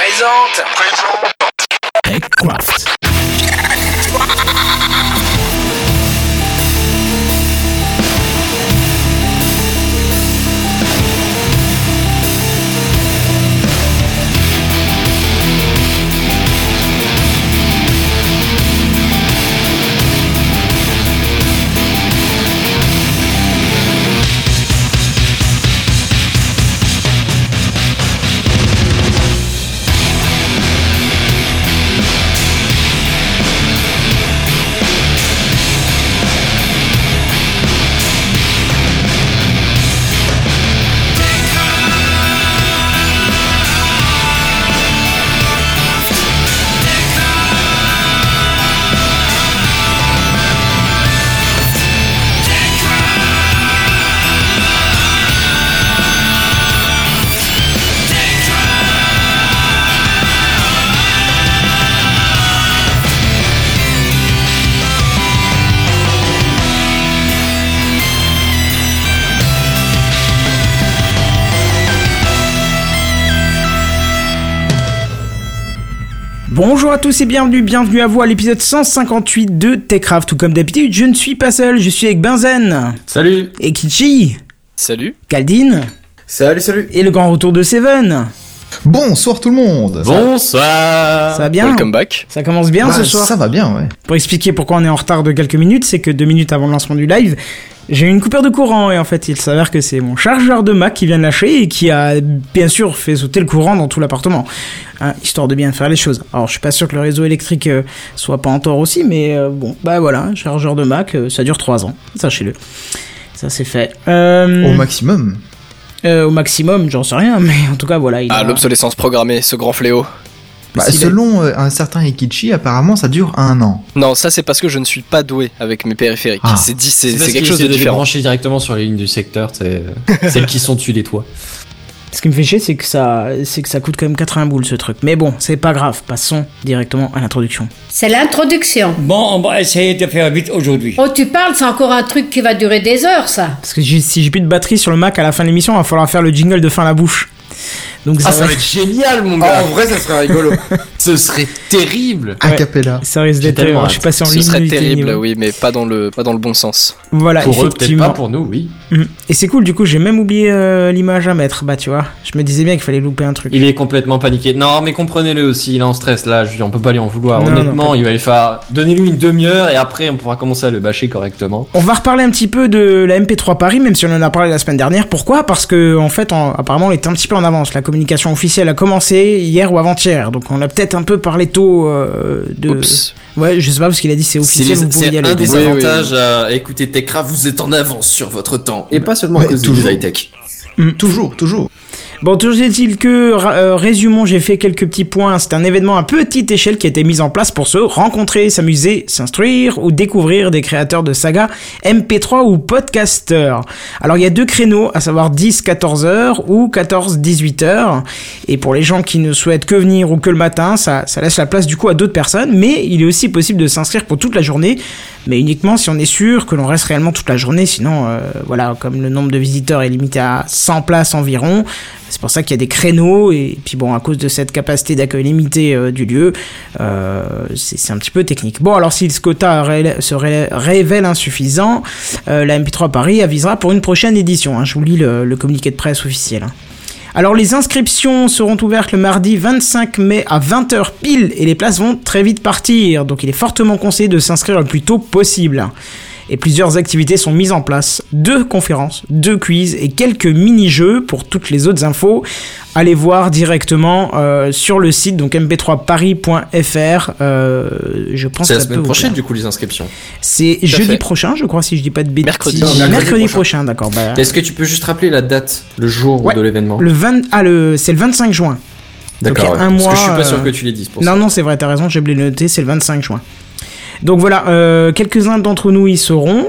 présente TechCraft. Bonjour à tous et bienvenue à vous à l'épisode 158 de TechCraft. Tout comme d'habitude, je ne suis pas seul, je suis avec Benzen. Salut. Et Kichi. Salut. Caldine. Salut. Et le grand retour de Seven. Bonsoir tout le monde. Bonsoir. Ça va bien? Welcome back. Ça commence bien ce soir? Ça va bien, ouais. Pour expliquer pourquoi on est en retard de quelques minutes, c'est que 2 minutes avant le lancement du live, j'ai eu une coupure de courant et en fait il s'avère que c'est mon chargeur de Mac qui vient de lâcher et qui a bien sûr fait sauter le courant dans tout l'appartement, hein, histoire de bien faire les choses. Alors je suis pas sûr que le réseau électrique soit pas en tort aussi, mais bon, bah voilà, chargeur de Mac, ça dure 3 ans, sachez-le. Ça c'est fait. Au maximum. Au maximum, j'en sais rien, mais en tout cas voilà. L'obsolescence programmée, ce grand fléau. Selon un certain Ekichi, apparemment ça dure 1 an. Non, ça c'est parce que je ne suis pas doué avec mes périphériques. Ah. C'est quelque chose de les différent. brancher directement sur les lignes du secteur, c'est celles qui sont dessus des toits. Ce qui me fait chier, c'est que ça coûte quand même 80 boules ce truc. Mais bon, c'est pas grave, passons directement à l'introduction. C'est l'introduction. Bon, on va essayer de faire vite aujourd'hui. Oh, tu parles, c'est encore un truc qui va durer des heures, ça. Parce que si j'ai plus de batterie sur le Mac à la fin de l'émission, il va falloir faire le jingle de fin à la bouche. Donc Ça va être génial, mon gars. En vrai, ça serait rigolo. Ce serait terrible. A cappella. Ça risque d'être. Je suis passé en ligne. Ce serait terrible, oui, mais pas dans le bon sens. Voilà, pour eux, peut-être effectivement. pas pour nous, oui. Et c'est cool, du coup, j'ai même oublié l'image à mettre. Bah, tu vois, je me disais bien qu'il fallait louper un truc. Il est complètement paniqué. Non, mais comprenez-le aussi, il est en stress là. On peut pas lui en vouloir. Non, Honnêtement, il va lui faire. Donnez-lui une demi-heure et après, on pourra commencer à le bâcher correctement. On va reparler un petit peu de la MP3 Paris, même si on en a parlé la semaine dernière. Pourquoi ? Parce que, en fait, apparemment, on était un petit peu en avance. La communication officielle a commencé hier ou avant-hier. Donc, on a peut-être un peu parlé tôt de. Oups. Ouais, je sais pas, parce qu'il a dit c'est officiel, vous pouvez y C'est aller. un des Oui, avantages à écouter TechCraft, vous êtes en avance sur votre temps. Et pas seulement à Ouais, cause toujours. du high-tech. Toujours. Bon, toujours est-il que, résumons, j'ai fait quelques petits points. C'est un événement à petite échelle qui a été mis en place pour se rencontrer, s'amuser, s'instruire ou découvrir des créateurs de sagas MP3 ou podcasters. Alors, il y a 2 créneaux, à savoir 10-14 heures ou 14-18 heures. Et pour les gens qui ne souhaitent que venir ou que le matin, ça laisse la place du coup à d'autres personnes. Mais il est aussi possible de s'inscrire pour toute la journée, mais uniquement si on est sûr que l'on reste réellement toute la journée. Sinon, voilà, comme le nombre de visiteurs est limité à 100 places environ, c'est pour ça qu'il y a des créneaux, et puis bon, à cause de cette capacité d'accueil limitée du lieu, c'est un petit peu technique. Bon, alors si ce quota se révèle insuffisant, la MP3 Paris avisera pour une prochaine édition, hein. Je vous lis le communiqué de presse officiel, hein. Alors les inscriptions seront ouvertes le mardi 25 mai à 20h pile, et les places vont très vite partir, donc il est fortement conseillé de s'inscrire le plus tôt possible. Et plusieurs activités sont mises en place, 2 conférences, 2 quiz et quelques mini-jeux. Pour toutes les autres infos, allez voir directement sur le site, donc mp3paris.fr. Je pense C'est la que ça semaine peut prochaine, vous du coup, les inscriptions. C'est jeudi prochain, je crois, si je dis pas de bêtises. Mercredi. Non, Mercredi prochain, d'accord. Bah, Est-ce que tu peux juste rappeler la date, le jour Ouais. de l'événement? c'est le 25 juin. D'accord, donc il y a ouais. un Parce mois, que je suis pas sûr que tu l'aies dit pour ça. Non, c'est vrai, t'as raison, j'ai oublié de le noter, c'est le 25 juin. Donc voilà, quelques-uns d'entre nous y seront,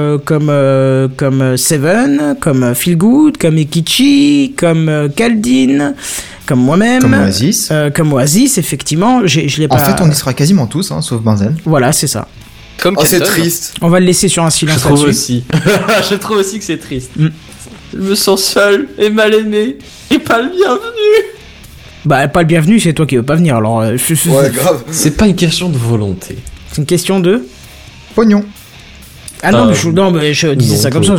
comme Seven, comme Feelgood, comme Ekichi, comme Caldine, comme moi-même. Comme Oasis, effectivement. Je l'ai pas... En fait, on y sera quasiment tous, hein, sauf Benzen. Voilà, c'est ça. Comme Oh, c'est Kenton. triste. On va le laisser sur un silence Je trouve là-dessus. aussi. Je trouve aussi que c'est triste. Je me sens seul et mal aimé et pas le bienvenu. Bah, pas le bienvenu, c'est toi qui veux pas venir, alors... Ouais, grave. C'est pas une question de volonté. C'est une question de... Pognon. Ah non, mais je disais non, ça comme ça.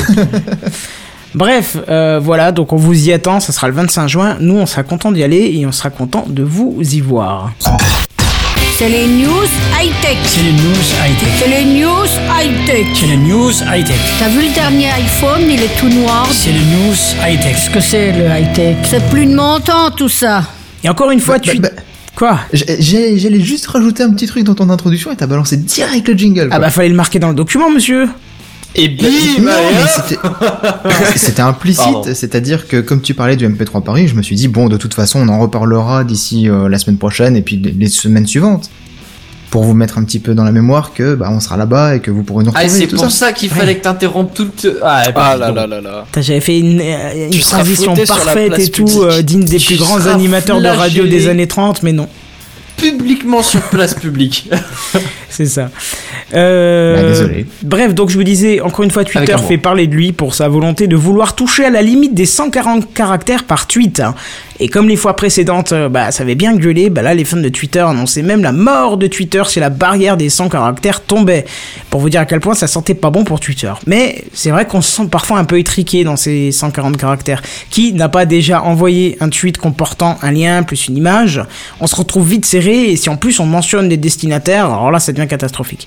Bref, voilà, donc on vous y attend, ça sera le 25 juin. Nous, on sera content d'y aller et on sera content de vous y voir. C'est les news high-tech. C'est les news high-tech. C'est les news high-tech. C'est les news high-tech. T'as vu le dernier iPhone, il est tout noir. C'est les news high-tech. Qu'est-ce que c'est le high-tech? C'est plus de mon temps tout ça. Et encore une fois, Quoi? J'allais juste rajouter un petit truc dans ton introduction et t'as balancé direct le jingle. Ah bah fallait le marquer dans le document, monsieur. Et bim, Non, mais c'était implicite, Pardon. c'est-à-dire que comme tu parlais du MP3 Paris, je me suis dit bon, de toute façon, on en reparlera d'ici la semaine prochaine et puis les semaines suivantes, pour vous mettre un petit peu dans la mémoire que on sera là-bas et que vous pourrez nous retrouver. Ah, c'est tout pour ça. ça qu'il fallait que t'interrompes tout le... Ah là là là. J'avais fait une seras transition fouetté sur la parfaite place et tout, publique. digne des Tu plus grands seras animateurs de radio flagellé. des années 30, mais non, Publiquement sur place publique. c'est ça. Désolé. Bref, donc je vous disais, encore une fois, Twitter Avec amour. fait parler de lui pour sa volonté de vouloir toucher à la limite des 140 caractères par tweet. Hein. Et comme les fois précédentes, ça avait bien gueulé, là les fans de Twitter annonçaient même la mort de Twitter si la barrière des 100 caractères tombait. Pour vous dire à quel point ça sentait pas bon pour Twitter. Mais c'est vrai qu'on se sent parfois un peu étriqué dans ces 140 caractères. Qui n'a pas déjà envoyé un tweet comportant un lien plus une image? On se retrouve vite serré et si en plus on mentionne les destinataires, alors là ça devient catastrophique.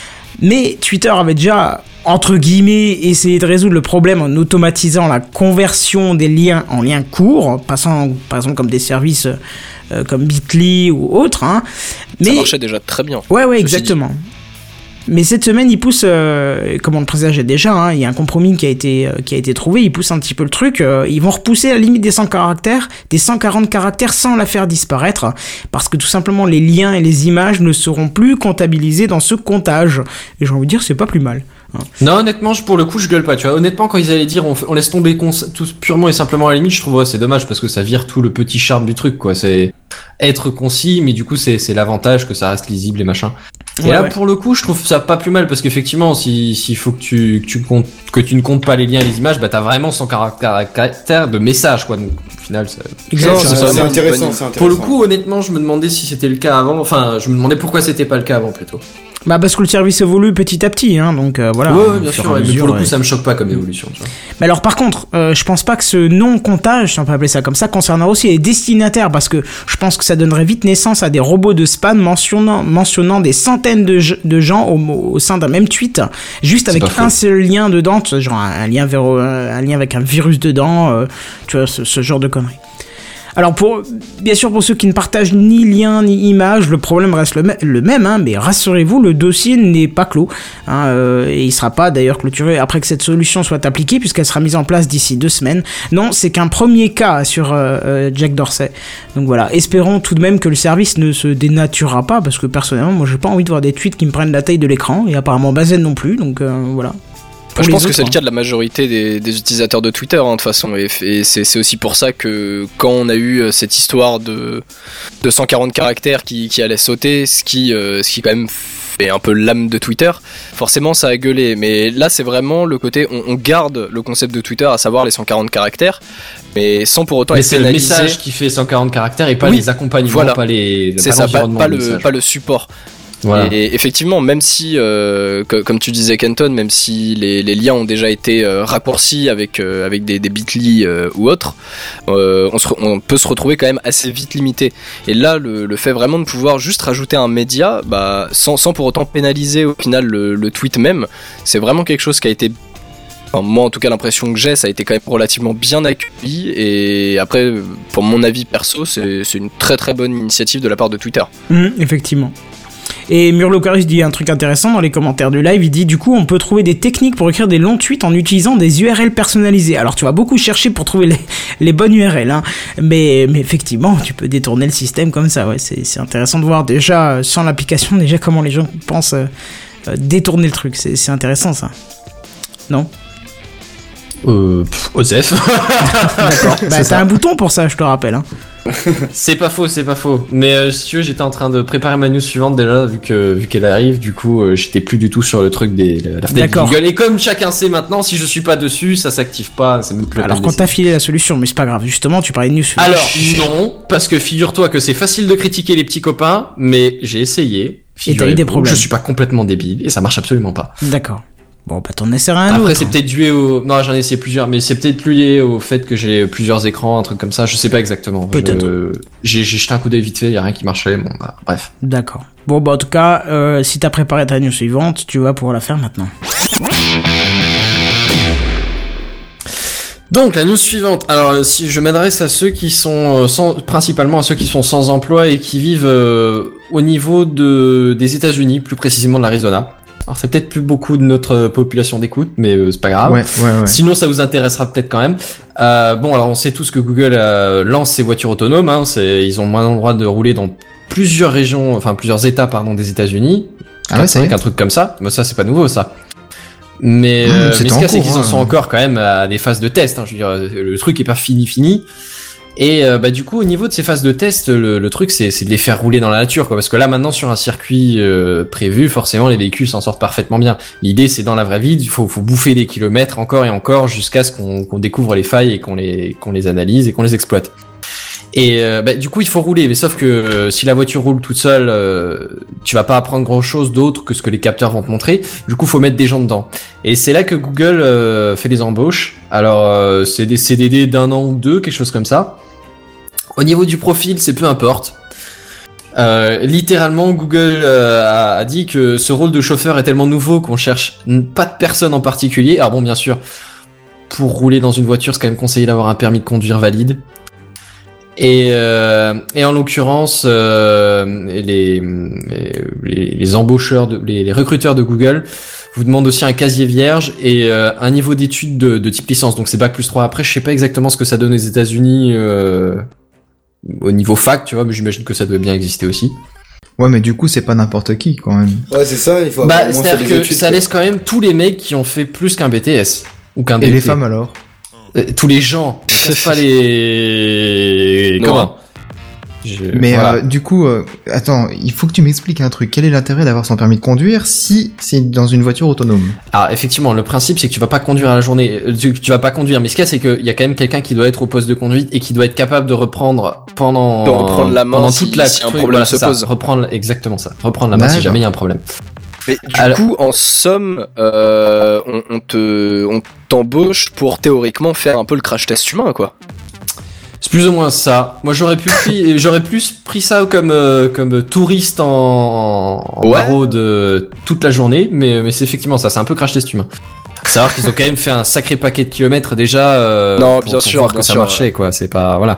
Mais Twitter avait déjà, entre guillemets, essayé de résoudre le problème en automatisant la conversion des liens en liens courts, passant par exemple comme des services comme Bitly ou autres. Hein. Ça marchait déjà très bien. Ouais, exactement. Mais cette semaine, il pousse, comme on le présageait déjà, hein, il y a un compromis qui a été trouvé, il pousse un petit peu le truc, ils vont repousser la limite des 100 caractères, des 140 caractères sans la faire disparaître, parce que tout simplement les liens et les images ne seront plus comptabilisés dans ce comptage. Et j'ai envie de dire, c'est pas plus mal. Hein. Non, honnêtement, pour le coup, je gueule pas, tu vois. Honnêtement, quand ils allaient dire on laisse tomber tout purement et simplement à la limite, je trouve c'est dommage parce que ça vire tout le petit charme du truc, quoi. C'est être concis, mais du coup, c'est l'avantage que ça reste lisible et machin. Et là, pour le coup, je trouve ça pas plus mal parce qu'effectivement, s'il faut que tu ne comptes pas les liens et les images, t'as vraiment 100 caractères de messages, quoi. Donc, au final, C'est intéressant. Pour le coup, honnêtement, je me demandais si c'était le cas avant. Enfin, je me demandais pourquoi c'était pas le cas avant, plutôt. Parce que le service évolue petit à petit, hein, donc voilà. Ouais, bien sûr, mais pour le coup, ça me choque pas comme évolution, tu vois. Mais alors, par contre, je pense pas que ce non-comptage, si on peut appeler ça comme ça, concernera aussi les destinataires, parce que je pense que ça donnerait vite naissance à des robots de spam mentionnant des centaines de gens au sein d'un même tweet, juste avec un seul lien dedans, genre un lien avec un virus dedans, tu vois, ce genre de conneries. Alors bien sûr pour ceux qui ne partagent ni lien ni image, le problème reste le même, hein, mais rassurez-vous, le dossier n'est pas clos, hein, et il sera pas d'ailleurs clôturé après que cette solution soit appliquée puisqu'elle sera mise en place d'ici 2 semaines. Non, c'est qu'un premier cas sur Jack Dorsey. Donc voilà, espérons tout de même que le service ne se dénaturera pas parce que personnellement, moi j'ai pas envie de voir des tweets qui me prennent la taille de l'écran et apparemment Bazen non plus, donc voilà. Je pense que c'est le cas de la majorité des utilisateurs de Twitter, hein, de toute façon, et c'est aussi pour ça que quand on a eu cette histoire de 140 caractères qui allait sauter, ce qui quand même fait un peu l'âme de Twitter, forcément ça a gueulé. Mais là c'est vraiment le côté, on garde le concept de Twitter, à savoir les 140 caractères, mais sans pour autant mais être c'est pénalisé. le message qui fait 140 caractères et pas les accompagnements, voilà. pas le support. Voilà. Et effectivement, même si, comme tu disais Kenton, même si les liens ont déjà été raccourcis avec des Bitly ou autres, on peut se retrouver quand même assez vite limité. Et là, le fait vraiment de pouvoir juste rajouter un média, sans pour autant pénaliser au final le tweet même, c'est vraiment quelque chose qui a été... Enfin, moi en tout cas l'impression que j'ai, ça a été quand même relativement bien accueilli, et après pour mon avis perso c'est une très très bonne initiative de la part de Twitter. Effectivement. Et Murlocaris dit un truc intéressant dans les commentaires du live, il dit du coup on peut trouver des techniques pour écrire des longs tweets en utilisant des URL personnalisées. Alors tu vas beaucoup chercher pour trouver les bonnes URL, hein. Mais effectivement tu peux détourner le système comme ça, ouais, c'est intéressant de voir déjà sans l'application déjà comment les gens pensent détourner le truc, c'est intéressant ça. Non ? Osef. D'accord, t'as un bouton pour ça je te rappelle, hein. C'est pas faux. Mais si tu veux, j'étais en train de préparer ma news suivante déjà, vu qu'elle arrive. Du coup, j'étais plus du tout sur le truc la fenêtre Google. Et comme chacun sait maintenant, si je suis pas dessus, ça s'active pas. C'est même plus. Alors quand t'as filé la solution, mais c'est pas grave. Justement, tu parlais de news. Alors non, parce que figure-toi que c'est facile de critiquer les petits copains, mais j'ai essayé. Et t'as eu des problèmes. Je suis pas complètement débile et ça marche absolument pas. D'accord. Bon, bah t'en essaieras un autre. Après, c'est peut-être dû Non, j'en ai essayé plusieurs, mais c'est peut-être lié au fait que j'ai plusieurs écrans, un truc comme ça. Je sais pas exactement. Peut-être. J'ai jeté un coup d'œil vite fait, y a rien qui marchait. Bon, bah, bref. D'accord. Bon, bah en tout cas, si t'as préparé ta news suivante, tu vas pouvoir la faire maintenant. Donc la news suivante. Alors si je m'adresse à ceux qui sont principalement à ceux qui sont sans emploi et qui vivent au niveau des États-Unis, plus précisément de l'Arizona. Alors c'est peut-être plus beaucoup de notre population d'écoute, mais c'est pas grave. Ouais. Sinon ça vous intéressera peut-être quand même. Bon alors on sait tous que Google lance ses voitures autonomes. Hein, ils ont moins le droit de rouler dans plusieurs régions, enfin plusieurs États des États-Unis. Ah ouais, c'est un truc comme ça. Mais ça c'est pas nouveau ça. Mais ce qu'il y a, c'est qu'ils en sont encore quand même à des phases de test. Hein, je veux dire, le truc est pas fini. Et bah du coup, au niveau de ces phases de test, le truc c'est de les faire rouler dans la nature, quoi. Parce que là maintenant sur un circuit prévu, forcément les véhicules s'en sortent parfaitement bien. L'idée c'est dans la vraie vie, il faut bouffer des kilomètres encore et encore jusqu'à ce qu'on découvre les failles et qu'on les analyse et qu'on les exploite. Et bah, du coup il faut rouler, mais sauf que si la voiture roule toute seule, tu vas pas apprendre grand chose d'autre que ce que les capteurs vont te montrer. Du coup faut mettre des gens dedans. Et c'est là que Google fait des embauches. Alors c'est des CDD d'1 an ou 2, quelque chose comme ça. Au niveau du profil, c'est peu importe. Littéralement, Google a dit que ce rôle de chauffeur est tellement nouveau qu'on cherche pas de personne en particulier. Alors bon, bien sûr, pour rouler dans une voiture, c'est quand même conseillé d'avoir un permis de conduire valide. Et en l'occurrence, les embaucheurs, les recruteurs de Google vous demandent aussi un casier vierge et un niveau d'études de type licence. Donc c'est Bac+3. Après, je sais pas exactement ce que ça donne aux États-Unis au niveau fac, tu vois, mais j'imagine que ça doit bien exister aussi. Ouais, mais du coup, c'est pas n'importe qui quand même. Ouais, c'est ça. Il faut. C'est-à-dire que études, ça laisse quand même tous les mecs qui ont fait plus qu'un BTS ou qu'un BT. Et les femmes alors? Tous les gens, pas les... Comment? Mais voilà. Du coup, attends, il faut que tu m'expliques un truc. Quel est l'intérêt d'avoir son permis de conduire si c'est dans une voiture autonome? Alors effectivement, le principe c'est que tu vas pas conduire à la journée, tu vas pas conduire. Mais ce qu'il y a, c'est qu'il y a quand même quelqu'un qui doit être au poste de conduite et qui doit être capable de reprendre reprendre la main pendant toute la si un problème se pose. Reprendre la main si jamais il y a un problème. Mais du coup, en somme, on t'embauche pour théoriquement faire un peu le crash test humain, quoi. C'est plus ou moins ça. Moi, j'aurais plus pris ça comme touriste en barreau de toute la journée, mais c'est effectivement ça. C'est un peu crash test humain. Savoir qu'ils ont quand même fait un sacré paquet de kilomètres déjà. Non, pour voir que ça marchait, quoi. C'est pas voilà.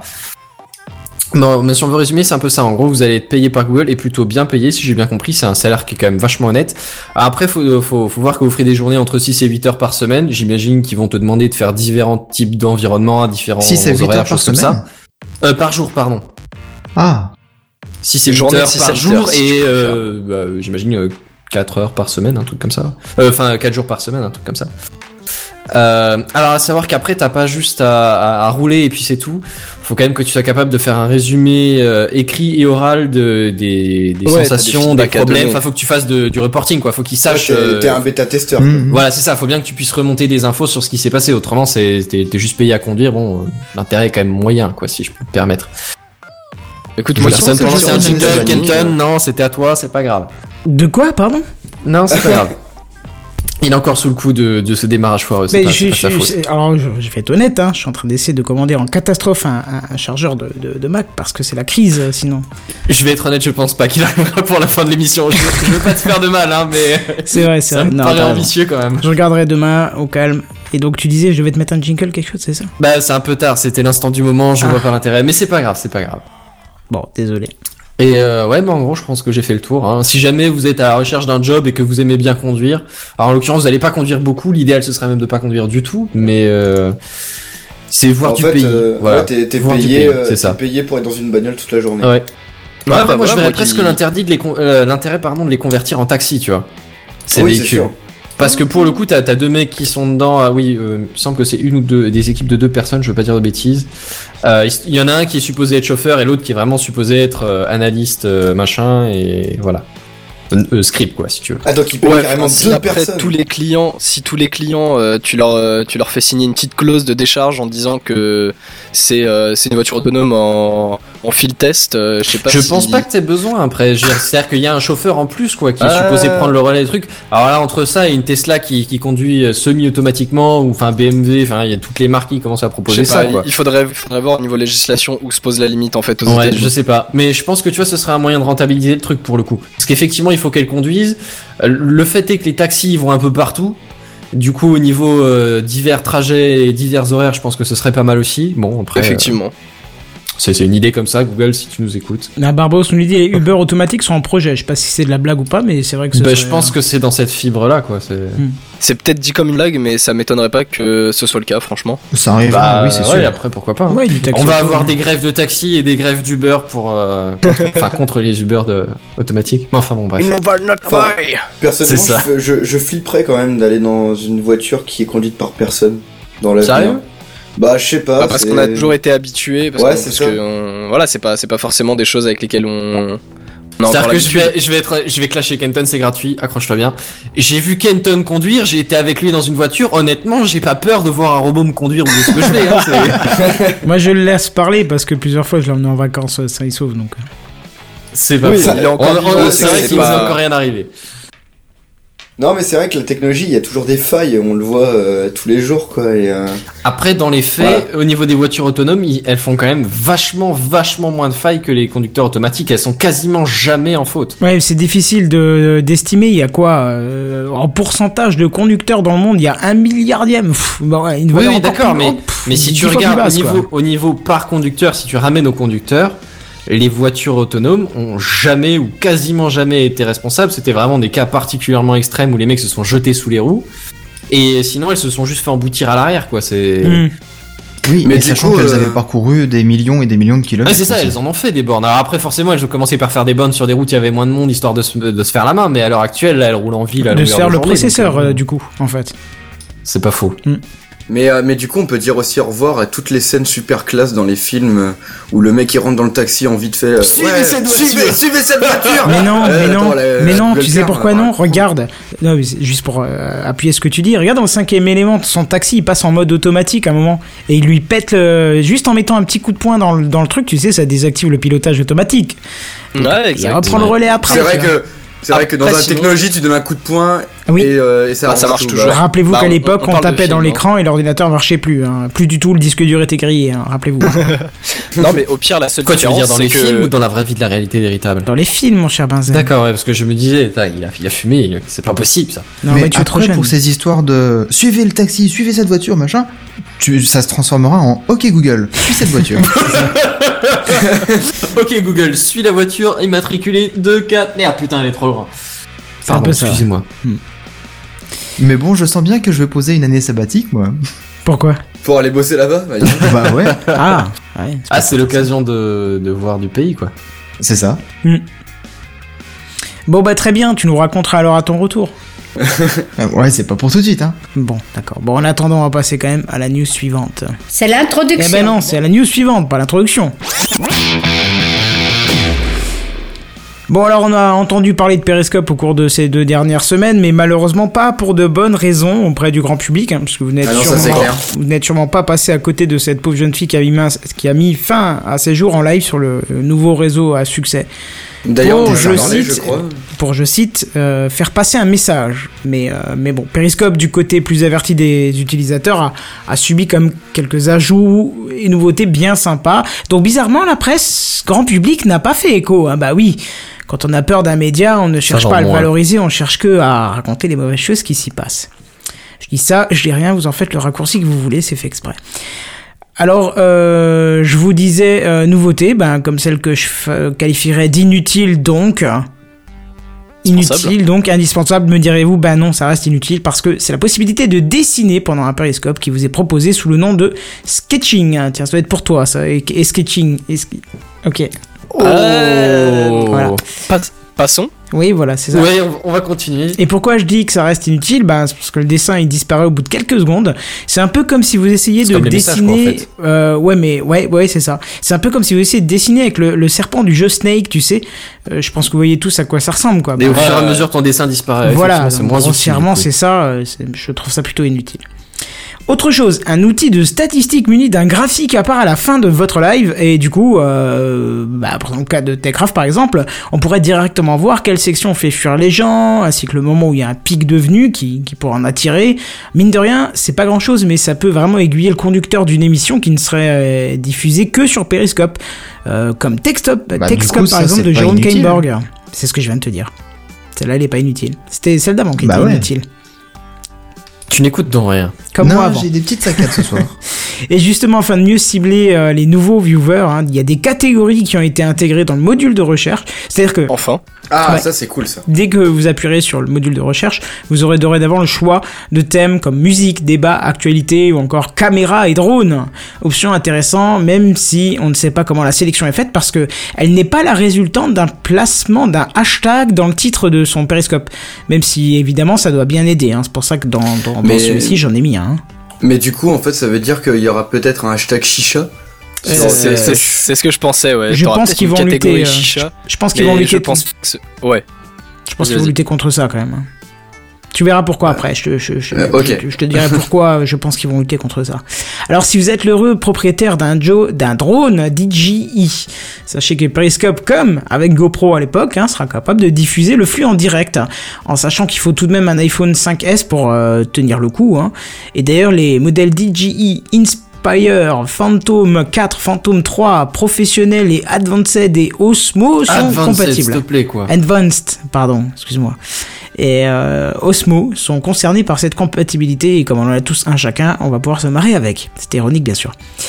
Non, mais si on veut résumer, c'est un peu ça. En gros, vous allez être payé par Google et plutôt bien payé, si j'ai bien compris. C'est un salaire qui est quand même vachement honnête. Après, faut voir que vous ferez des journées entre 6 et 8 heures par semaine. J'imagine qu'ils vont te demander de faire différents types d'environnements, différents 6 et 8 horaires, heures par choses comme semaine. Ça. Par jour, pardon. Ah. 6 et 8 heures par jour et j'imagine 4 heures par semaine, un truc comme ça. Enfin, 4 jours par semaine, un truc comme ça. Alors à savoir qu'après t'as pas juste à rouler et puis c'est tout. Faut quand même que tu sois capable de faire un résumé écrit et oral des sensations, des problèmes. Enfin, faut que tu fasses du reporting, quoi. Faut qu'ils sachent. T'es un bêta testeur. Voilà, c'est ça. Faut bien que tu puisses remonter des infos sur ce qui s'est passé. Autrement, t'es juste payé à conduire. Bon, l'intérêt est quand même moyen, quoi, si je peux me permettre. Écoute, moi, c'est un jingle, Kenton. Non, c'était à toi. C'est pas grave. De quoi, pardon? Non, c'est pas grave. Il est encore sous le coup de ce démarrage foireux. Mais alors, je vais être honnête, hein, je suis en train d'essayer de commander en catastrophe un chargeur de Mac parce que c'est la crise, sinon. Je vais être honnête, je pense pas qu'il arrivera pour la fin de l'émission. Je veux pas te faire de mal, hein, mais. C'est vrai. Ça me paraît ambitieux quand même. Je regarderai demain au calme. Et donc tu disais, je vais te mettre un jingle, quelque chose, c'est ça? Bah, c'est un peu tard. C'était l'instant du moment. Je vois pas l'intérêt, mais c'est pas grave. Bon, désolé. Et ouais, mais en gros, je pense que j'ai fait le tour. Hein. Si jamais vous êtes à la recherche d'un job et que vous aimez bien conduire, alors en l'occurrence, vous allez pas conduire beaucoup. L'idéal, ce serait même de pas conduire du tout. Mais c'est voir du pays. Voilà, t'es payé, t'es payé pour être dans une bagnole toute la journée. Ouais. Moi, je verrais presque l'intérêt de les convertir en taxi, tu vois. Ces véhicules. Parce que pour le coup, t'as deux mecs qui sont dedans. Ah oui, il me semble que c'est une ou deux des équipes de 2 personnes. Je veux pas dire de bêtises. Il y en a un qui est supposé être chauffeur et l'autre qui est vraiment supposé être analyste, machin, et voilà. Script quoi, si tu veux. Ah donc il peut carrément si après tous les clients, tu leur fais signer une petite clause de décharge en disant que c'est une voiture autonome en field test, je sais pas. Je pense pas que t'aies besoin après. C'est-à-dire qu'il y a un chauffeur en plus quoi qui est supposé prendre le relais des trucs. Alors là entre ça et une Tesla qui conduit semi-automatiquement ou enfin BMW, enfin il y a toutes les marques qui commencent à proposer ça quoi. Il faudrait voir au niveau législation où se pose la limite en fait aux Ouais, États-Unis. je sais pas, mais je pense que tu vois ce serait un moyen de rentabiliser le truc pour le coup. Parce qu'effectivement il faut qu'elle conduise. Le fait est que les taxis vont un peu partout. Du coup, au niveau divers trajets et divers horaires, je pense que ce serait pas mal aussi. Bon, après. Effectivement. C'est une idée comme ça, Google, si tu nous écoutes. La Barbaros nous dit les Uber automatiques sont en projet. Je sais pas si c'est de la blague ou pas, mais c'est vrai que je pense que c'est dans cette fibre-là, quoi. C'est peut-être dit comme une blague, mais ça m'étonnerait pas que ce soit le cas, franchement. Ça arrive, oui, c'est sûr. Et après, pourquoi pas. Ouais, on va avoir des grèves de taxi et des grèves d'Uber contre les Uber automatiques. Enfin bon, bref. Personnellement, je flipperais quand même d'aller dans une voiture qui est conduite par personne dans l'avenir. Sérieux ? Bah je sais pas. Parce qu'on a toujours été habitué. Parce que voilà, c'est pas forcément des choses avec lesquelles on. C'est-à-dire que je vais clasher Kenton, c'est gratuit, accroche-toi bien. J'ai vu Kenton conduire, j'ai été avec lui dans une voiture, honnêtement, j'ai pas peur de voir un robot me conduire ou de ce que je fais. Moi je le laisse parler parce que plusieurs fois je l'ai emmené en vacances, ça y sauve donc. C'est pas faux. C'est vrai qu'il nous est encore rien arrivé. Non mais c'est vrai que la technologie, il y a toujours des failles, on le voit tous les jours quoi. Après dans les faits, au niveau des voitures autonomes, elles font quand même vachement moins de failles que les conducteurs automatiques, elles sont quasiment jamais en faute. Ouais, c'est difficile d'estimer, il y a quoi en pourcentage de conducteurs dans le monde, il y a 1 milliardième. Oui, d'accord, mais si tu regardes au niveau par conducteur, si tu ramènes aux conducteurs, les voitures autonomes ont jamais ou quasiment jamais été responsables. C'était vraiment des cas particulièrement extrêmes où les mecs se sont jetés sous les roues. Et sinon, elles se sont juste fait emboutir à l'arrière, quoi. Oui, mais sachant qu'elles avaient parcouru des millions et des millions de kilomètres. Ouais, c'est ça, elles en ont fait des bornes. Alors après, forcément, elles ont commencé par faire des bornes sur des routes où il y avait moins de monde, histoire de se faire la main. Mais à l'heure actuelle, là, elles roulent en ville. De se faire le précesseur, du coup, en fait. C'est pas faux. Mais du coup, on peut dire aussi au revoir à toutes les scènes super classe dans les films où le mec il rentre dans le taxi en vite fait. Suivez cette voiture. Mais non, tu sais pourquoi non ? Regarde, non, juste pour appuyer ce que tu dis. Regarde dans le 5e élément, son taxi il passe en mode automatique à un moment et il lui pète juste en mettant un petit coup de poing dans le truc. Tu sais, ça désactive le pilotage automatique. Ouais, exactement. Il reprend le relais après. C'est vrai que dans la technologie, tu donnes un coup de poing et ça marche toujours. Rappelez-vous qu'à l'époque, on tapait dans l'écran et l'ordinateur marchait plus. Hein. Plus du tout, le disque dur était grillé. Hein. Rappelez-vous. Non, mais au pire, la seule différence, tu veux dire dans les films ou dans la vraie vie de la réalité véritable ? Dans les films, mon cher Benzen. D'accord, ouais, parce que je me disais, il a fumé, c'est pas possible ça. Non, mais tu es trop jeune. Pour ces histoires de suivez le taxi, suivez cette voiture, machin, ça se transformera en OK Google, suis cette voiture. OK Google, suis la voiture immatriculée 2-4. Merde, putain, elle est trop loin. Pardon, excusez-moi. Mais bon, je sens bien que je vais poser une année sabbatique, moi. Pourquoi ? Pour aller bosser là-bas. Bah ouais. C'est l'occasion de voir du pays, quoi. C'est ça. Bon bah très bien, tu nous raconteras alors à ton retour. Ouais, c'est pas pour tout de suite, hein. Bon, d'accord. Bon, en attendant, on va passer quand même à la news suivante. C'est l'introduction. Eh ben non, c'est la news suivante, pas l'introduction. Bon, alors on a entendu parler de Periscope au cours de ces 2 dernières semaines, mais malheureusement pas pour de bonnes raisons auprès du grand public, hein, parce que vous n'êtes sûrement pas passé à côté de cette pauvre jeune fille qui a mis fin à ses jours en live sur le nouveau réseau à succès. D'ailleurs, pour je cite, faire passer un message. Mais bon, Periscope, du côté plus averti des utilisateurs, a subi comme quelques ajouts et nouveautés bien sympas. Donc bizarrement, la presse grand public n'a pas fait écho. Hein. Bah oui, quand on a peur d'un média, on ne cherche pas à le valoriser, on cherche que à raconter les mauvaises choses qui s'y passent. Je dis ça, je dis rien, vous en faites le raccourci que vous voulez, c'est fait exprès. Alors, je vous disais nouveauté, comme celle que je qualifierais d'inutile donc. Inutile donc, indispensable, me direz-vous, non, ça reste inutile parce que c'est la possibilité de dessiner pendant un périscope qui vous est proposé sous le nom de sketching. Tiens, ça doit être pour toi ça, et sketching. Ok. Voilà. Passons. Oui, voilà, c'est ça. Ouais, on va continuer. Et pourquoi je dis que ça reste inutile ? C'est parce que le dessin il disparaît au bout de quelques secondes. C'est un peu comme si vous essayiez de dessiner. Messages, quoi, en fait. Ouais, c'est ça. C'est un peu comme si vous essayiez de dessiner avec le serpent du jeu Snake, tu sais. Je pense que vous voyez tous à quoi ça ressemble, quoi. Mais au fur et à mesure, ton dessin disparaît. Voilà, c'est moins grossièrement, c'est ça. Je trouve ça plutôt inutile. Autre chose, un outil de statistique muni d'un graphique apparaît à la fin de votre live et du coup, dans le cas de Techcraft par exemple, on pourrait directement voir quelle section fait fuir les gens, ainsi que le moment où il y a un pic de venue qui pourrait en attirer. Mine de rien, c'est pas grand chose, mais ça peut vraiment aiguiller le conducteur d'une émission qui ne serait diffusée que sur Periscope, comme Techscope par exemple de Jérôme Kainborg. C'est ce que je viens de te dire. Celle-là, elle est pas inutile. C'était celle d'avant qui était inutile. Tu n'écoutes donc rien. Comme moi avant. J'ai des petites saccades ce soir. Et justement, afin de mieux cibler les nouveaux viewers, il y a des catégories qui ont été intégrées dans le module de recherche. C'est-à-dire que... Enfin. Ah, ça c'est cool ça. Dès que vous appuierez sur le module de recherche, vous aurez dorénavant le choix de thèmes comme musique, débat, actualité ou encore caméra et drone. Option intéressante, même si on ne sait pas comment la sélection est faite parce que elle n'est pas la résultante d'un placement d'un hashtag dans le titre de son périscope. Même si évidemment ça doit bien aider. C'est pour ça que dans celui-ci j'en ai mis un. Mais du coup, en fait, ça veut dire qu'il y aura peut-être un hashtag chicha. C'est ce que je pensais, ouais. Je pense qu'ils vont lutter. Je pense qu'ils vont lutter. Ouais. Je pense qu'ils vont lutter contre ça quand même. Tu verras pourquoi après. Je te dirai pourquoi je pense qu'ils vont lutter contre ça. Alors, si vous êtes l'heureux propriétaire d'un drone DJI, sachez que Periscope, comme avec GoPro à l'époque, sera capable de diffuser le flux en direct, en sachant qu'il faut tout de même un iPhone 5S pour tenir le coup. Et d'ailleurs, les modèles DJI Inspire, Phantom 4, Phantom 3, Professionnel et Advanced et Osmo sont compatibles. S'il te plaît, quoi. Advanced, pardon, excuse-moi. Et Osmo sont concernés par cette compatibilité et comme on en a tous un chacun, on va pouvoir se marrer avec. C'est ironique bien sûr.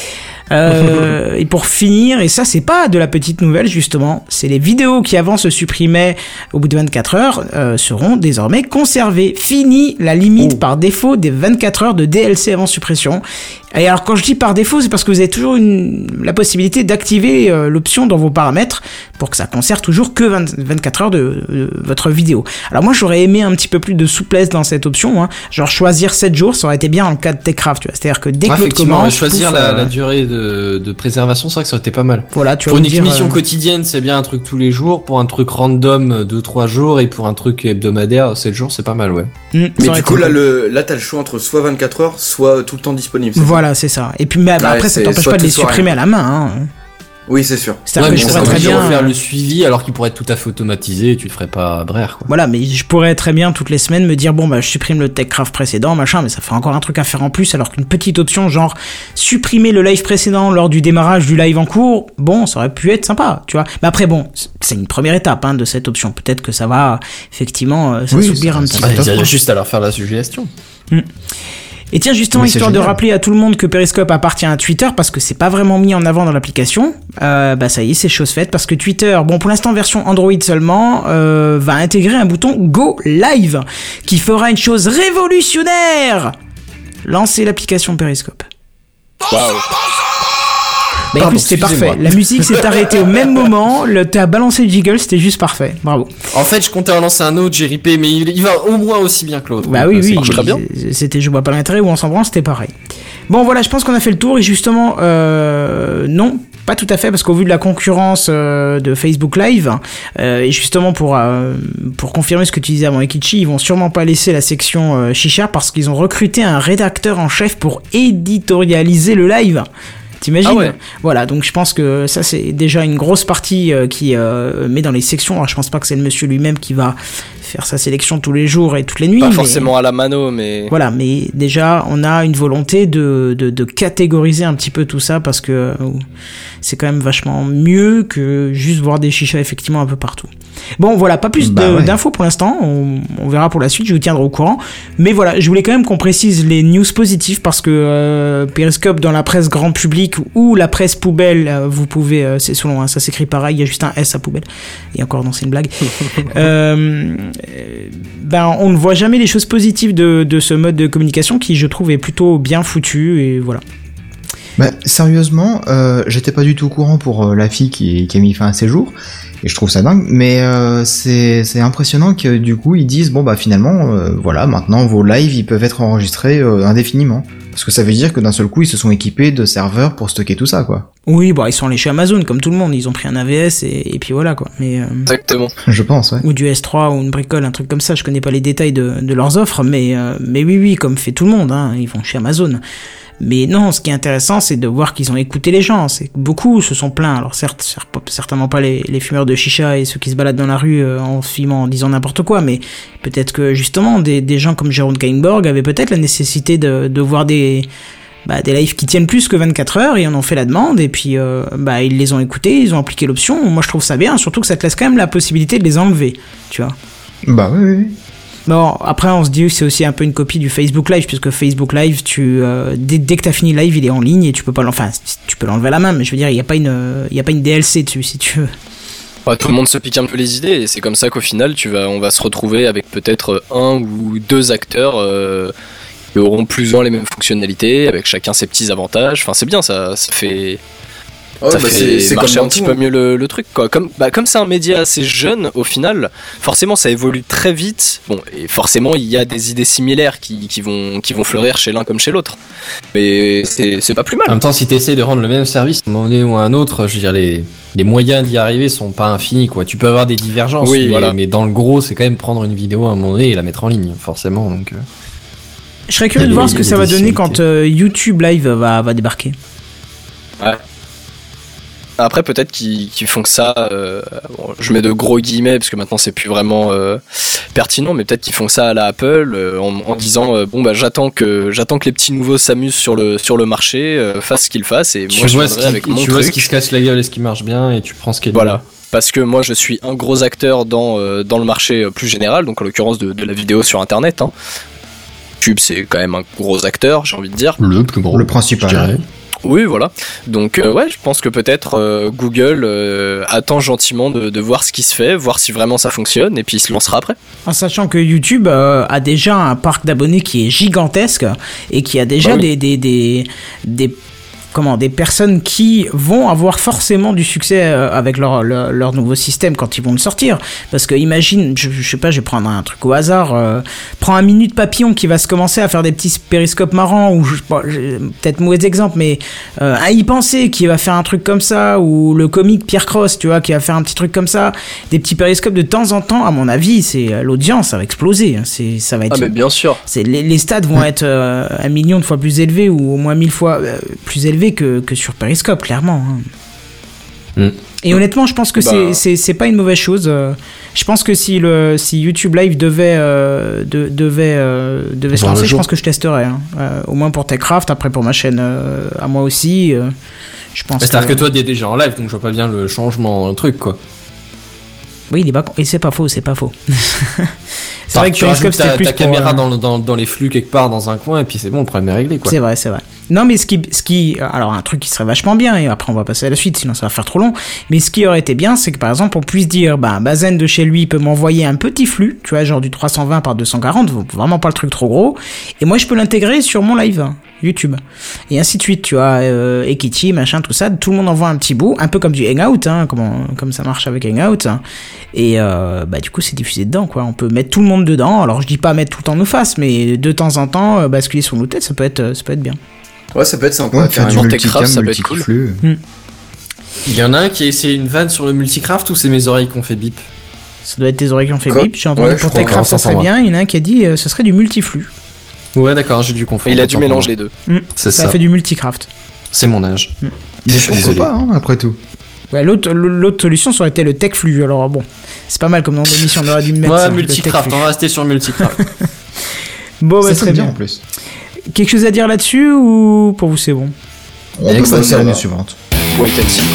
Et pour finir, et ça c'est pas de la petite nouvelle justement, c'est les vidéos qui avant se supprimaient au bout de 24 heures seront désormais conservées. Fini la limite par défaut des 24 heures de DLC avant suppression. Et alors quand je dis par défaut, c'est parce que vous avez toujours la possibilité d'activer l'option dans vos paramètres pour que ça conserve toujours que 24 heures de votre vidéo. Alors moi j'aurais aimé un petit peu plus de souplesse dans cette option, genre choisir 7 jours, ça aurait été bien en cas de Techcraft, tu vois. C'est-à-dire que dès que l'autre commence... choisir la durée de préservation, c'est vrai que ça aurait été pas mal. Voilà, tu pour une émission quotidienne, c'est bien un truc tous les jours, pour un truc random 2-3 jours, et pour un truc hebdomadaire 7 jours, c'est pas mal, ouais. Mais du coup là t'as le choix entre soit 24 heures, soit tout le temps disponible. Voilà, c'est ça. Et puis après ça t'empêche pas de les supprimer à la main. Oui, c'est sûr. C'est-à-dire que je pourrais très bien faire le suivi alors qu'il pourrait être tout à fait automatisé et tu le ferais pas à Brère, quoi. Voilà, mais je pourrais très bien toutes les semaines me dire je supprime le Techcraft précédent, machin, mais ça fait encore un truc à faire en plus alors qu'une petite option genre supprimer le live précédent lors du démarrage du live en cours, ça aurait pu être sympa, tu vois. Mais après c'est une première étape de cette option. Peut-être que ça va effectivement s'assouplir un petit peu. Il y a juste à leur faire la suggestion. Et tiens, justement, histoire de rappeler à tout le monde que Periscope appartient à Twitter, parce que c'est pas vraiment mis en avant dans l'application, ça y est, c'est chose faite, parce que Twitter, pour l'instant version Android seulement, va intégrer un bouton Go Live, qui fera une chose révolutionnaire! Lancer l'application Periscope. Waouh! Écoute, c'était parfait. La musique s'est arrêtée au même moment. T'as balancé le jiggle, c'était juste parfait. Bravo. En fait, je comptais en lancer un autre, j'ai ripé, mais il va au moins aussi bien que l'autre. Oui. Très bien. Je vois pas l'intérêt où on s'en branle, c'était pareil. Bon, voilà, je pense qu'on a fait le tour et justement, non. Pas tout à fait, parce qu'au vu de la concurrence de Facebook Live, et justement pour confirmer ce que tu disais avant Ekichi, ils vont sûrement pas laisser la section chicha parce qu'ils ont recruté un rédacteur en chef pour éditorialiser le live. T'imagines ? Ah ouais. Voilà, donc je pense que ça c'est déjà une grosse partie qui met dans les sections. Alors je pense pas que c'est le monsieur lui-même qui va faire sa sélection tous les jours et toutes les nuits. Pas forcément à la mano, mais... Voilà, mais déjà on a une volonté de catégoriser un petit peu tout ça parce que c'est quand même vachement mieux que juste voir des chichas effectivement un peu partout. Bon voilà, pas plus d'infos pour l'instant, on verra pour la suite, je vous tiendrai au courant. Mais voilà, je voulais quand même qu'on précise les news positives parce que Periscope dans la presse grand public ou la presse poubelle, vous pouvez, c'est selon, ça s'écrit pareil, il y a juste un S à poubelle. Et encore non, c'est une blague. On ne voit jamais les choses positives de ce mode de communication qui je trouve est plutôt bien foutu et voilà. Bah, sérieusement, j'étais pas du tout au courant pour la fille qui a mis fin à ses jours, et je trouve ça dingue, mais c'est impressionnant que du coup ils disent bon bah finalement voilà, maintenant vos lives ils peuvent être enregistrés indéfiniment. Parce que ça veut dire que d'un seul coup ils se sont équipés de serveurs pour stocker tout ça, quoi. Oui, bon, ils sont allés chez Amazon comme tout le monde, ils ont pris un AVS et puis voilà quoi. Mais exactement. Je pense, ouais. Ou du S3 ou une bricole, un truc comme ça. Je connais pas les détails de leurs offres, mais oui, comme fait tout le monde, hein, ils vont chez Amazon. Mais non, ce qui est intéressant, c'est de voir qu'ils ont écouté les gens. C'est que beaucoup se sont plaints. Alors certes, certainement pas les fumeurs de chicha et ceux qui se baladent dans la rue en filmant, en disant n'importe quoi, mais peut-être que justement des gens comme Jérôme Kainborg avaient peut-être la nécessité de voir des lives qui tiennent plus que 24 heures, et en ont fait la demande, et puis ils les ont écoutés, ils ont appliqué l'option. Moi je trouve ça bien, surtout que ça te laisse quand même la possibilité de les enlever, tu vois. Bah oui. Bon, après on se dit que c'est aussi un peu une copie du Facebook Live, puisque Facebook Live, dès que t'as fini le live, il est en ligne et tu peux pas tu peux l'enlever à la main, mais je veux dire, il y a pas une DLC dessus, si tu veux. Ouais, tout le monde se pique un peu les idées, et c'est comme ça qu'au final on va se retrouver avec peut-être un ou deux acteurs qui auront plus ou moins les mêmes fonctionnalités, avec chacun ses petits avantages. Enfin, c'est bien, ça fait. Ça fait marcher un petit peu mieux le truc, quoi. Comme c'est un média assez jeune, au final, forcément ça évolue très vite. Bon, et forcément il y a des idées similaires qui vont fleurir chez l'un comme chez l'autre. Mais c'est pas plus mal. En même temps, si t'essayes de rendre le même service à un moment donné ou à un autre, je veux dire, les moyens d'y arriver sont pas infinis, quoi. Tu peux avoir des divergences, oui, voilà. Mais dans le gros, c'est quand même prendre une vidéo à un moment donné et la mettre en ligne, forcément. Donc, je serais curieux de voir ce que ça va donner quand YouTube Live va débarquer. Ouais. Après, peut-être qu'ils font que ça, je mets de gros guillemets parce que maintenant c'est plus vraiment pertinent, mais peut-être qu'ils font ça à la Apple en disant j'attends que les petits nouveaux s'amusent sur le marché, fassent ce qu'ils fassent, et moi je viendrai avec mon truc. Tu vois ce qui se casse la gueule et ce qui marche bien, et tu prends ce qui est bien. Voilà. Parce que moi je suis un gros acteur dans le marché plus général, donc en l'occurrence de la vidéo sur internet, hein. YouTube c'est quand même un gros acteur, j'ai envie de dire. Le plus gros. Le principal. Je dirais. Oui, voilà. Donc je pense que peut-être Google attend gentiment de voir ce qui se fait, voir si vraiment ça fonctionne, et puis il se lancera après. En sachant que YouTube a déjà un parc d'abonnés qui est gigantesque, et qui a déjà des personnes qui vont avoir forcément du succès avec leur nouveau système quand ils vont le sortir. Parce que imagine, je sais pas, je vais prendre un truc au hasard, prends un Minute Papillon qui va se commencer à faire des petits périscopes marrants, ou peut-être mauvais exemple, mais un Y Penser qui va faire un truc comme ça, ou le comique Pierre Cross, tu vois, qui va faire un petit truc comme ça, des petits périscopes de temps en temps. À mon avis, c'est l'audience, ça va exploser, ça va être. Ah mais bien sûr. Les stats vont être 1 million de fois plus élevés, ou au moins 1000 fois plus élevés que sur Periscope, clairement. Et honnêtement, je pense que c'est pas une mauvaise chose. Je pense que si YouTube Live devait se lancer, je pense que je testerais. Au moins pour Techcraft, après pour ma chaîne à moi aussi. Je pense. C'est-à-dire que toi, t'es déjà en live, donc je vois pas bien le changement dans le truc, quoi. Oui, et c'est pas faux. C'est vrai que Periscope, c'était plus ta caméra dans les flux quelque part dans un coin, et puis c'est bon, le problème est réglé, quoi. C'est vrai. Non, mais alors un truc qui serait vachement bien, et après on va passer à la suite, sinon ça va faire trop long, mais ce qui aurait été bien, c'est que par exemple on puisse dire, Bazen de chez lui peut m'envoyer un petit flux, tu vois, genre du 320 par 240, vraiment pas le truc trop gros, et moi je peux l'intégrer sur mon live YouTube, et ainsi de suite, tu vois, Ekiti, machin, tout ça, tout le monde envoie un petit bout, un peu comme du Hangout, hein, comme ça marche avec Hangout, hein, et du coup c'est diffusé dedans, quoi. On peut mettre tout le monde dedans, alors je dis pas mettre tout le temps nos faces, mais de temps en temps basculer sur nos têtes, ça peut être bien. Ouais, ça peut être sympa. Ouais, faire du multicam, ça peut être cool. Il y en a un qui a essayé une vanne sur le multicraft, ou c'est mes oreilles qui ont fait bip? Ça doit être tes oreilles qui ont fait bip. J'ai entendu pour Techcraft, ça serait bien. Il y en a un qui a dit ce serait du multiflux. Ouais, d'accord, j'ai dû confondre. Il a dû mélanger les deux. C'est ça. Ça fait du multicraft. C'est mon âge. Mais pourquoi pas, hein, après tout. Ouais, l'autre solution, ça aurait été le Techflux. Alors bon, c'est pas mal comme nom d'émission, on aurait dû mettre ça. Ouais, multicraft, on va rester sur multicraft. Bon, ça très bien en plus. Quelque chose à dire là-dessus, ou pour vous c'est bon? On peut passer à l'année suivante. Wait and see.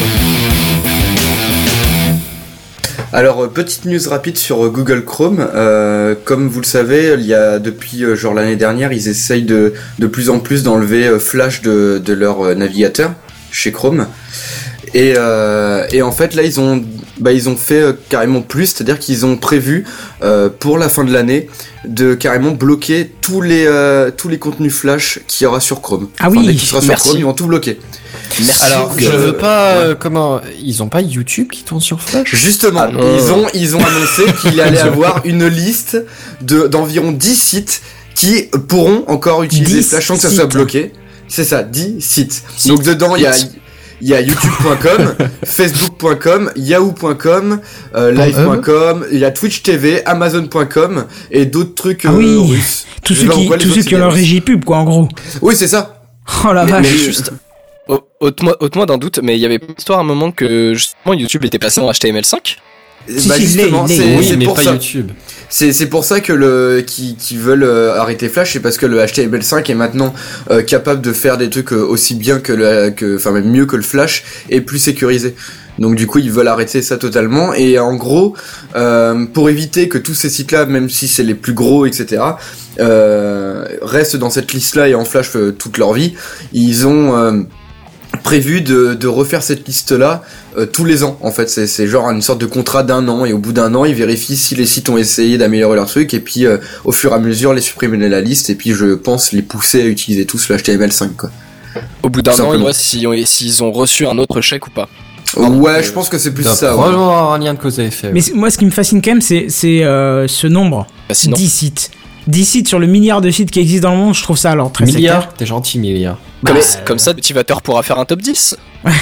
Alors, petite news rapide sur Google Chrome. Comme vous le savez, il y a depuis l'année dernière, ils essayent de plus en plus d'enlever Flash de leur navigateur chez Chrome. Et en fait, là, ils ont bah ils ont fait carrément plus, c'est-à-dire qu'ils ont prévu pour la fin de l'année de carrément bloquer tous les contenus Flash qu'il y aura sur Chrome. Ah oui, dès qu'il sera sur Chrome, ils vont tout bloquer. Merci. Alors, je veux pas comment ils ont pas YouTube qui tourne sur Flash. Justement, ils ont annoncé qu'il allait avoir une liste d'environ 10 sites qui pourront encore utiliser Flash sans que ça soit bloqué. C'est ça, 10 sites. Donc dedans, il y a youtube.com, facebook.com, yahoo.com, live.com, il y a Twitch TV, amazon.com et d'autres trucs russes. Tous ceux qui ont leur régie pub, quoi, en gros. Oui, c'est ça. Oh la vache. Mais juste, ôte-moi d'un doute, mais il y avait une histoire à un moment que justement YouTube était passé en HTML5. Bah justement, c'est mais pour pas ça. YouTube. C'est pour ça que qui veulent arrêter Flash, c'est parce que le HTML5 est maintenant capable de faire des trucs aussi bien enfin même mieux que le Flash et plus sécurisé. Donc du coup ils veulent arrêter ça totalement et en gros pour éviter que tous ces sites-là, même si c'est les plus gros etc, restent dans cette liste-là et en Flash toute leur vie, ils ont prévu de refaire cette liste-là tous les ans. En fait, c'est genre une sorte de contrat d'1 an et au bout d'1 an, ils vérifient si les sites ont essayé d'améliorer leur truc et puis au fur et à mesure les supprimer de la liste et puis je pense les pousser à utiliser tous le HTML5 quoi. Au bout d'un an, ils voient s'ils ont reçu un autre chèque ou pas. Ouais, je pense que c'est plus ça. Probablement un lien de cause à effet. Mais moi, ce qui me fascine quand même, c'est ce nombre. 10 sites. 10 sites sur le milliard de sites qui existent dans le monde, je trouve ça alors très milliard, t'es gentil, milliard. Comme ça, le motivateur pourra faire un top 10.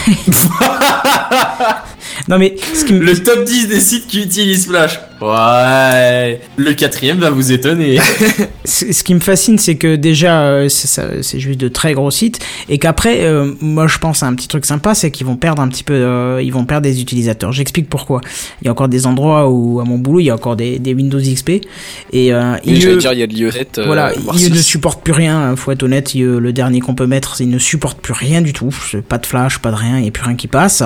Non mais le top 10 des sites qui utilisent Flash. Ouais. Le 4e va vous étonner. Ce qui me fascine, c'est que déjà, c'est juste de très gros sites, et qu'après, moi je pense à un petit truc sympa, c'est qu'ils vont perdre un petit peu, ils vont perdre des utilisateurs. J'explique pourquoi. Il y a encore des endroits où, à mon boulot, il y a encore des Windows XP, et j'allais dire, il y a de l'IE7. Voilà, il ne supporte plus rien, faut être honnête. Le dernier qu'on peut mettre, il ne supporte plus rien du tout. Pas de Flash, pas de rien, il n'y a plus rien qui passe.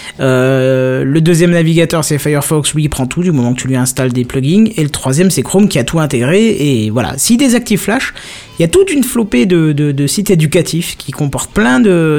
Le deuxième navigateur, c'est Firefox, lui il prend tout du moment que tu lui installes des plugins, et le troisième c'est Chrome qui a tout intégré, et voilà. S'il désactive Flash, il y a toute une flopée de sites éducatifs qui comportent plein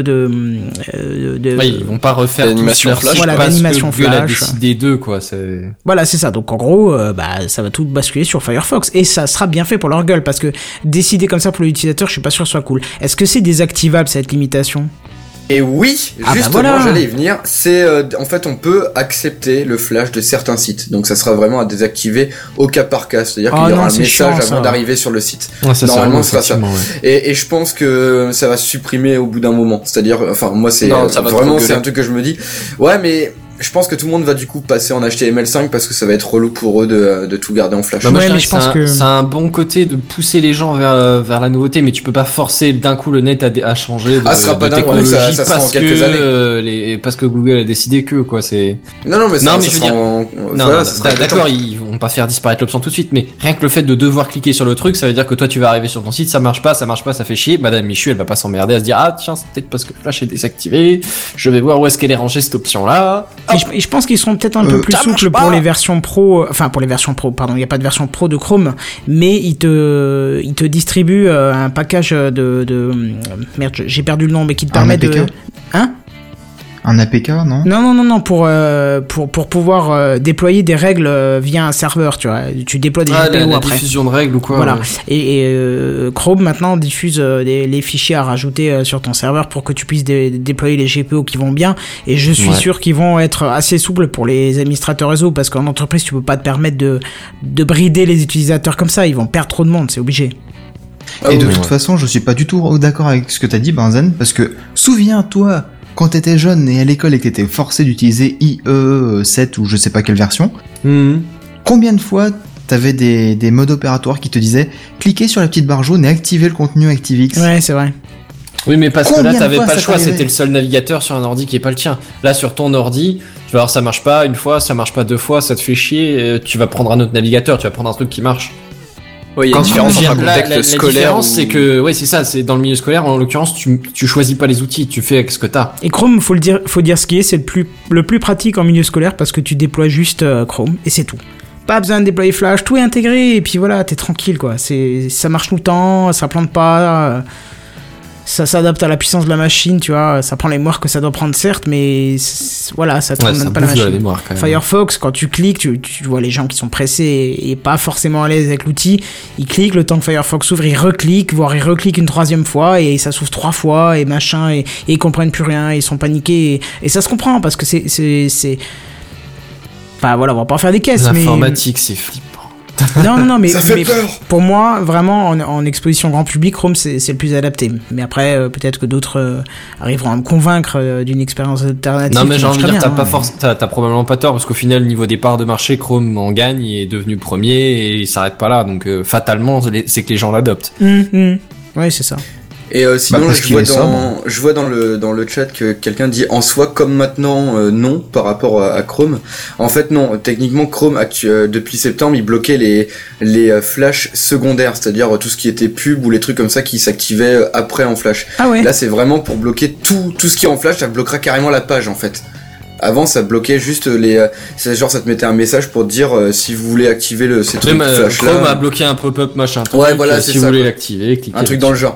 ouais, ils vont pas refaire l'animation Flash, voilà, l'animation Google Flash. a décidé d'eux, quoi. Voilà, c'est ça. Donc en gros, ça va tout basculer sur Firefox, et ça sera bien fait pour leur gueule, parce que décider comme ça pour l'utilisateur, je suis pas sûr que ce soit cool. Est-ce que c'est désactivable cette limitation ? Et oui, justement, voilà. J'allais y venir. C'est en fait, on peut accepter le flash de certains sites. Donc, ça sera vraiment à désactiver au cas par cas. C'est-à-dire qu'il y aura un message avant d'arriver sur le site. Ouais, normalement, ce sera ça. Ouais. Et je pense que ça va se supprimer au bout d'un moment. C'est-à-dire, enfin, moi, c'est vraiment, c'est un truc que je me dis. Ouais, mais je pense que tout le monde va du coup passer en HTML5 parce que ça va être relou pour eux de tout garder en Flash. Bah, moi, je pense que c'est un bon côté de pousser les gens vers la nouveauté, mais tu peux pas forcer d'un coup le net à changer de, ce sera pas d'un coup, ça sera en quelques années. Parce que Google a décidé que quoi, c'est. Non, mais ça sera d'accord, ils vont pas faire disparaître l'option tout de suite, mais rien que le fait de devoir cliquer sur le truc, ça veut dire que toi tu vas arriver sur ton site, ça marche pas, ça fait chier. Madame Michu, elle va pas s'emmerder à se dire tiens, c'est peut-être parce que Flash est désactivé. Je vais voir où est-ce qu'elle est rangée cette option là. Et je pense qu'ils seront peut-être un peu plus souples pour les versions pro, pardon, il n'y a pas de version pro de Chrome, mais ils te distribuent un package merde, j'ai perdu le nom, mais qui te permet APK. Un APK, non ? Non, pour pouvoir déployer des règles via un serveur, tu vois. Tu déploies des GPO la après. diffusion de règles ou quoi. Voilà. Ouais. Et Chrome maintenant diffuse les fichiers à rajouter sur ton serveur pour que tu puisses déployer les GPO qui vont bien. Et je suis sûr qu'ils vont être assez souples pour les administrateurs réseau, parce qu'en entreprise, tu peux pas te permettre de brider les utilisateurs comme ça. Ils vont perdre trop de monde, c'est obligé. Et de toute façon, je suis pas du tout d'accord avec ce que t'as dit, Benzen, parce que souviens-toi, quand t'étais jeune et à l'école et que t'étais forcé d'utiliser IE7 ou je sais pas quelle version, combien de fois t'avais des modes opératoires qui te disaient cliquez sur la petite barre jaune et activez le contenu ActiveX. Ouais, c'est vrai. Oui, mais parce que là, t'avais pas le choix, c'était le seul navigateur sur un ordi qui est pas le tien. Là, sur ton ordi, tu vas voir, ça marche pas une fois, ça marche pas deux fois, ça te fait chier, tu vas prendre un autre navigateur, tu vas prendre un truc qui marche. Oui, il y a une différence entre un contexte scolaire. La différence, c'est que, ouais, c'est ça, c'est dans le milieu scolaire, en l'occurrence, tu choisis pas les outils, tu fais avec ce que t'as. Et Chrome, faut dire ce qui est, c'est le plus pratique en milieu scolaire parce que tu déploies juste Chrome et c'est tout. Pas besoin de déployer Flash, tout est intégré et puis voilà, t'es tranquille quoi. Ça marche tout le temps, ça plante pas. ça s'adapte à la puissance de la machine, tu vois, ça prend les mémoires que ça doit prendre certes, mais voilà, ça te donne pas la machine. Mémoire, quand même. Firefox, quand tu cliques, tu vois les gens qui sont pressés et pas forcément à l'aise avec l'outil, ils cliquent, le temps que Firefox s'ouvre, ils recliquent, voire ils recliquent une 3e fois et ça s'ouvre 3 fois et machin, et ils comprennent plus rien, ils sont paniqués, et ça se comprend parce que c'est... Enfin voilà, on va pas faire des caisses, l'informatique, c'est flippant. Non, mais peur. Pour moi, vraiment, en exposition grand public, Chrome, c'est le plus adapté. Mais après, peut-être que d'autres arriveront à me convaincre d'une expérience alternative. Non, mais j'ai envie de dire, t'as probablement pas tort, parce qu'au final, niveau des parts de marché, Chrome en gagne, il est devenu premier, et il s'arrête pas là. Donc, fatalement, c'est que les gens l'adoptent. Ouais, c'est ça. Et sinon, je vois dans le chat que quelqu'un dit en soi comme maintenant non par rapport à Chrome. En fait non, techniquement Chrome depuis septembre il bloquait les flashs secondaires, c'est-à-dire tout ce qui était pub ou les trucs comme ça qui s'activaient après en flash. Ah ouais. Là c'est vraiment pour bloquer tout ce qui est en flash, ça bloquera carrément la page en fait. Avant, ça bloquait juste ça te mettait un message pour te dire si vous voulez activer ces trucs flash là. Chrome a bloqué un pop-up machin. Ouais, voilà, c'est si ça. vous voulez l'activer, cliquez. Un truc dans le genre.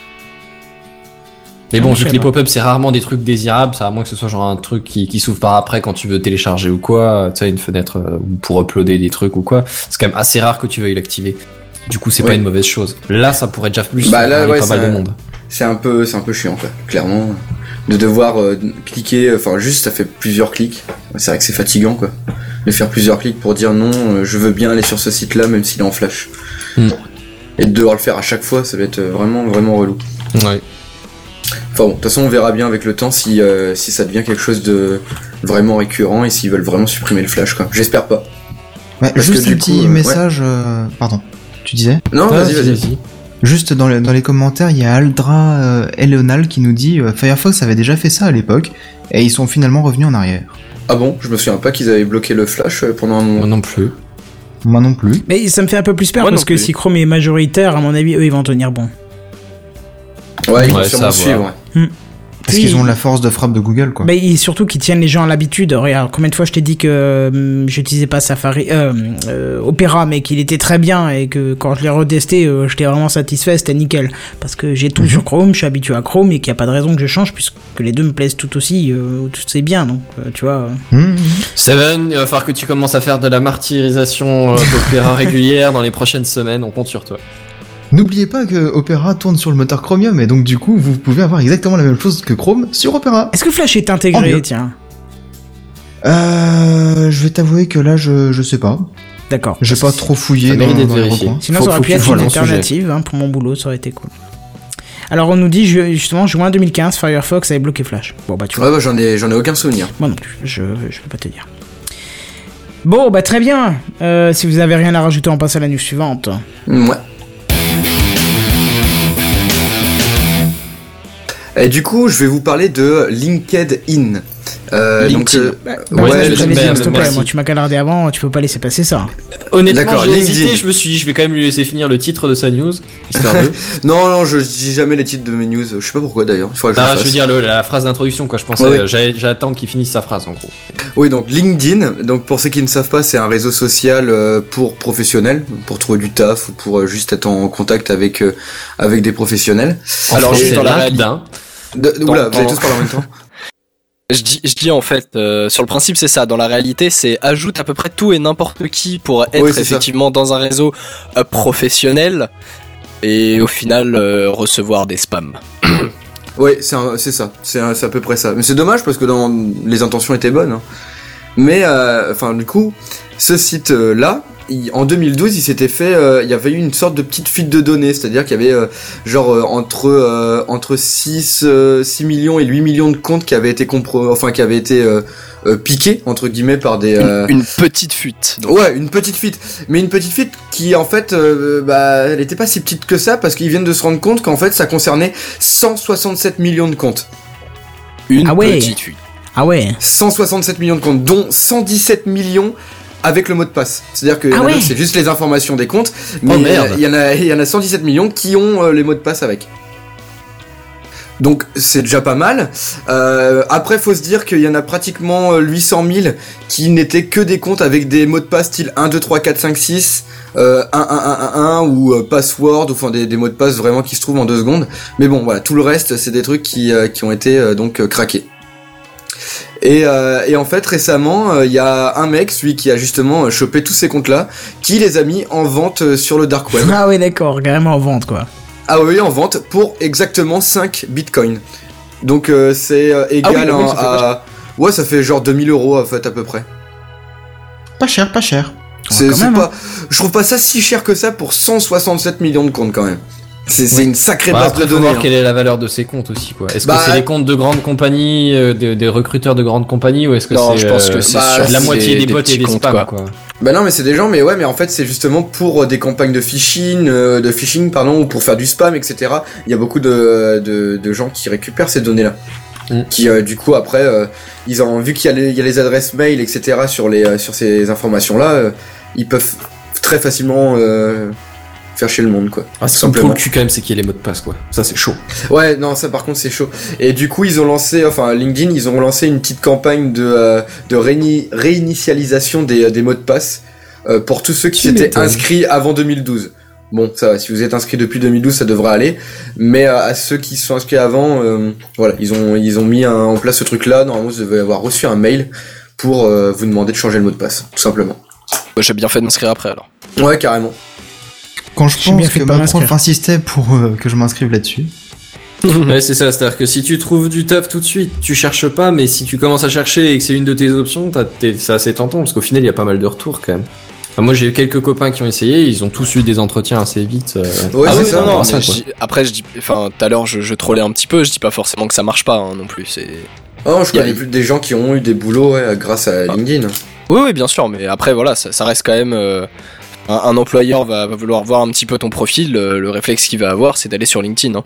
Mais bon, vu que les pop-ups c'est rarement des trucs désirables, ça à moins que ce soit genre un truc qui s'ouvre par après quand tu veux télécharger ou quoi, tu sais, une fenêtre pour uploader des trucs ou quoi, c'est quand même assez rare que tu veuilles l'activer. Du coup, c'est pas une mauvaise chose. Là, ça pourrait déjà plus là, pas mal de monde. C'est un peu chiant quoi, clairement. De devoir cliquer, enfin juste ça fait plusieurs clics. C'est vrai que c'est fatigant quoi. De faire plusieurs clics pour dire non, je veux bien aller sur ce site-là même s'il est en flash. Et de devoir le faire à chaque fois, ça va être vraiment relou. Ouais. Enfin bon, de toute façon on verra bien avec le temps si ça devient quelque chose de vraiment récurrent et s'ils veulent vraiment supprimer le flash quoi. J'espère pas. Ouais, juste un petit message, pardon, tu disais ? Non, vas-y. Juste dans les commentaires, il y a Aldra Eleonal qui nous dit Firefox avait déjà fait ça à l'époque et ils sont finalement revenus en arrière. Ah bon ? Je me souviens pas qu'ils avaient bloqué le flash pendant un moment. Moi non plus. Mais ça me fait un peu plus peur parce que si Chrome est majoritaire, à mon avis, eux ils vont tenir bon. Ouais, ils vont sûrement suivre. Parce qu'ils ont la force de frappe de Google, quoi. Et surtout qu'ils tiennent les gens à l'habitude. Regarde, combien de fois je t'ai dit que j'utilisais pas Safari, Opera, mais qu'il était très bien et que quand je l'ai retesté, j'étais vraiment satisfait, c'était nickel. Parce que j'ai tout sur Chrome, je suis habitué à Chrome et qu'il n'y a pas de raison que je change puisque les deux me plaisent tout aussi, tout c'est bien, donc tu vois. Seven, il va falloir que tu commences à faire de la martyrisation d'Opera régulière dans les prochaines semaines, on compte sur toi. N'oubliez pas que Opera tourne sur le moteur Chromium et donc du coup vous pouvez avoir exactement la même chose que Chrome sur Opera. Est-ce que Flash est intégré, tiens ? Je vais t'avouer que là je sais pas. D'accord. J'ai pas trop fouillé dans les recoins. Sinon ça aurait pu être une alternative pour mon boulot, ça aurait été cool. Alors on nous dit justement juin 2015 Firefox avait bloqué Flash. Bon bah tu vois. Ouais, j'en ai aucun souvenir. Moi non plus, je peux pas te dire. Bon bah très bien. Si vous avez rien à rajouter, on passe à la news suivante. Ouais. Et du coup, je vais vous parler de LinkedIn. Moi, tu m'as canardé avant, tu peux pas laisser passer ça. Honnêtement, j'ai hésité, je me suis dit, je vais quand même lui laisser finir le titre de sa news, histoire de... non, je dis jamais les titres de mes news, je sais pas pourquoi d'ailleurs. Je veux dire la phrase d'introduction, quoi, je pensais, j'attends qu'il finisse sa phrase, en gros. Oui, donc LinkedIn, donc pour ceux qui ne savent pas, c'est un réseau social pour professionnels, pour trouver du taf ou pour juste être en contact avec des professionnels. Alors, juste dans la réalité... Oula, vous allez tous parler en même temps. Je dis en fait, sur le principe c'est ça, dans la réalité c'est ajoute à peu près tout et n'importe qui pour être effectivement dans un réseau professionnel et au final recevoir des spams. Oui, c'est ça, c'est à peu près ça. Mais c'est dommage parce que les intentions étaient bonnes. Hein. Mais du coup, ce site-là, en 2012, il s'était fait, il y avait eu une sorte de petite fuite de données, c'est-à-dire qu'il y avait entre 6 millions et 8 millions de comptes qui avaient été piqués entre guillemets par des une petite fuite. Donc. Ouais, une petite fuite, mais une petite fuite qui en fait elle était pas si petite que ça parce qu'ils viennent de se rendre compte qu'en fait ça concernait 167 millions de comptes. Petite fuite. Ah ouais. 167 millions de comptes, dont 117 millions avec le mot de passe. C'est-à-dire que c'est juste les informations des comptes, mais il y en a 117 millions qui ont les mots de passe avec. Donc c'est déjà pas mal. Après faut se dire qu'il y en a pratiquement 800 000 qui n'étaient que des comptes avec des mots de passe style 1, 2, 3, 4, 5, 6, 1 ou password, ou enfin des mots de passe vraiment qui se trouvent en 2 secondes. Mais bon voilà, tout le reste c'est des trucs qui ont été donc craqués. Et en fait récemment il y a un mec, celui qui a justement chopé tous ces comptes là, qui les a mis en vente sur le dark web. Ah oui d'accord, carrément en vente quoi. Ah oui, en vente pour exactement 5 bitcoins. Donc c'est égal à... Ouais, ça fait genre 2000 euros en fait à peu près. Pas cher. C'est pas... Je trouve pas ça si cher que ça pour 167 millions de comptes quand même. C'est une sacrée base de données. Faut voir quelle est la valeur de ces comptes aussi, quoi. Est-ce que c'est les comptes de grandes compagnies, des recruteurs de grandes compagnies, ou est-ce que je pense que c'est la moitié des bots et des spams, quoi. Bah non, mais c'est des gens, mais en fait c'est justement pour des campagnes de phishing, ou pour faire du spam, etc. Il y a beaucoup de gens qui récupèrent ces données-là. Qui du coup après ils ont vu qu'il y a les adresses mail, etc. sur ces informations-là, ils peuvent très facilement faire chier le monde, quoi. Ah, c'est pour le cul quand même, c'est qu'il y a les mots de passe, quoi. Ça c'est chaud. Ouais, non, ça par contre c'est chaud. Et du coup ils ont lancé, LinkedIn, ils ont lancé une petite campagne de réinitialisation des mots de passe pour tous ceux qui s'étaient inscrits avant 2012. Bon, ça va, si vous êtes inscrit depuis 2012, ça devrait aller. Mais à ceux qui se sont inscrits avant, voilà, ils ont mis en place ce truc-là. Normalement, vous devez avoir reçu un mail pour vous demander de changer le mot de passe, tout simplement. J'ai bien fait de m'inscrire après alors. Ouais, carrément. Quand je pense que Macron insistait pour que je m'inscrive là-dessus. Ouais, c'est ça, c'est-à-dire que si tu trouves du taf tout de suite, tu cherches pas, mais si tu commences à chercher et que c'est une de tes options, c'est assez tentant, parce qu'au final, il y a pas mal de retours quand même. Enfin, moi, j'ai eu quelques copains qui ont essayé, ils ont tous eu des entretiens assez vite. Ouais, c'est ça. Non, après, je dis, tout à l'heure, je trollais un petit peu, je dis pas forcément que ça marche pas, non plus, c'est... Oh, je connais plus des gens qui ont eu des boulots, grâce à LinkedIn. Oui, bien sûr, mais après, voilà, ça reste quand même... Un employeur va vouloir voir un petit peu ton profil, le réflexe qu'il va avoir, c'est d'aller sur LinkedIn.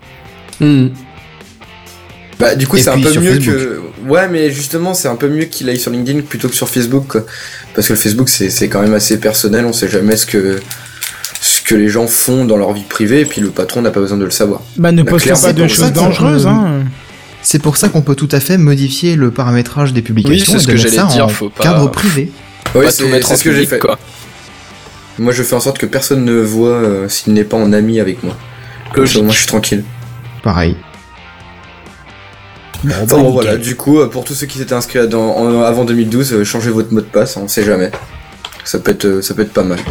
Bah du coup c'est un peu mieux Facebook. Ouais, mais justement c'est un peu mieux qu'il aille sur LinkedIn plutôt que sur Facebook, quoi. Parce que le Facebook c'est quand même assez personnel, on sait jamais ce que les gens font dans leur vie privée, et puis le patron n'a pas besoin de le savoir. Bah ne postez pas de choses dangereuses, hein. C'est pour ça qu'on peut tout à fait modifier le paramétrage des publications, oui, c'est ce que j'allais dire, faut pas cadre privé. Ouais, c'est ce que j'ai fait, quoi. Moi je fais en sorte que personne ne voit s'il n'est pas en ami avec moi. Moi je suis tranquille. Pareil. Bon, voilà, du coup, pour tous ceux qui s'étaient inscrits avant 2012, changez votre mot de passe, on sait jamais. Ça peut être pas mal.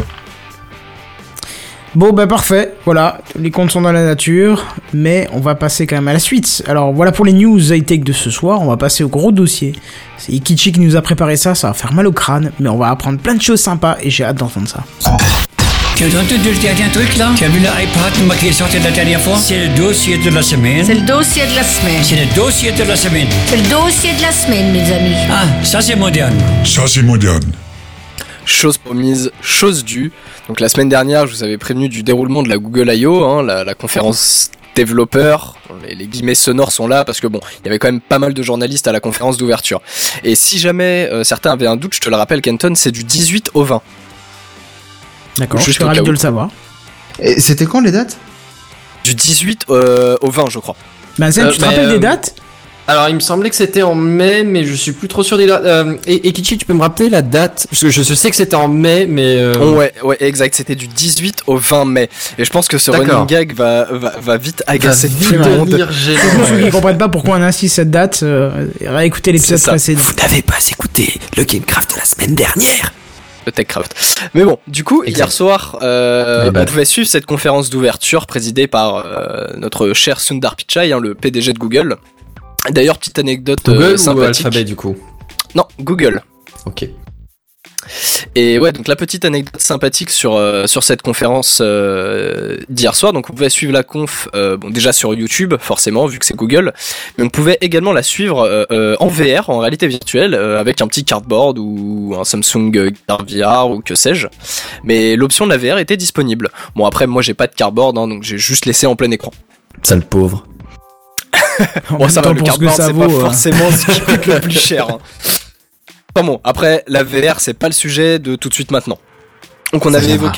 Bon bah parfait, voilà, les comptes sont dans la nature, mais on va passer quand même à la suite. Alors voilà pour les news high-tech de ce soir, on va passer au gros dossier. C'est Ikichi qui nous a préparé ça va faire mal au crâne, mais on va apprendre plein de choses sympas et j'ai hâte d'entendre ça. Tu as entendu le dernier truc là? Tu as vu l'iPad qui est sorti de la dernière fois? C'est le dossier de la semaine. C'est le dossier de la semaine. C'est le dossier de la semaine. C'est le dossier de la semaine, mes amis. Ah, ça c'est moderne. Ça c'est moderne. Chose promise, chose due. Donc la semaine dernière, je vous avais prévenu du déroulement de la Google I.O., la conférence développeur. Les guillemets sonores sont là parce que bon, il y avait quand même pas mal de journalistes à la conférence d'ouverture. Et si jamais certains avaient un doute, je te le rappelle, Kenton, c'est du 18 au 20. D'accord, je suis ravi de le savoir. Et c'était quand les dates? Du 18 au 20, je crois. Bah Zen, tu te rappelles des dates? Alors, il me semblait que c'était en mai, mais je suis plus trop sûr des dates. Et Kichi, tu peux me rappeler la date? Parce que je sais que c'était en mai, mais... Ouais, exact. C'était du 18 au 20 mai. Et je pense que ce running gag va vite agacer tout le monde. Pour ceux qui ne comprennent pas pourquoi on insiste cette date, réécoutez l'épisode précédent. Vous n'avez pas écouté le Gamecraft de la semaine dernière? Le TechCraft. Mais bon, du coup, hier soir, on pouvait suivre cette conférence d'ouverture présidée par notre cher Sundar Pichai, le PDG de Google. D'ailleurs, petite anecdote Google sympathique. Ou Alphabet du coup? Non, Google. Ok. Et ouais, donc la petite anecdote sympathique sur cette conférence d'hier soir. Donc on pouvait suivre la conf déjà sur YouTube, forcément, vu que c'est Google. Mais on pouvait également la suivre en VR, en réalité virtuelle, avec un petit cardboard ou un Samsung Gear VR ou que sais-je. Mais l'option de la VR était disponible. Bon, après, moi j'ai pas de cardboard, donc j'ai juste laissé en plein écran. Sale pauvre. Bon, ça va, le cardboard, c'est pas forcément ce qui coûte le plus cher. Enfin bon, après, la VR, c'est pas le sujet de tout de suite maintenant. Donc on avait évoqué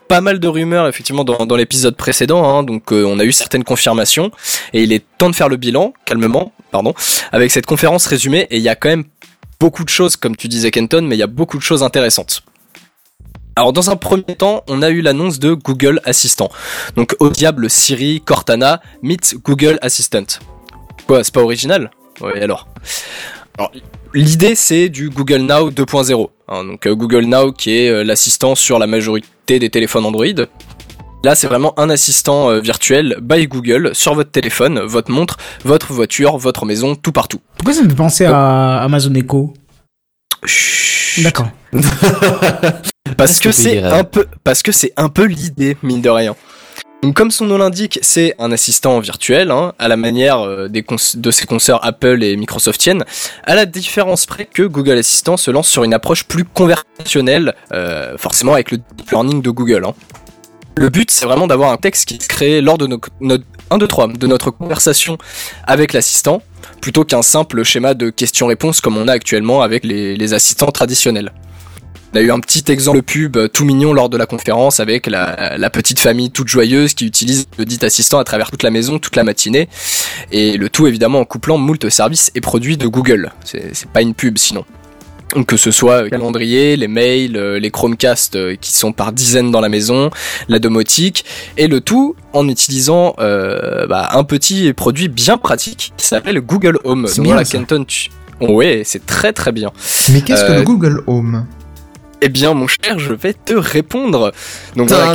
pas mal de rumeurs effectivement dans l'épisode précédent, hein, donc on a eu certaines confirmations et il est temps de faire le bilan calmement, avec cette conférence résumée, et il y a quand même beaucoup de choses, comme tu disais Kenton, mais il y a beaucoup de choses intéressantes. Alors dans un premier temps, on a eu l'annonce de Google Assistant. Donc au diable Siri, Cortana, meets Google Assistant. Quoi, c'est pas original ? Ouais, alors l'idée c'est du Google Now 2.0. Hein, donc Google Now qui est l'assistant sur la majorité des téléphones Android. Là c'est vraiment un assistant virtuel by Google sur votre téléphone, votre montre, votre voiture, votre maison, tout partout. Pourquoi ça me fait penser à Amazon Echo ? Chut. D'accord. Parce que c'est un peu l'idée, mine de rien. Donc, comme son nom l'indique, c'est un assistant virtuel, hein, à la manière de ses consoeurs Apple et Microsoftiennes, à la différence près que Google Assistant se lance sur une approche plus conversationnelle, forcément avec le deep learning de Google. Hein. Le but, c'est vraiment d'avoir un texte qui se crée lors de notre conversation avec l'assistant, plutôt qu'un simple schéma de questions-réponses comme on a actuellement avec les assistants traditionnels. On a eu un petit exemple pub tout mignon lors de la conférence avec la petite famille toute joyeuse qui utilise le dit assistant à travers toute la maison, toute la matinée, et le tout évidemment en couplant moult services et produits de Google. C'est pas une pub sinon. Donc, que ce soit le calendrier, les mails, les Chromecast qui sont par dizaines dans la maison, la domotique, et le tout en utilisant un petit produit bien pratique qui s'appelle Google Home. C'est donc bien, voilà, ça. Kenton, ouais, c'est très très bien. Mais qu'est-ce que le Google Home ? Eh bien, mon cher, je vais te répondre. Donc voilà,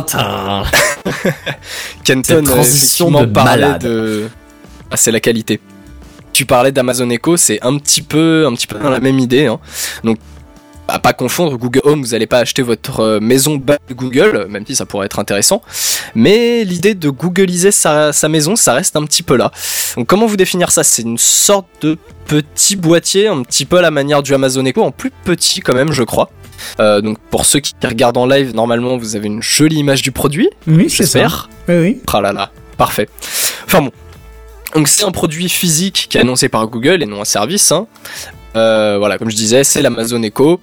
Kenton effectivement parlait de... Ah, c'est la qualité. Tu parlais d'Amazon Echo, c'est un petit peu dans la même idée. Hein. Donc, à pas confondre, Google Home, vous n'allez pas acheter votre maison by Google, même si ça pourrait être intéressant. Mais l'idée de googliser sa maison, ça reste un petit peu là. Donc, comment vous définir ça ? C'est une sorte de petit boîtier, un petit peu à la manière du Amazon Echo, en plus petit quand même, je crois. Donc pour ceux qui regardent en live, normalement vous avez une jolie image du produit. Oui, c'est ça. Oui. Ah là là, parfait. Enfin bon. Donc c'est un produit physique qui est annoncé par Google et non un service. Hein. Voilà, comme je disais, c'est l'Amazon Echo.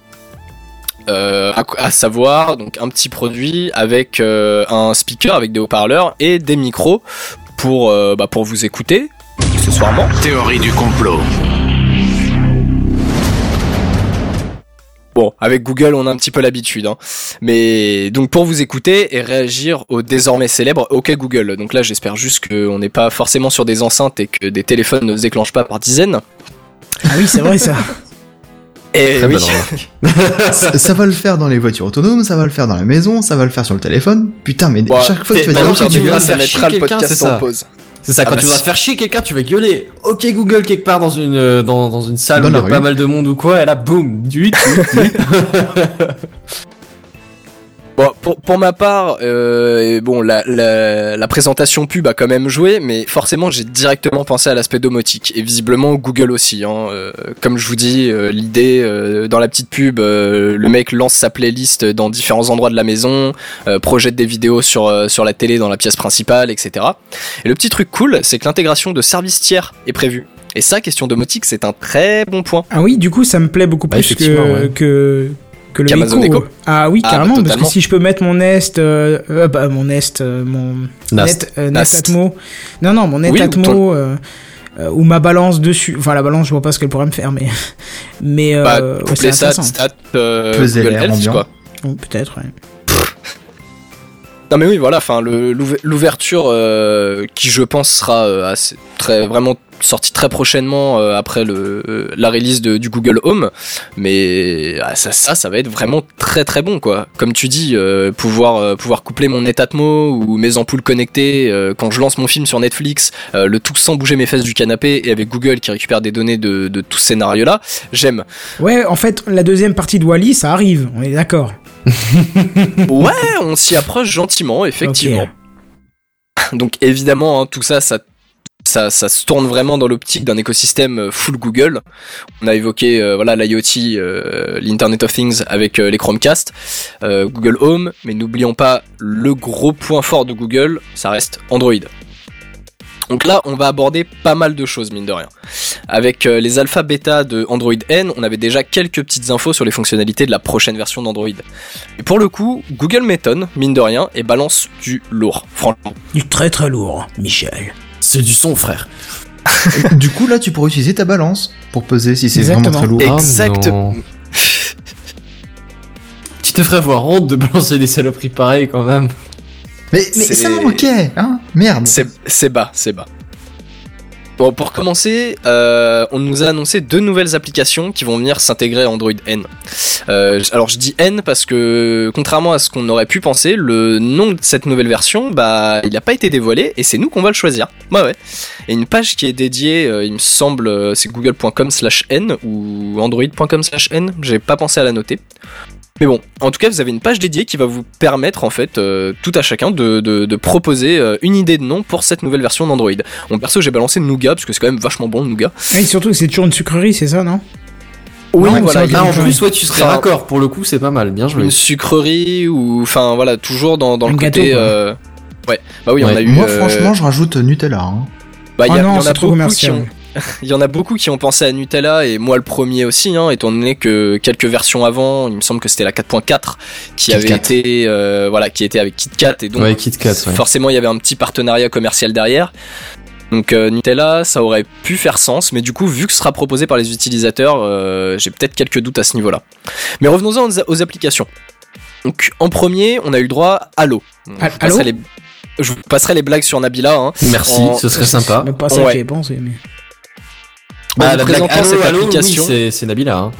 À savoir, donc un petit produit avec un speaker, avec des haut-parleurs et des micros pour vous écouter, accessoirement. Théorie du complot. Bon, avec Google, on a un petit peu l'habitude, hein. Mais donc pour vous écouter et réagir au désormais célèbre OK Google. Donc là, j'espère juste qu'on n'est pas forcément sur des enceintes et que des téléphones ne se déclenchent pas par dizaines. Ah oui, c'est vrai ça. Et oui. ça va le faire dans les voitures autonomes, ça va le faire dans la maison, ça va le faire sur le téléphone. Putain, mais chaque fois que tu vas dire tu vas faire mettra le chier quelqu'un, podcast c'est ça. en pause. C'est ça, quand tu vas faire chier quelqu'un, tu vas gueuler OK Google quelque part dans une salle où il y a pas mal de monde ou quoi, et là, boum, Bon, pour ma part, la présentation pub a quand même joué, mais forcément j'ai directement pensé à l'aspect domotique et visiblement Google aussi. Hein. Comme je vous dis, l'idée dans la petite pub, le mec lance sa playlist dans différents endroits de la maison, projette des vidéos sur la télé dans la pièce principale, etc. Et le petit truc cool, c'est que l'intégration de services tiers est prévue. Et ça, question domotique, c'est un très bon point. Ah oui, du coup, ça me plaît beaucoup plus que le qu'Amazon Echo. Ah oui, carrément, parce totalement. que si je peux mettre mon Nest, mon Nast. Nest Atmo, mon Net Oui, Atmo, ou ma balance dessus, enfin la balance, je vois pas ce qu'elle pourrait me faire, mais Toutes les c'est stats, Peser Google l'air Health, ambiant. quoi. Oh, peut-être, ouais. Non mais oui, voilà, enfin l'ouverture qui je pense sera vraiment sortie très prochainement après la release du Google Home, mais ça va être vraiment très très bon quoi. Comme tu dis, pouvoir coupler mon Net Atmo ou mes ampoules connectées quand je lance mon film sur Netflix, le tout sans bouger mes fesses du canapé et avec Google qui récupère des données de tout ce scénario là, j'aime. Ouais, en fait, la deuxième partie de Wall-E, ça arrive, on est d'accord. Ouais, on s'y approche gentiment, effectivement. Okay. Donc évidemment, hein, tout ça se tourne vraiment dans l'optique d'un écosystème full Google. On a évoqué l'IoT, l'Internet of Things avec les Chromecast, Google Home, mais n'oublions pas le gros point fort de Google, ça reste Android. Donc là, on va aborder pas mal de choses, mine de rien. Avec les alpha bêta de Android N, on avait déjà quelques petites infos sur les fonctionnalités de la prochaine version d'Android. Et pour le coup, Google m'étonne, mine de rien, et balance du lourd, franchement. Du très très lourd, Michel. C'est du son, frère. Du coup, là, tu pourrais utiliser ta balance pour peser si c'est Exactement. vraiment très lourd. Exactement. Tu te ferais avoir honte de balancer des saloperies pareilles quand même. Mais ça manquait, hein. Merde. C'est bas. Bon, pour commencer, on nous a annoncé 2 nouvelles applications qui vont venir s'intégrer à Android N. Alors je dis N parce que, contrairement à ce qu'on aurait pu penser, le nom de cette nouvelle version, il n'a pas été dévoilé et c'est nous qu'on va le choisir. Ouais. Et une page qui est dédiée, il me semble, c'est google.com/n ou android.com/n, j'ai pas pensé à la noter. Mais bon, en tout cas, vous avez une page dédiée qui va vous permettre, en fait, tout à chacun de proposer une idée de nom pour cette nouvelle version d'Android. Bon, perso, j'ai balancé Nougat, parce que c'est quand même vachement bon, le Nougat. Oui, surtout que c'est toujours une sucrerie, c'est ça, non? Oui, Non, voilà. c'est pas En plus, tu serais raccord, pour le coup, c'est pas mal, bien joué. Une sucrerie, ou... Enfin, voilà, toujours dans le gâteau, côté... Ouais, bah oui, on a eu... Moi, franchement, je rajoute Nutella. Hein. Bah, Oh non, y en c'est a trop beaucoup commercial. Il y en a beaucoup qui ont pensé à Nutella, et moi le premier aussi, hein, étant donné que quelques versions avant, il me semble que c'était la 4.4 qui avait été qui était avec KitKat, et donc forcément il y avait un petit partenariat commercial derrière. Donc Nutella, ça aurait pu faire sens, mais du coup, vu que ce sera proposé par les utilisateurs, j'ai peut-être quelques doutes à ce niveau-là. Mais revenons-en aux applications. Donc en premier, on a eu le droit à Allo. Je vous passerai les blagues sur Nabila. Hein, merci, ce serait sympa. Même pas ça que j'avais pensé, mais... La blague cette application. Oui, c'est Nabila. Hein.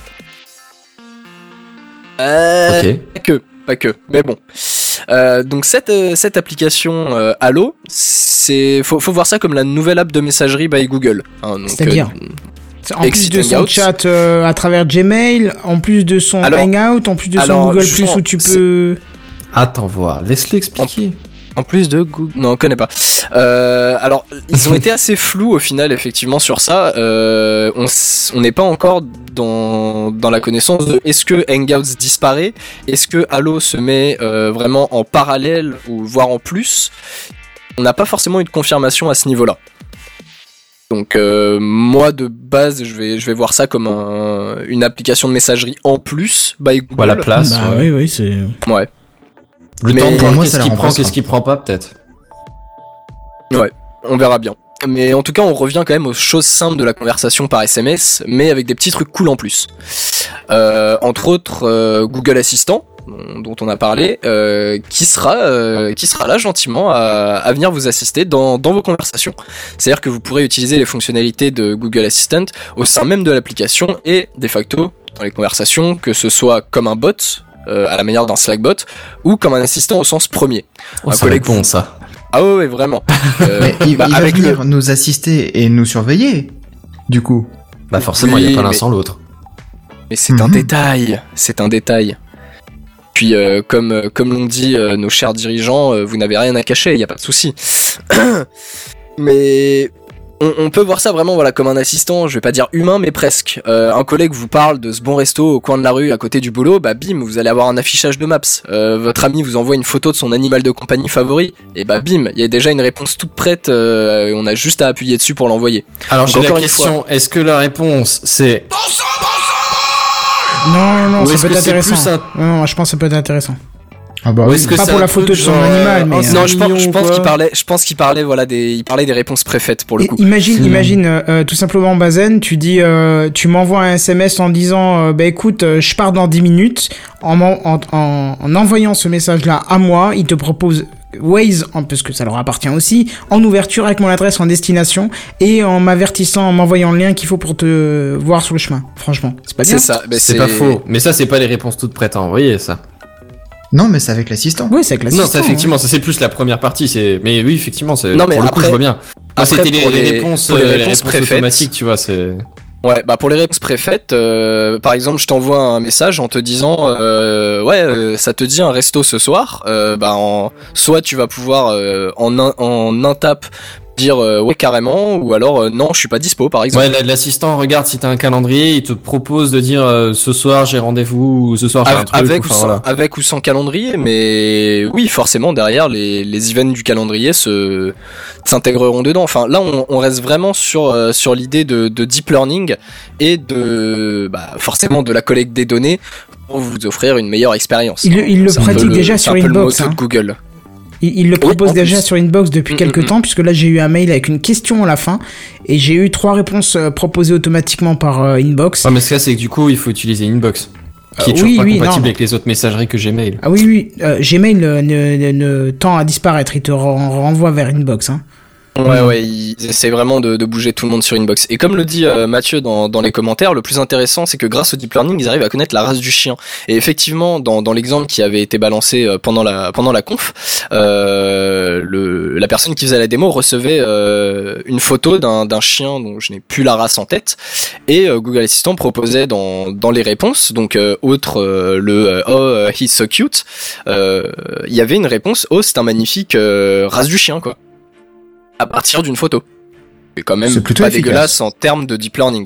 Ok. Pas que. Mais bon. Donc cette application Allo, faut voir ça comme la nouvelle app de messagerie by Google. Hein, donc, c'est-à-dire en plus de son chat à travers Gmail, en plus de son Hangout, en plus de son Google Plus où tu peux... Attends voir, laisse-le expliquer. En plus de Google... Non, on connaît pas. Alors, ils ont été assez flous au final, effectivement, sur ça. On n'est pas encore dans la connaissance de est-ce que Hangouts disparaît, est-ce que Allo se met vraiment en parallèle ou voire en plus. On n'a pas forcément eu de confirmation à ce niveau-là. Donc moi de base je vais voir ça comme une application de messagerie en plus by Google. Voilà, la place. Oui, c'est... Ouais. Le temps de voir qu'est-ce qu'il prend pas peut-être. Ouais, on verra bien. Mais en tout cas, on revient quand même aux choses simples de la conversation par SMS, mais avec des petits trucs cool en plus. Entre autres, Google Assistant, dont on a parlé, qui sera là gentiment à venir vous assister dans vos conversations. C'est-à-dire que vous pourrez utiliser les fonctionnalités de Google Assistant au sein même de l'application et de facto dans les conversations, que ce soit comme un bot, à la manière d'un Slackbot, ou comme un assistant au sens premier. Un collègue bon ça. Ah ouais, vraiment. Mais il va venir nous assister et nous surveiller, du coup. Bah forcément, il n'y a pas l'un sans l'autre. Mais c'est un détail. Puis comme l'ont dit nos chers dirigeants, vous n'avez rien à cacher, il n'y a pas de souci. Mais on peut voir ça vraiment comme un assistant, je vais pas dire humain, mais presque. Un collègue vous parle de ce bon resto au coin de la rue à côté du boulot, bah bim, vous allez avoir un affichage de Maps. Votre ami vous envoie une photo de son animal de compagnie favori, et bah bim, il y a déjà une réponse toute prête, on a juste à appuyer dessus pour l'envoyer. Alors j'ai la question, est-ce que la réponse c'est... Non, ça peut être intéressant. Non, je pense que ça peut être intéressant. Ah bah oui, pas pour la photo de son animal, mais non, je pense qu'il parlait il parlait des réponses préfaites pour le coup. Imagine tout simplement Bazen, tu dis tu m'envoies un SMS en disant écoute, je pars dans 10 minutes, en envoyant ce message là à moi, il te propose Waze, parce que ça leur appartient aussi, en ouverture avec mon adresse en destination et en m'avertissant, en m'envoyant le lien qu'il faut pour te voir sur le chemin. Franchement, c'est pas bien. C'est ça, c'est pas faux. Mais ça, c'est pas les réponses toutes prêtes à envoyer, ça. Non, mais c'est avec l'assistant. Oui, c'est avec l'assistant. Non, ça, effectivement, ça c'est plus la première partie. Mais oui, effectivement, c'est. Non, mais pour après, le coup, je vois bien. Après, c'était les réponses automatiques, tu vois, c'est. Ouais, bah pour les réponses préfaites, par exemple, je t'envoie un message en te disant ça te dit un resto ce soir, soit tu vas pouvoir en un tape dire ouais carrément, ou alors non, je suis pas dispo par exemple. Ouais, l'assistant regarde si t'as un calendrier, il te propose de dire ce soir j'ai rendez-vous, ou ce soir j'ai un truc. Avec ou sans calendrier, mais oui, forcément derrière les events du calendrier s'intégreront dedans. Enfin là on reste vraiment sur l'idée de deep learning et de forcément de la collecte des données pour vous offrir une meilleure expérience. Il le pratique déjà sur Inbox. C'est un peu le motto de Google. Il le propose déjà sur Inbox depuis quelques temps, puisque là j'ai eu un mail avec une question à la fin et j'ai eu 3 réponses proposées automatiquement par Inbox. Ouais, mais ce cas c'est que du coup il faut utiliser Inbox, qui est toujours pas compatible avec les autres messageries que Gmail. Ah oui, Gmail ne tend à disparaître, il te renvoie vers Inbox. Hein. Ouais, ils essaient vraiment de bouger tout le monde sur Inbox. Et comme le dit Mathieu dans les commentaires, le plus intéressant, c'est que grâce au deep learning, ils arrivent à connaître la race du chien. Et effectivement, dans l'exemple qui avait été balancé pendant la conf, la personne qui faisait la démo recevait une photo d'un chien dont je n'ai plus la race en tête, et Google Assistant proposait dans les réponses, donc outre oh he's so cute, il y avait une réponse oh c'est un magnifique race du chien quoi. À partir d'une photo. C'est quand même pas dégueulasse en termes de deep learning.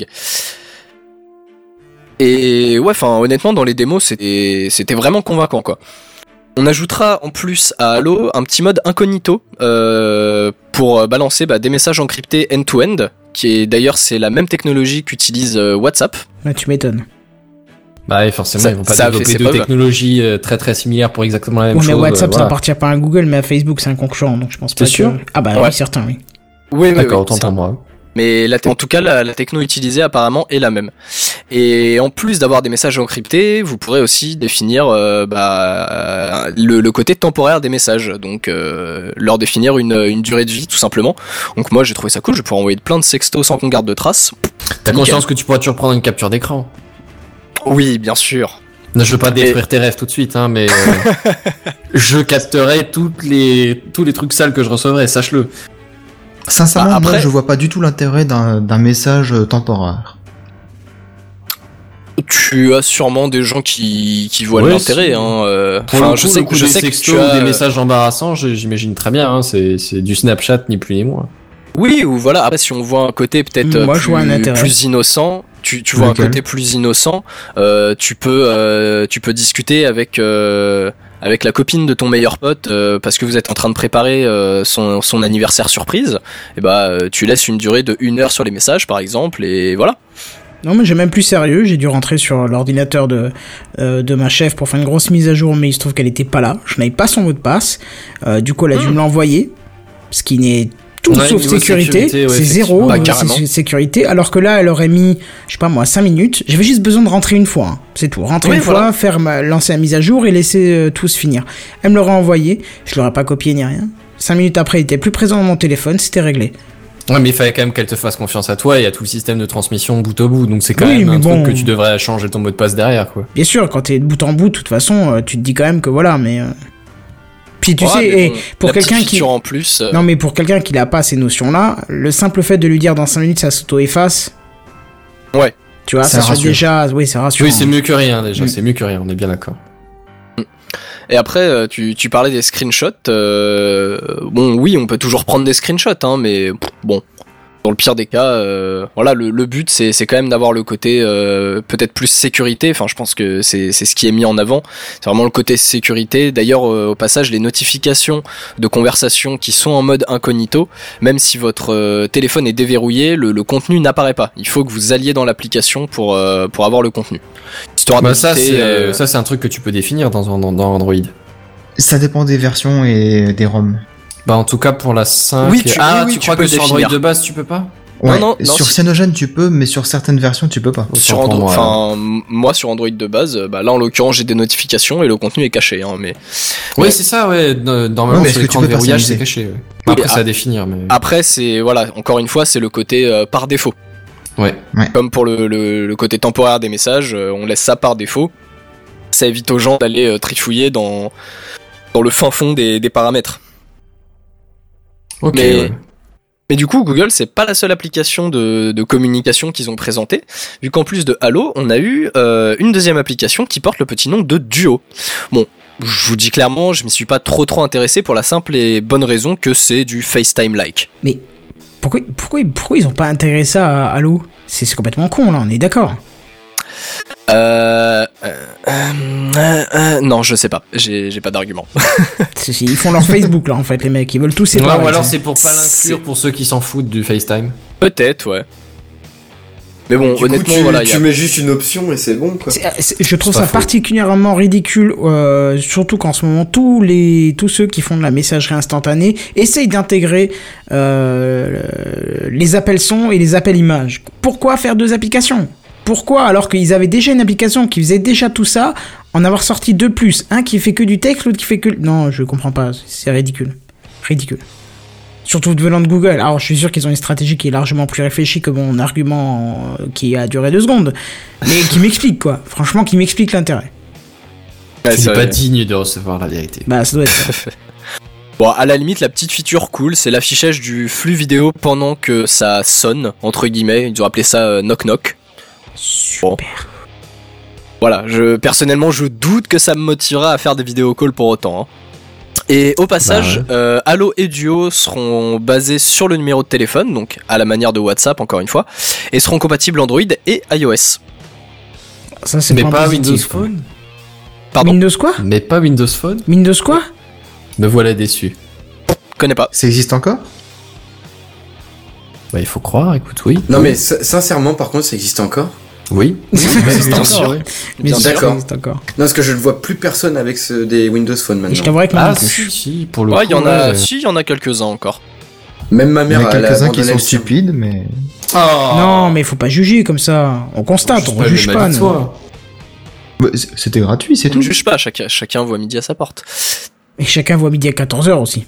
Et ouais, enfin honnêtement dans les démos c'était vraiment convaincant quoi. On ajoutera en plus à Halo un petit mode incognito pour balancer des messages encryptés end-to-end, qui est d'ailleurs c'est la même technologie qu'utilise WhatsApp. Ouais, tu m'étonnes. Bah oui, forcément, ils vont pas développer deux technologies très très similaires pour exactement la même chose. Mais WhatsApp, ça appartient pas à Google, mais à Facebook, c'est un concurrent, donc je pense pas que... sûr. Ah bah oui, certain, oui. Oui, d'accord, autant pour moi. Mais en tout cas, la techno utilisée apparemment est la même. Et en plus d'avoir des messages encryptés, vous pourrez aussi définir le côté temporaire des messages. Donc leur définir une durée de vie tout simplement. Donc moi j'ai trouvé ça cool, je vais pouvoir envoyer plein de sextos sans qu'on garde de traces. T'as conscience que tu pourras toujours prendre une capture d'écran? Oui, bien sûr. Non, je veux pas détruire tes rêves tout de suite, hein, mais je capterai tous les trucs sales que je recevrai, sache-le. Sincèrement, après, moi je vois pas du tout l'intérêt d'un message temporaire. Tu as sûrement des gens qui voient l'intérêt. Je sais que tu as des messages embarrassants, j'imagine très bien. Hein, c'est du Snapchat ni plus ni moins. Oui, ou voilà. Après, si on voit un côté peut-être plus innocent, tu vois un côté plus innocent, tu peux discuter avec la copine de ton meilleur pote parce que vous êtes en train de préparer son anniversaire surprise. Et tu laisses une durée de 1 heure sur les messages, par exemple, et voilà. Non, mais j'ai même plus sérieux, j'ai dû rentrer sur l'ordinateur de ma chef pour faire une grosse mise à jour, mais il se trouve qu'elle était pas là. Je n'avais pas son mot de passe. Du coup, elle a dû me l'envoyer, ce qui n'est tout sauf sécurité, c'est zéro sécurité, alors que là elle aurait mis, je sais pas moi, 5 minutes, j'avais juste besoin de rentrer une fois, hein. C'est tout, rentrer une fois, lancer la mise à jour et laisser tout se finir. Elle me l'aurait envoyé, je l'aurais pas copié ni rien, 5 minutes après il était plus présent dans mon téléphone, c'était réglé. Ouais, mais il fallait quand même qu'elle te fasse confiance à toi et à tout le système de transmission bout à bout, donc c'est quand même un truc que tu devrais changer ton mot de passe derrière, quoi. Bien sûr, quand t'es de bout en bout, de toute façon, tu te dis quand même que voilà, mais... Puis tu sais, pour quelqu'un qui en plus, non mais pour quelqu'un qui n'a pas ces notions-là, le simple fait de lui dire dans 5 minutes ça s'auto-efface. Ouais. Tu vois, ça serait déjà, oui, c'est rassurant. Oui, c'est mieux que rien déjà, c'est mieux que rien, on est bien d'accord. Et après, tu parlais des screenshots. Bon, oui, on peut toujours prendre des screenshots, hein, mais bon. Dans le pire des cas, voilà, le but c'est quand même d'avoir le côté peut-être plus sécurité. Enfin, je pense que c'est ce qui est mis en avant. C'est vraiment le côté sécurité. D'ailleurs, au passage, les notifications de conversation qui sont en mode incognito, même si votre téléphone est déverrouillé, le contenu n'apparaît pas. Il faut que vous alliez dans l'application pour avoir le contenu. Histoire de ça c'est un truc que tu peux définir dans Android. Ça dépend des versions et des ROM. En tout cas pour la 5... Oui, tu crois que sur Android de base tu peux pas? Ouais, non, sur Cyanogen tu peux, mais sur certaines versions tu peux pas. Sur Android, moi sur Android de base, là en l'occurrence j'ai des notifications et le contenu est caché, hein, mais. Oui, c'est ça, ouais. Normalement sur l'écran de verrouillage c'est caché. Ouais. Après c'est à définir, mais. Après c'est encore une fois c'est le côté par défaut. Ouais. Comme pour le côté temporaire des messages, on laisse ça par défaut. Ça évite aux gens d'aller trifouiller dans le fin fond des paramètres. Ok. Mais du coup, Google, c'est pas la seule application de communication qu'ils ont présentée, vu qu'en plus de Halo, on a eu une deuxième application qui porte le petit nom de Duo. Bon, je vous dis clairement, je m'y suis pas trop intéressé pour la simple et bonne raison que c'est du FaceTime-like. Mais pourquoi ils ont pas intégré ça à Halo ? C'est complètement con, là, on est d'accord. Non, je sais pas. J'ai pas d'argument. Ils font leur Facebook, là, en fait, les mecs. Ils veulent tous séparer. Ou alors c'est pour pas l'inclure pour ceux qui s'en foutent du FaceTime. Peut-être, ouais. Mais bon, honnêtement, voilà. Tu mets juste une option et c'est bon, quoi. Je trouve ça particulièrement ridicule, surtout qu'en ce moment, tous ceux qui font de la messagerie instantanée essayent d'intégrer les appels son et les appels images. Pourquoi faire 2 applications ? Pourquoi, alors qu'ils avaient déjà une application qui faisait déjà tout ça, en avoir sorti 2 plus ? Un qui fait que du texte, l'autre qui fait que... Non, je comprends pas, c'est ridicule. Ridicule. Surtout venant de Google. Alors, je suis sûr qu'ils ont une stratégie qui est largement plus réfléchie que mon argument qui a duré 2 secondes. Mais qui m'explique, quoi. Franchement, qui m'explique l'intérêt. Ouais, c'est pas digne de recevoir la vérité. Bah, ça doit être ça. Bon, à la limite, la petite feature cool, c'est l'affichage du flux vidéo pendant que ça sonne, entre guillemets. Ils ont appelé ça knock-knock. Super. Bon. Voilà, personnellement, je doute que ça me motivera à faire des vidéo calls pour autant, hein. Et au passage, Halo et Duo seront basés sur le numéro de téléphone, donc à la manière de WhatsApp encore une fois, et seront compatibles Android et iOS. Ça, c'est mais pas Windows Phone. Pardon. Windows quoi ? Mais pas Windows Phone. Windows quoi ? Me voilà déçu. Connais pas. Ça existe encore ? Bah il faut croire, écoute, oui. Non mais sincèrement, par contre, ça existe encore ? Oui. Bien sûr. Bien sûr, d'accord. Non, parce que je ne vois plus personne avec des Windows Phone maintenant. Et je t'avouerais que moi, si, pour le coup. Ouais, il y en a quelques-uns encore. Même ma mère, il y en a quelques-uns qui sont stupides, mais... Oh. Non, mais faut pas juger comme ça. On constate, on juge pas. C'était gratuit, c'est On tout. ne juge pas, chacun voit midi à sa porte. Et chacun voit midi à 14h aussi.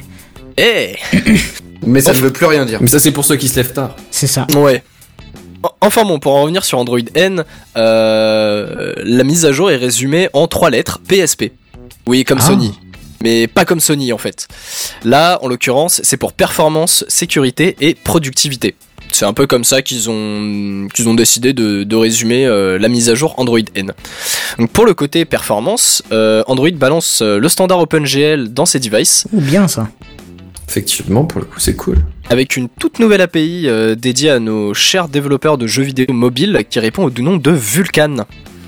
Mais ça ne veut plus rien dire. Mais ça, c'est pour ceux qui se lèvent tard. C'est ça. Ouais. Enfin bon, pour en revenir sur Android N, la mise à jour est résumée en 3 lettres, PSP. Oui, comme Sony. Mais pas comme Sony en fait. Là, en l'occurrence, c'est pour performance, sécurité et productivité. C'est un peu comme ça qu'ils ont décidé de résumer la mise à jour Android N. Donc pour le côté performance, Android balance le standard OpenGL dans ses devices. Bien ça. Effectivement, pour le coup, c'est cool. Avec une toute nouvelle API dédiée à nos chers développeurs de jeux vidéo mobiles qui répond au nom de Vulkan.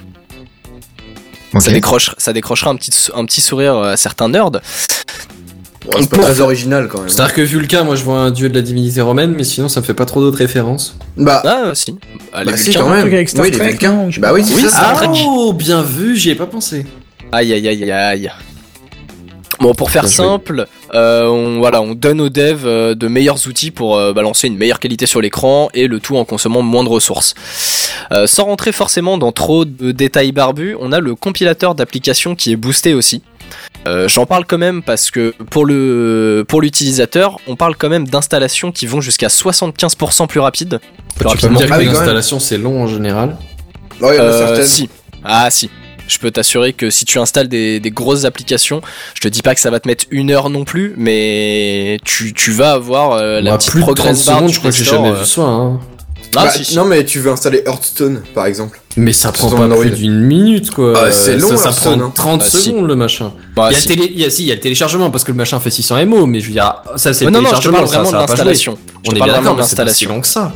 Okay. Ça décrochera un petit sourire à certains nerds. Ouais, c'est pas très original quand même. C'est-à-dire que Vulcain, moi je vois un dieu de la divinité romaine, mais sinon ça me fait pas trop d'autres références. Si. Si quand même. Oui, les Vulcains. Bah oui, c'est ça. Oh, bien vu, j'y ai pas pensé. Aïe. Bon, pour faire simple, on donne aux devs de meilleurs outils pour balancer une meilleure qualité sur l'écran et le tout en consommant moins de ressources. Sans rentrer forcément dans trop de détails barbus, on a le compilateur d'applications qui est boosté aussi. J'en parle quand même parce que pour l'utilisateur, on parle quand même d'installations qui vont jusqu'à 75% plus rapide. Tu peux me dire que l'installation c'est long en général ? Ouais, il y en a certaines. Si. Si. Je peux t'assurer que si tu installes des grosses applications, je te dis pas que ça va te mettre 1 heure non plus, mais tu vas avoir la petite progress bar. Je crois que j'ai jamais vu ça. Hein. Si. Non mais tu veux installer Hearthstone par exemple. Mais ça prend pas plus d'une minute quoi. C'est long, ça prend 30 secondes le machin. Il y a le téléchargement parce que le machin fait 600 MO, mais je veux dire ça c'est le téléchargement. Non, je te parle vraiment de l'installation. On est bien d'accord, mais c'est pas si long que ça.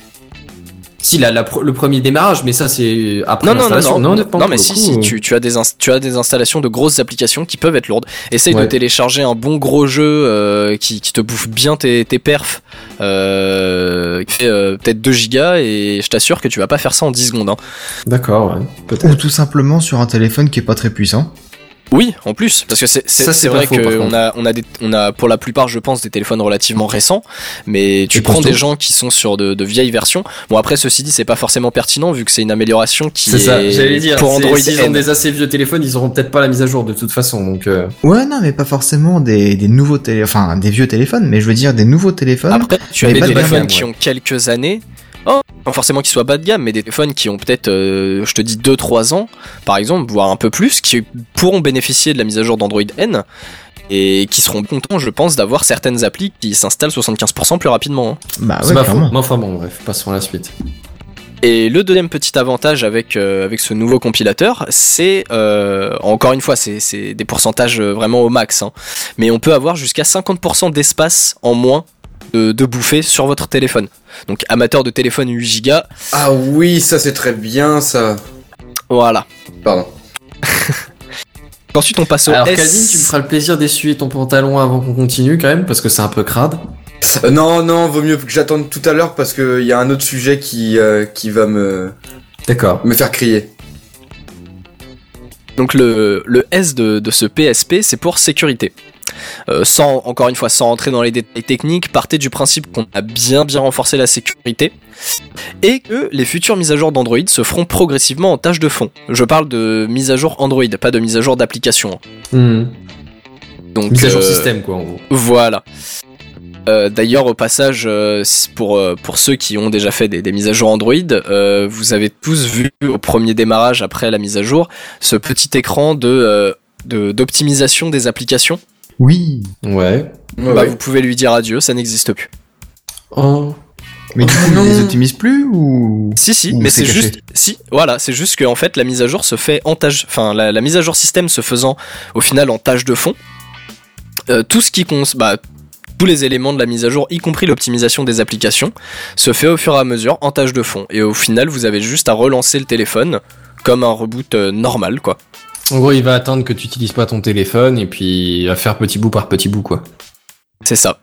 Si le premier démarrage, mais ça c'est après l'installation. Non, mais si tu as des installations de grosses applications qui peuvent être lourdes. Essaye de télécharger un bon gros jeu qui te bouffe bien tes perfs, qui fait peut-être 2 gigas et je t'assure que tu vas pas faire ça en 10 secondes. Hein. D'accord, ouais. Peut-être. Ou tout simplement sur un téléphone qui est pas très puissant. Oui, en plus, parce que c'est vrai qu'on a pour la plupart, je pense, des téléphones relativement récents, mais tu prends des gens qui sont sur de vieilles versions. Bon, après, ceci dit, c'est pas forcément pertinent vu que c'est une amélioration qui est ça, j'allais dire, pour Android. S'ils ont des assez vieux téléphones, ils auront peut-être pas la mise à jour de toute façon, donc. Ouais, non, mais pas forcément des nouveaux téléphones, des vieux téléphones, mais je veux dire des nouveaux téléphones. Après, tu as des téléphones qui ont quelques années. Pas forcément qu'ils soient bas de gamme, mais des téléphones qui ont peut-être, je te dis 2-3 ans, par exemple, voire un peu plus, qui pourront bénéficier de la mise à jour d'Android N, et qui seront contents, je pense, d'avoir certaines applis qui s'installent 75% plus rapidement. Hein. Bah ouais, c'est pas clairement. faux. Enfin bon, bref, passons à la suite. Et le deuxième petit avantage avec ce nouveau compilateur, c'est, encore une fois, c'est des pourcentages vraiment au max, hein, mais on peut avoir jusqu'à 50% d'espace en moins de bouffer sur votre téléphone. Donc amateur de téléphone 8 Go. Ah oui, ça c'est très bien ça. Voilà. Pardon. Ensuite on passe au Alors S. Calvin, tu me feras le plaisir d'essuyer ton pantalon avant qu'on continue quand même, parce que c'est un peu crade. Non, vaut mieux que j'attende tout à l'heure parce qu'il y a un autre sujet qui va me faire crier. Donc le S de ce PSP, c'est pour sécurité. Encore une fois, sans entrer dans les détails techniques, partez du principe qu'on a bien renforcé la sécurité et que les futures mises à jour d'Android se feront progressivement en tâche de fond. Je parle de mise à jour Android, pas de mise à jour d'application. Donc mise à jour système quoi en gros. Voilà. D'ailleurs au passage, pour ceux qui ont déjà fait des mises à jour Android, vous avez tous vu au premier démarrage après la mise à jour ce petit écran d'optimisation des applications. Oui. Ouais. Vous pouvez lui dire adieu, ça n'existe plus. Oh. Mais du coup, ils les optimisent plus ou Si, ou mais c'est caché. juste, c'est juste que en fait la mise à jour se fait en tâche, enfin la mise à jour système se faisant au final en tâche de fond. Tout ce qui tous les éléments de la mise à jour, y compris l'optimisation des applications, se fait au fur et à mesure en tâche de fond. Et au final, vous avez juste à relancer le téléphone comme un reboot normal, quoi. En gros, il va attendre que tu utilises pas ton téléphone et puis il va faire petit bout par petit bout, quoi. C'est ça.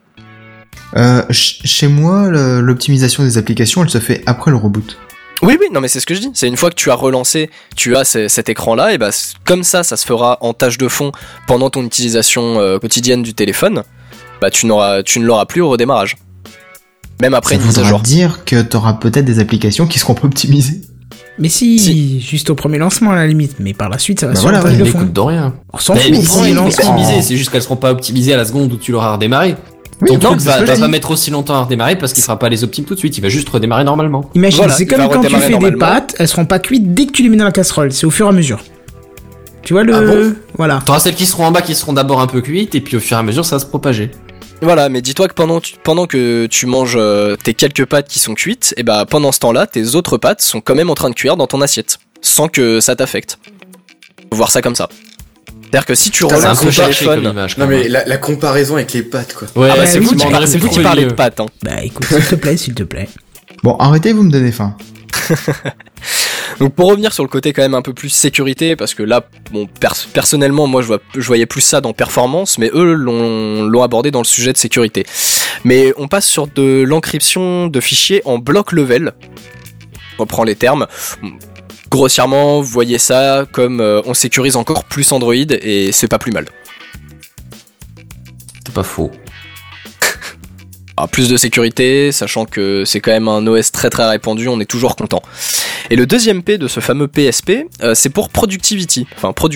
Chez moi, l'optimisation des applications, elle se fait après le reboot. Oui, non, mais c'est ce que je dis. C'est une fois que tu as relancé, tu as cet écran-là, et comme ça se fera en tâche de fond pendant ton utilisation quotidienne du téléphone. Tu ne l'auras plus au redémarrage. Même après une mise à jour. Ça voudra dire que t'auras peut-être des applications qui seront pas optimisées. Mais si, juste au premier lancement à la limite. Mais par la suite, ça va sur voilà, le Il fond. écoute de rien. On s'en Mais fout. les au premier sont lancement. optimisées, c'est juste qu'elles seront pas optimisées à la seconde où tu l'auras redémarré. Oui, Ton non, truc c'est ce que va je pas dis. mettre aussi longtemps à redémarrer parce qu'il fera pas les optimes tout de suite, il va juste redémarrer normalement. Imagine, Voilà, c'est il comme va quand tu redémarrer fais des normalement. pâtes, elles seront pas cuites dès que tu les mets dans la casserole. C'est au fur et à mesure. Tu vois le... Ah bon Voilà. T'auras celles qui seront en bas qui seront d'abord un peu cuites et puis au fur et à mesure ça va se propager. Voilà, mais dis-toi que pendant que tu manges tes quelques pâtes qui sont cuites, et pendant ce temps-là, tes autres pâtes sont quand même en train de cuire dans ton assiette, sans que ça t'affecte. Faut voir ça comme ça. C'est-à-dire que si tu C'est un relances peu ton cherché comme téléphone... image. Non quand mais même. la comparaison avec les pâtes quoi. Ouais, Ah c'est oui, vous, mais c'est vous qui parlez de pâtes, hein. Bah écoute, s'il te plaît. Bon, arrêtez, vous me donnez faim. Donc pour revenir sur le côté quand même un peu plus sécurité, parce que là, bon, personnellement, moi je voyais plus ça dans performance, mais eux l'ont abordé dans le sujet de sécurité. Mais on passe sur de l'encryption de fichiers en block level. Je reprends les termes. Grossièrement, vous voyez ça comme on sécurise encore plus Android et c'est pas plus mal. C'est pas faux. Alors, plus de sécurité, sachant que c'est quand même un OS très très répandu, on est toujours content. Et le deuxième P de ce fameux PSP, c'est pour productivité.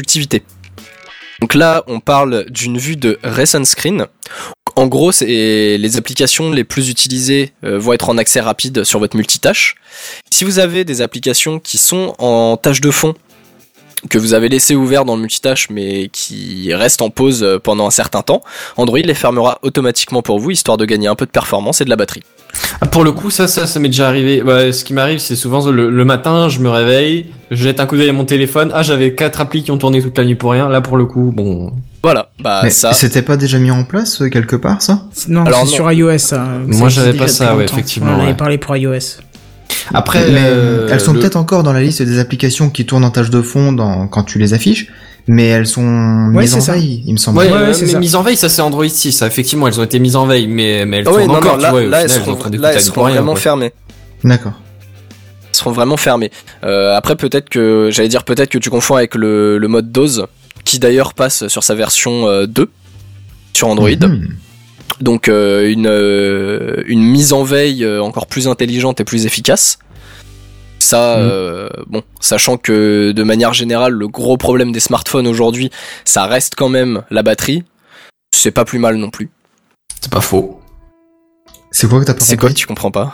Donc là, on parle d'une vue de Recent Screen. En gros, les applications les plus utilisées vont être en accès rapide sur votre multitâche. Si vous avez des applications qui sont en tâche de fond, que vous avez laissé ouvert dans le multitâche mais qui restent en pause pendant un certain temps, Android les fermera automatiquement pour vous, histoire de gagner un peu de performance et de la batterie. Ah, pour le coup, ça m'est déjà arrivé. Bah, ce qui m'arrive, c'est souvent le matin, je me réveille, je jette un coup d'œil à mon téléphone. Ah, j'avais 4 applis qui ont tourné toute la nuit pour rien. Là, pour le coup, bon. Voilà, Mais ça... c'était pas déjà mis en place quelque part, ça? Non, Alors, c'est non. sur iOS, ça. Moi, Ça j'avais existe pas déjà ça, depuis ouais, longtemps. effectivement, On en avait ouais. parlé pour iOS. Après, Mais elles sont peut-être encore dans la liste des applications qui tournent en tâche de fond quand tu les affiches, mais elles sont mises en c'est ça. veille, il me semble. Ouais, Ouais, c'est mais ça. mise en veille, ça c'est Android 6, ça, effectivement, elles ont été mises en veille, mais elles Ah ouais, tournent encore, tu vois, et au là, final, elles elles ont pris des là, coups elles de seront pour rien, vraiment quoi. fermées. D'accord. Elles seront vraiment fermées. Après, peut-être que tu confonds avec le mode dose, qui d'ailleurs passe sur sa version 2 sur Android. Mhm. Donc une mise en veille encore plus intelligente et plus efficace. Ça, bon, sachant que de manière générale, le gros problème des smartphones aujourd'hui, ça reste quand même la batterie. C'est pas plus mal non plus. C'est pas faux. C'est quoi que t'as pas C'est quoi, compris? tu comprends pas?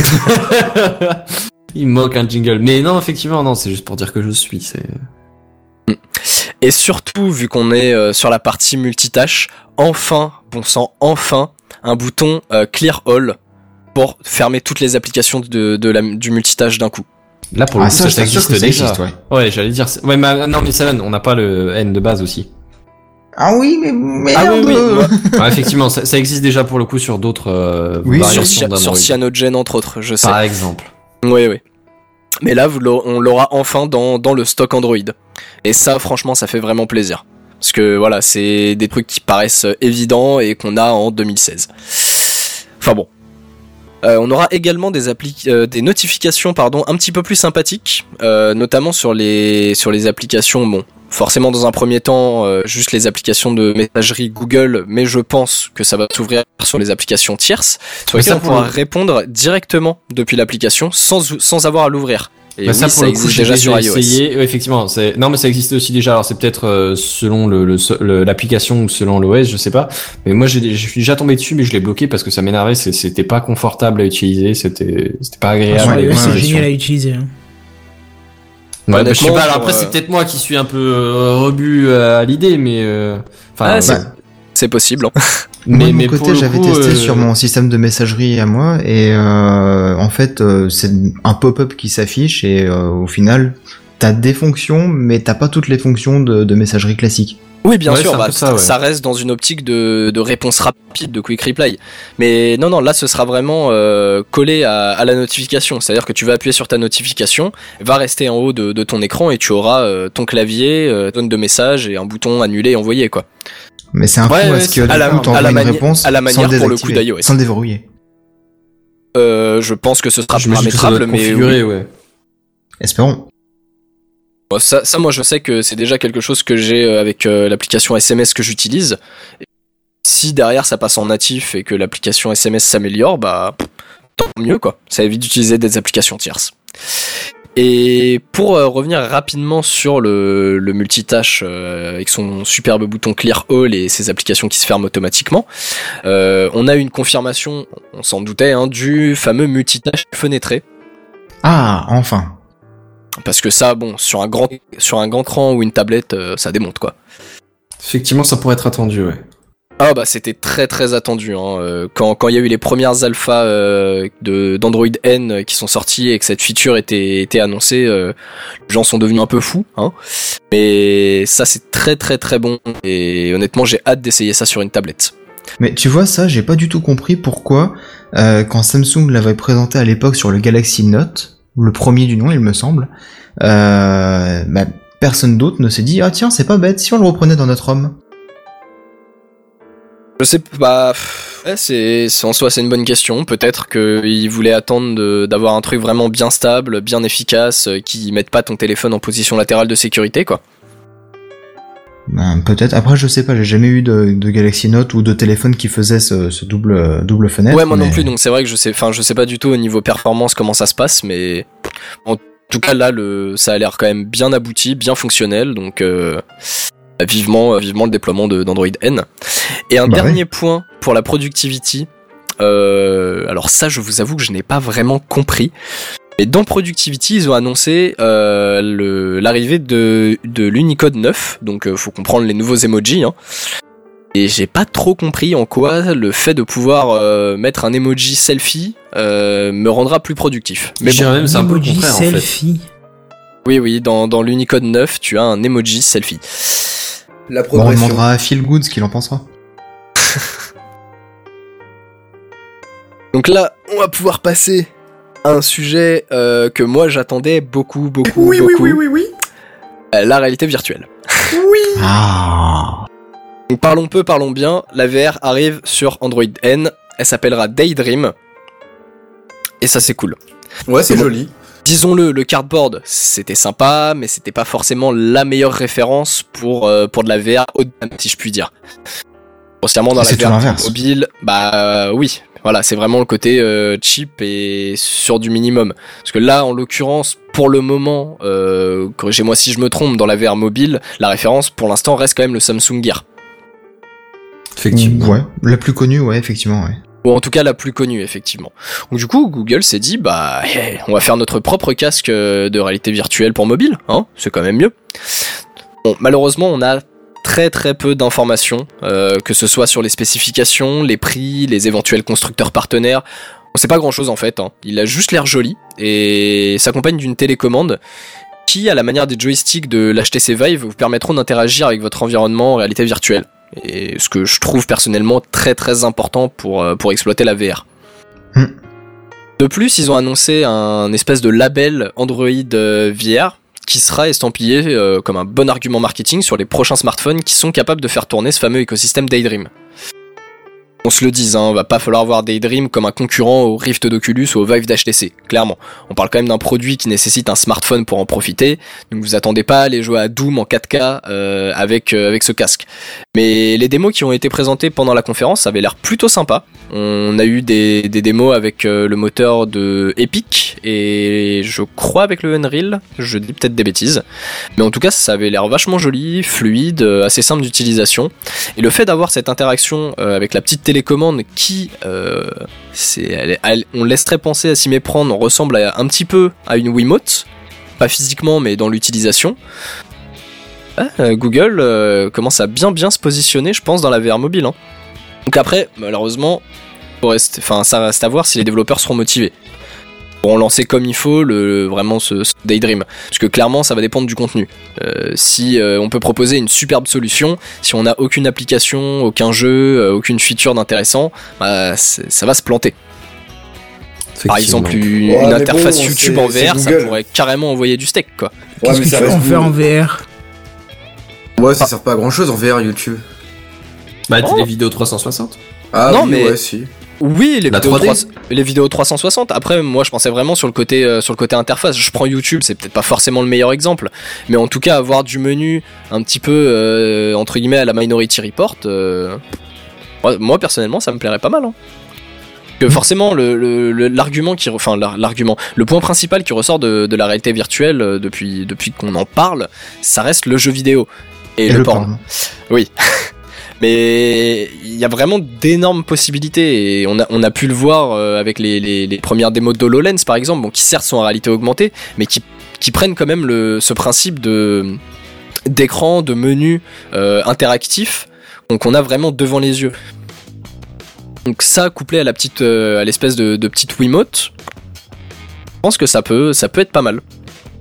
Il moque un jingle. Mais non, effectivement, non, c'est juste pour dire que je suis, c'est... Et surtout, vu qu'on est sur la partie multitâche, enfin, bon sang, enfin, un bouton Clear All pour fermer toutes les applications du multitâche d'un coup. Là, pour le coup, ça, ça je t'assure existe que ça déjà. existe, ouais. Ouais, j'allais dire... Ouais, mais non, mais ça, on n'a pas le N de base aussi. Ah oui, mais merde. oui. Ouais, effectivement, ça existe déjà pour le coup sur d'autres variations d'Android. Sur Cyanogen entre autres, je sais. Par exemple. Oui. Mais là, on l'aura enfin dans le stock Android. Et ça, franchement, ça fait vraiment plaisir. Parce que voilà, c'est des trucs qui paraissent évidents et qu'on a en 2016. Enfin bon. On aura également des notifications un petit peu plus sympathiques, notamment sur les applications. Bon, forcément dans un premier temps, juste les applications de messagerie Google, mais je pense que ça va s'ouvrir sur les applications tierces, sur lesquelles on pourra répondre directement depuis l'application sans avoir à l'ouvrir. Et oui, ça existe déjà sur iOS. Essayé. Ouais, effectivement, non mais ça existe aussi déjà. Alors c'est peut-être selon l'application ou selon l'OS, je sais pas. Mais moi je suis déjà tombé dessus, mais je l'ai bloqué parce que ça m'énervait. C'était pas confortable à utiliser, c'était pas agréable. C'est génial à utiliser. Ouais, je sais pas. Alors après c'est peut-être moi qui suis un peu rebut à l'idée, mais c'est possible. Hein. Moi de mon côté, j'avais testé sur mon système de messagerie à moi et en fait c'est un pop-up qui s'affiche et au final t'as des fonctions mais t'as pas toutes les fonctions de messagerie classique. Oui, bien sûr, ça reste dans une optique de réponse rapide, de quick reply. Mais non, là ce sera vraiment collé à la notification. C'est-à-dire que tu vas appuyer sur ta notification, va rester en haut de ton écran et tu auras ton clavier, tonne de messages et un bouton annuler et envoyer quoi. Mais c'est un coup à ce que du coup t'envoies une réponse à la manière pour le coup d'iOS. Sans le déverrouiller. Je pense que ce sera paramétrable, mais ouais. Espérons. Ça, moi, je sais que c'est déjà quelque chose que j'ai avec l'application SMS que j'utilise. Si derrière ça passe en natif et que l'application SMS s'améliore, bah tant mieux quoi. Ça évite d'utiliser des applications tierces. Et pour revenir rapidement sur le multitâche avec son superbe bouton Clear All et ses applications qui se ferment automatiquement, on a une confirmation, on s'en doutait, du fameux multitâche fenêtré. Ah, enfin. Parce que ça, bon, sur un grand écran ou une tablette, ça démonte quoi. Effectivement, ça pourrait être attendu, ouais. Ah bah c'était très très attendu quand il y a eu les premières alphas d'Android N qui sont sorties et que cette feature était annoncée, les gens sont devenus un peu fous mais ça c'est très très très bon et honnêtement j'ai hâte d'essayer ça sur une tablette. Mais tu vois ça, j'ai pas du tout compris pourquoi quand Samsung l'avait présenté à l'époque sur le Galaxy Note, le premier du nom il me semble, personne d'autre ne s'est dit ah tiens c'est pas bête si on le reprenait dans notre home. Je sais pas, c'est en soi c'est une bonne question. Peut-être qu'ils voulaient attendre d'avoir un truc vraiment bien stable, bien efficace, qui mette pas ton téléphone en position latérale de sécurité quoi. Peut-être. Après je sais pas, j'ai jamais eu de Galaxy Note ou de téléphone qui faisait ce double fenêtre. Ouais moi non plus, donc c'est vrai que je sais pas du tout au niveau performance comment ça se passe, mais en tout cas là ça a l'air quand même bien abouti, bien fonctionnel, donc vivement le déploiement d'Android N. Et un dernier point pour la productivity. Alors ça, je vous avoue que je n'ai pas vraiment compris. Mais dans Productivity, ils ont annoncé l'arrivée de l'Unicode 9. Donc faut comprendre les nouveaux emojis. Et j'ai pas trop compris en quoi le fait de pouvoir mettre un emoji selfie me rendra plus productif. Mais bon, même c'est un peu le contraire selfie. En fait. Oui, dans l'Unicode 9, tu as un emoji selfie. La progression. Bon, on demandera à Phil Good ce qu'il en pensera. Donc là, on va pouvoir passer à un sujet que moi j'attendais beaucoup. Oui. La réalité virtuelle. Oui. Ah. Donc parlons peu, parlons bien. La VR arrive sur Android N. Elle s'appellera Daydream. Et ça c'est cool. Ouais, c'est joli. Disons-le, le cardboard, c'était sympa, mais c'était pas forcément la meilleure référence pour de la VR haut de gamme, si je puis dire. Consciemment dans la VR mobile, oui, voilà, c'est vraiment le côté cheap et sur du minimum. Parce que là, en l'occurrence, pour le moment, corrigez-moi si je me trompe, dans la VR mobile, la référence pour l'instant reste quand même le Samsung Gear. Effectivement. Ouais, la plus connue, ouais, effectivement, ouais. Ou en tout cas la plus connue, effectivement. Donc du coup, Google s'est dit, on va faire notre propre casque de réalité virtuelle pour mobile, c'est quand même mieux. Bon, malheureusement, on a très très peu d'informations, que ce soit sur les spécifications, les prix, les éventuels constructeurs partenaires. On sait pas grand chose en fait, il a juste l'air joli et s'accompagne d'une télécommande qui, à la manière des joysticks de l'HTC Vive, vous permettront d'interagir avec votre environnement en réalité virtuelle. Et ce que je trouve personnellement très très important pour exploiter la VR. De plus, ils ont annoncé un espèce de label Android VR qui sera estampillé comme un bon argument marketing sur les prochains smartphones qui sont capables de faire tourner ce fameux écosystème Daydream. On se le dise, va pas falloir voir Daydream comme un concurrent au Rift d'Oculus ou au Vive d'HTC, clairement. On parle quand même d'un produit qui nécessite un smartphone pour en profiter, donc vous attendez pas à aller jouer à Doom en 4K avec ce casque. Mais les démos qui ont été présentées pendant la conférence avaient l'air plutôt sympa. On a eu des démos avec le moteur de Epic et je crois avec le Unreal, je dis peut-être des bêtises. Mais en tout cas, ça avait l'air vachement joli, fluide, assez simple d'utilisation. Et le fait d'avoir cette interaction avec la petite télécommande qui, on laisserait penser à s'y méprendre, ressemble un petit peu à une Wiimote, pas physiquement mais dans l'utilisation. Google commence à bien se positionner, je pense, dans la VR mobile. Donc après, malheureusement, ça reste à voir si les développeurs seront motivés. Pour lancer comme il faut ce Daydream, parce que clairement ça va dépendre du contenu. Si on peut proposer une superbe solution, si on n'a aucune application, aucun jeu, aucune feature d'intéressant, ça va se planter. Par exemple, une interface YouTube en VR, ça pourrait carrément envoyer du steak, quoi. Qu'est-ce que tu peux en faire en VR ? Ouais, ça sert pas à grand chose en VR YouTube. Bah, les vidéos 360. Ah non, oui, mais ouais, si. Oui, les vidéos 360. Après, moi, je pensais vraiment sur le côté interface. Je prends YouTube, c'est peut-être pas forcément le meilleur exemple, mais en tout cas, avoir du menu un petit peu entre guillemets à la Minority Report, moi personnellement, ça me plairait pas mal. Que forcément, le point principal qui ressort de la réalité virtuelle depuis qu'on en parle, ça reste le jeu vidéo et le porn. Oui. Mais il y a vraiment d'énormes possibilités et on a pu le voir avec les premières démos d'HoloLens par exemple, qui certes sont en réalité augmentée, mais qui prennent quand même ce principe d'écran, de menu interactif, donc on a vraiment devant les yeux. Donc ça couplé à à l'espèce de petite Wiimote, je pense que ça peut être pas mal.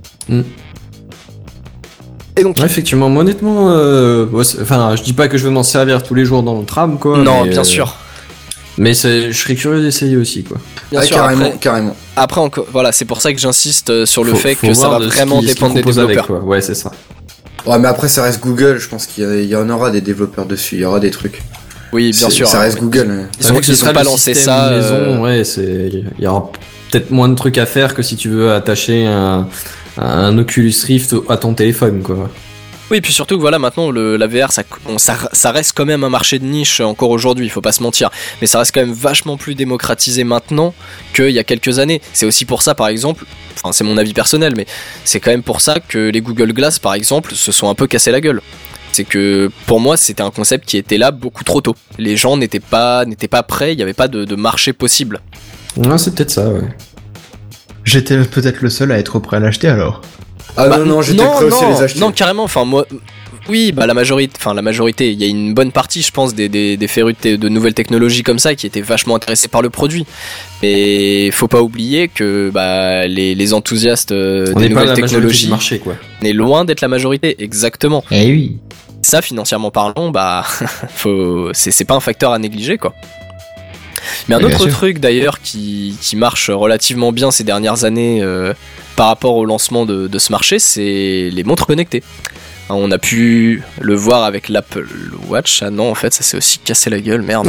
Et donc, effectivement, moi honnêtement, je dis pas que je vais m'en servir tous les jours dans le tram, quoi. Non, bien sûr. Mais je serais curieux d'essayer aussi, quoi. Bien sûr, carrément. Après, encore, voilà, c'est pour ça que j'insiste sur le fait que ça va vraiment dépendre des développeurs. Avec, ouais, c'est ça. Ouais, mais après, ça reste Google. Je pense qu'il y en aura des développeurs dessus. Il y aura des trucs. Oui, bien sûr. Ça reste Google. Ils ont pas lancé ça. Il y aura peut-être moins de trucs à faire que si tu veux attacher un Oculus Rift à ton téléphone, quoi. Oui, puis surtout que voilà, maintenant la VR ça reste quand même un marché de niche encore aujourd'hui, il faut pas se mentir, mais ça reste quand même vachement plus démocratisé maintenant qu'il y a quelques années. C'est aussi pour ça, par exemple, c'est mon avis personnel, mais c'est quand même pour ça que les Google Glass, par exemple, se sont un peu cassés la gueule. C'est que pour moi c'était un concept qui était là beaucoup trop tôt. Les gens n'étaient pas prêts, il n'y avait pas de marché possible. Ouais, c'est peut-être ça, ouais. J'étais peut-être le seul à être prêt à l'acheter alors. Ah non, j'étais prêt aussi à les acheter. Non, carrément, moi... Oui, la majorité, il y a une bonne partie, je pense, des férus de nouvelles technologies comme ça qui étaient vachement intéressés par le produit. Mais faut pas oublier que les enthousiastes des nouvelles technologies, du marché, quoi. On est loin d'être la majorité, exactement. Eh oui. Ça, financièrement parlant, c'est pas un facteur à négliger, quoi. Mais un autre truc d'ailleurs qui marche relativement bien ces dernières années par rapport au lancement de ce marché, c'est les montres connectées. On a pu le voir avec l'Apple Watch. Ah non, en fait, ça s'est aussi cassé la gueule, merde.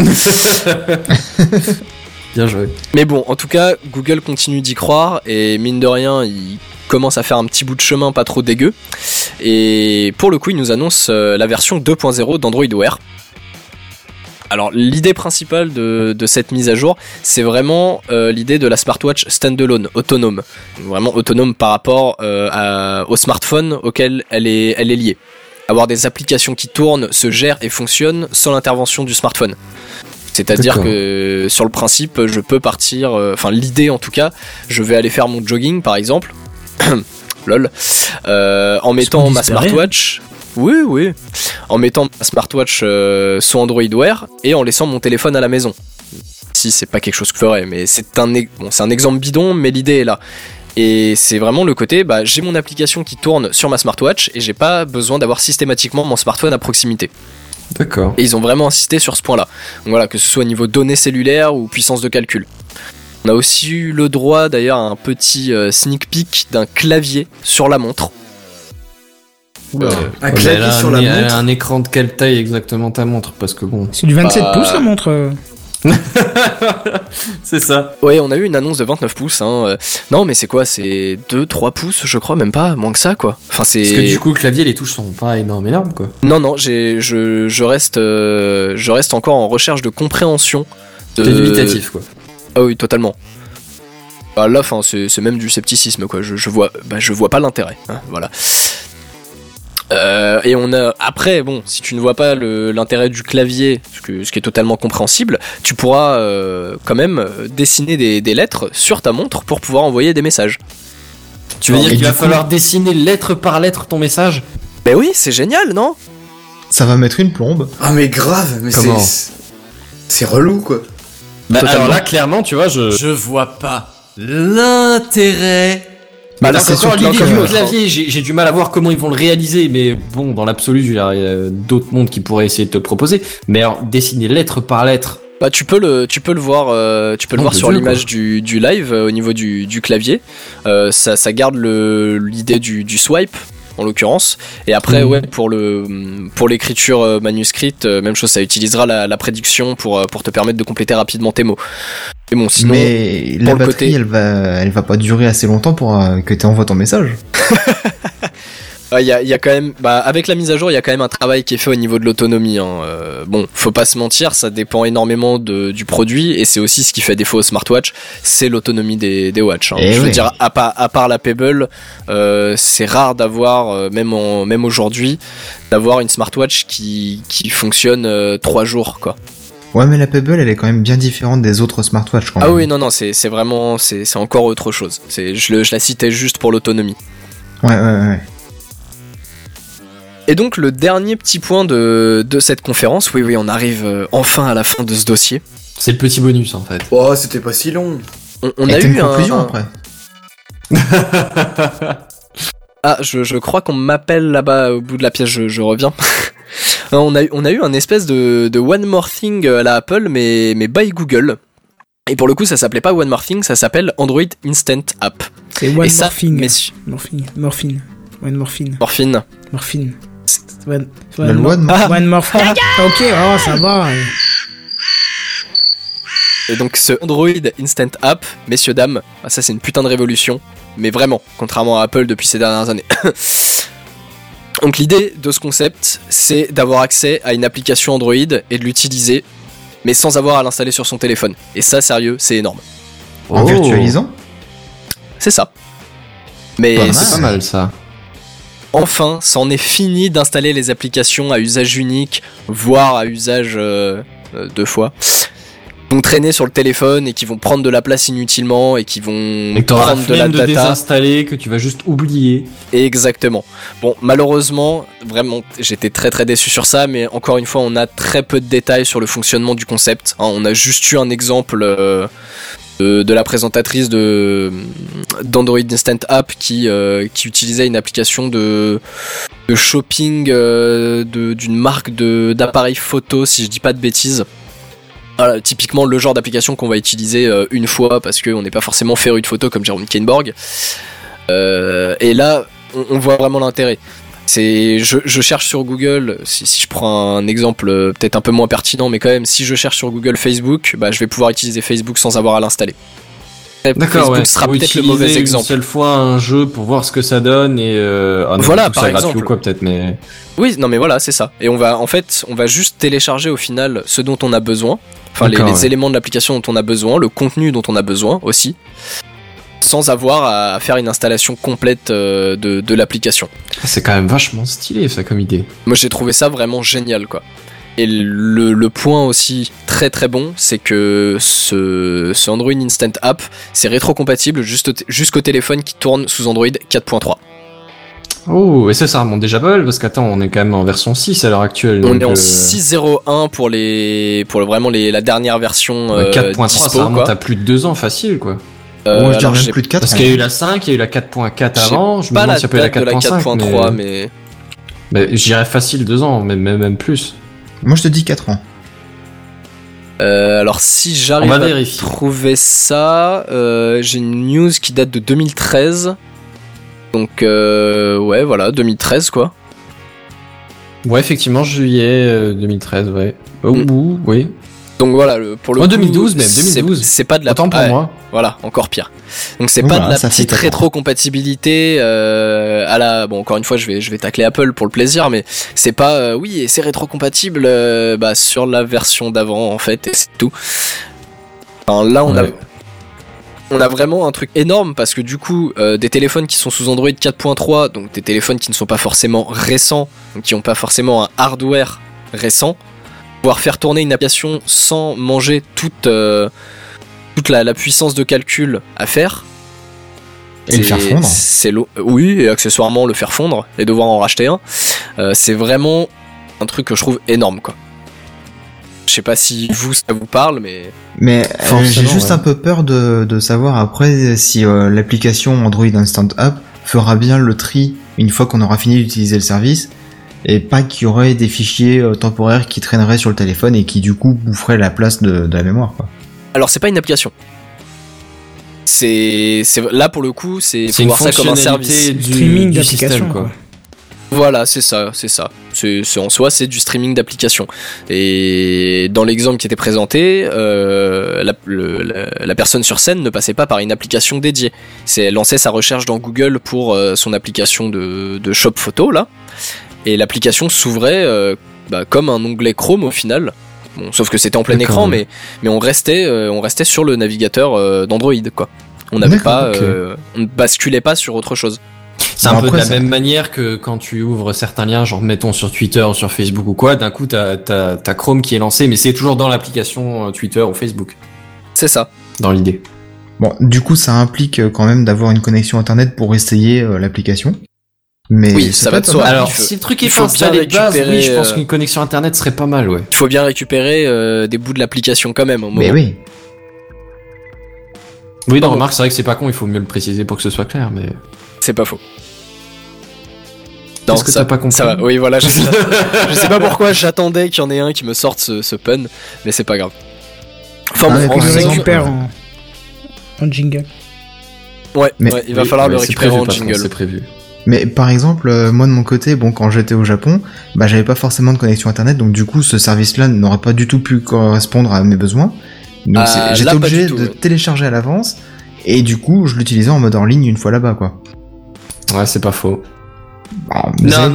Bien joué. Mais bon, en tout cas, Google continue d'y croire et mine de rien, il commence à faire un petit bout de chemin pas trop dégueu. Et pour le coup, il nous annonce la version 2.0 d'Android Wear. Alors l'idée principale de cette mise à jour, c'est vraiment l'idée de la smartwatch standalone, autonome. Vraiment autonome par rapport au smartphone auquel elle est liée. Avoir des applications qui tournent, se gèrent et fonctionnent sans l'intervention du smartphone. C'est-à-dire que sur le principe, je peux partir, l'idée en tout cas, je vais aller faire mon jogging par exemple, lol, en mettant ma smartwatch... Oui. En mettant ma smartwatch sous Android Wear et en laissant mon téléphone à la maison. Si c'est pas quelque chose que je ferais, mais c'est un exemple bidon, mais l'idée est là. Et c'est vraiment le côté, j'ai mon application qui tourne sur ma smartwatch et j'ai pas besoin d'avoir systématiquement mon smartphone à proximité. D'accord. Et ils ont vraiment insisté sur ce point-là. Donc voilà, que ce soit au niveau données cellulaires ou puissance de calcul. On a aussi eu le droit d'ailleurs à un petit sneak peek d'un clavier sur la montre. Un clavier sur la montre. Elle a un écran de quelle taille exactement ta montre? Parce que bon. C'est du 27 pouces la montre. C'est ça. Ouais, on a eu une annonce de 29 pouces. Non, mais c'est quoi? C'est 2-3 pouces, je crois, même pas, moins que ça, quoi. Enfin, c'est... Parce que du coup, le clavier, les touches sont pas énormes, quoi. Non, je reste encore en recherche de compréhension. C'est limitatif, quoi. Ah oui, totalement. Là, enfin, c'est même du scepticisme, quoi. Je vois pas l'intérêt. Voilà. Et on a après, bon, si tu ne vois pas l'intérêt du clavier, ce qui est totalement compréhensible, tu pourras quand même dessiner des lettres sur ta montre pour pouvoir envoyer des messages. Tu veux dire qu'il va falloir dessiner lettre par lettre ton message? Ben oui, c'est génial, non? Ça va mettre une plombe. Ah mais grave, mais c'est relou quoi. Alors là, clairement, tu vois, je vois pas l'intérêt. Là, c'est encore l'idée du clavier, j'ai du mal à voir comment ils vont le réaliser, mais bon, dans l'absolu, il y a d'autres mondes qui pourraient essayer de te le proposer. Mais alors, dessiner lettre par lettre. Tu peux le voir sur l'image du live au niveau du clavier. Ça garde l'idée du swipe en l'occurrence. Et après, pour l'écriture manuscrite, même chose, ça utilisera la prédiction pour te permettre de compléter rapidement tes mots. Et bon, sinon, mais la batterie, elle va pas durer assez longtemps pour que tu envoies ton message. Il y a quand même, avec la mise à jour, il y a quand même un travail qui est fait au niveau de l'autonomie. Bon, faut pas se mentir, ça dépend énormément du produit et c'est aussi ce qui fait défaut aux smartwatches, c'est l'autonomie des watches. Je veux dire, à part la Pebble, c'est rare d'avoir, même aujourd'hui, d'avoir une smartwatch qui fonctionne 3 jours, quoi. Ouais, mais la Pebble, elle est quand même bien différente des autres smartwatches quand même. Ah oui, non, c'est vraiment, c'est encore autre chose. Je la citais juste pour l'autonomie. Ouais. Et donc le dernier petit point de cette conférence, oui, on arrive enfin à la fin de ce dossier. C'est le petit bonus en fait. Oh, c'était pas si long. On a eu une conclusion après. Ah, je crois qu'on m'appelle là-bas au bout de la pièce, je reviens. On a eu un espèce de One More Thing à la Apple, mais by Google. Et pour le coup, ça s'appelait pas One More Thing, ça s'appelle Android Instant App. C'est One More Thing. Morphine. One Morphine. One More Thing. Ok, ça va. Et donc ce Android Instant App, messieurs dames, ça c'est une putain de révolution. Mais vraiment, contrairement à Apple depuis ces dernières années. Donc l'idée de ce concept, c'est d'avoir accès à une application Android et de l'utiliser, mais sans avoir à l'installer sur son téléphone. Et ça, sérieux, c'est énorme. En virtualisant ? C'est ça. Mais c'est pas mal ça. Enfin, c'en est fini d'installer les applications à usage unique, voire à usage 2 fois. Qui vont traîner sur le téléphone et qui vont prendre de la place inutilement et qui vont prendre de la data. Désinstaller que tu vas juste oublier. Exactement. Bon, malheureusement, vraiment, j'étais très très déçu sur ça, mais encore une fois, on a très peu de détails sur le fonctionnement du concept. On a juste eu un exemple de la présentatrice d'Android Instant App qui utilisait une application de shopping d'une marque d'appareils photo, si je dis pas de bêtises. Voilà, typiquement le genre d'application qu'on va utiliser une fois parce qu'on n'est pas forcément féru de photos comme Jérôme Kainborg. Et là, on voit vraiment l'intérêt. Je cherche sur Google, si je prends un exemple peut-être un peu moins pertinent, mais quand même, si je cherche sur Google Facebook, je vais pouvoir utiliser Facebook sans avoir à l'installer. D'accord, Facebook sera peut-être le mauvais exemple. Une seule fois un jeu pour voir ce que ça donne et voilà, par exemple. Ou quoi peut-être, mais oui, non mais voilà, c'est ça. Et on va juste télécharger au final ce dont on a besoin, enfin les éléments de l'application dont on a besoin, le contenu dont on a besoin aussi, sans avoir à faire une installation complète de l'application. C'est quand même vachement stylé ça comme idée. Moi j'ai trouvé ça vraiment génial quoi. Et le point aussi très très bon, c'est que ce Android Instant App, c'est rétrocompatible jusqu'au téléphone qui tourne sous Android 4.3. Oh, et ça remonte déjà pas mal, parce qu'attends, on est quand même en version 6 à l'heure actuelle. On est en 6.01 pour vraiment la dernière version 4.3, dispo, ça remonte à plus de 2 ans facile, quoi. je dirais même plus de 4. Parce qu'il y a eu la 5, il y a eu la 4.4 avant. Je me pas demande la s'il y a date pas eu la de la 4.3, 4.3, mais... Mais j'irais facile 2 ans, même plus. Moi, je te dis 4 ans. Alors si j'arrive à trouver ça, j'ai une news qui date de 2013. Donc ouais, voilà, 2013 quoi. Ouais, effectivement, juillet 2013, ouais. Oui. Donc voilà, pour le coup, 2012 même, 2012. C'est pas de la... Autant pour moi. Voilà, encore pire. Donc c'est pas de la petite rétrocompatibilité à la... Bon, encore une fois, je vais tacler Apple pour le plaisir, mais c'est pas... oui, et c'est rétrocompatible sur la version d'avant, en fait, et c'est tout. Enfin, là, on a vraiment un truc énorme, parce que du coup, des téléphones qui sont sous Android 4.3, donc des téléphones qui ne sont pas forcément récents, donc qui n'ont pas forcément un hardware récent, pouvoir faire tourner une application sans manger toute la puissance de calcul à faire. Et le faire fondre. Oui, et accessoirement le faire fondre et devoir en racheter un. C'est vraiment un truc que je trouve énorme, quoi. Je sais pas si ça vous parle, mais j'ai juste un peu peur de savoir après si l'application Android Instant App fera bien le tri une fois qu'on aura fini d'utiliser le service. Et pas qu'il y aurait des fichiers temporaires qui traîneraient sur le téléphone et qui du coup boufferaient la place de la mémoire, quoi. Alors c'est pas une application. C'est là pour le coup, c'est voir ça comme un service du streaming d'application, quoi. Voilà, c'est ça. C'est en soi, c'est du streaming d'application. Et dans l'exemple qui était présenté, la personne sur scène ne passait pas par une application dédiée. Elle lançait sa recherche dans Google pour son application de shop photo là. Et l'application s'ouvrait comme un onglet Chrome au final. Bon, sauf que c'était en plein écran, mais on restait sur le navigateur d'Android, quoi. On n'avait pas, on ne basculait pas sur autre chose. C'est un peu de la même manière que quand tu ouvres certains liens, genre mettons sur Twitter ou sur Facebook ou quoi, d'un coup t'as Chrome qui est lancé, mais c'est toujours dans l'application Twitter ou Facebook. C'est ça. Dans l'idée. Bon, du coup ça implique quand même d'avoir une connexion internet pour essayer l'application. Mais oui, ça va de soi. Alors, si le truc est pas installé de base, oui, je pense qu'une connexion internet serait pas mal, ouais. Il faut bien récupérer des bouts de l'application quand même, au moment. Mais oui. Oui, non, remarque, c'est vrai que c'est pas con, il faut mieux le préciser pour que ce soit clair, mais... C'est pas faux. Est-ce que t'as pas compris ? Ça va, oui, voilà, je sais pas pourquoi j'attendais qu'il y en ait un qui me sorte ce pun, mais c'est pas grave. Enfin, on le récupère en jingle. Ouais, il va falloir le récupérer en jingle. C'est prévu. Mais par exemple, moi de mon côté, quand j'étais au Japon, j'avais pas forcément de connexion internet, donc du coup ce service-là n'aurait pas du tout pu correspondre à mes besoins. Donc j'étais obligé de télécharger à l'avance, et du coup je l'utilisais en mode en ligne une fois là-bas, quoi. Ouais, c'est pas faux. Non,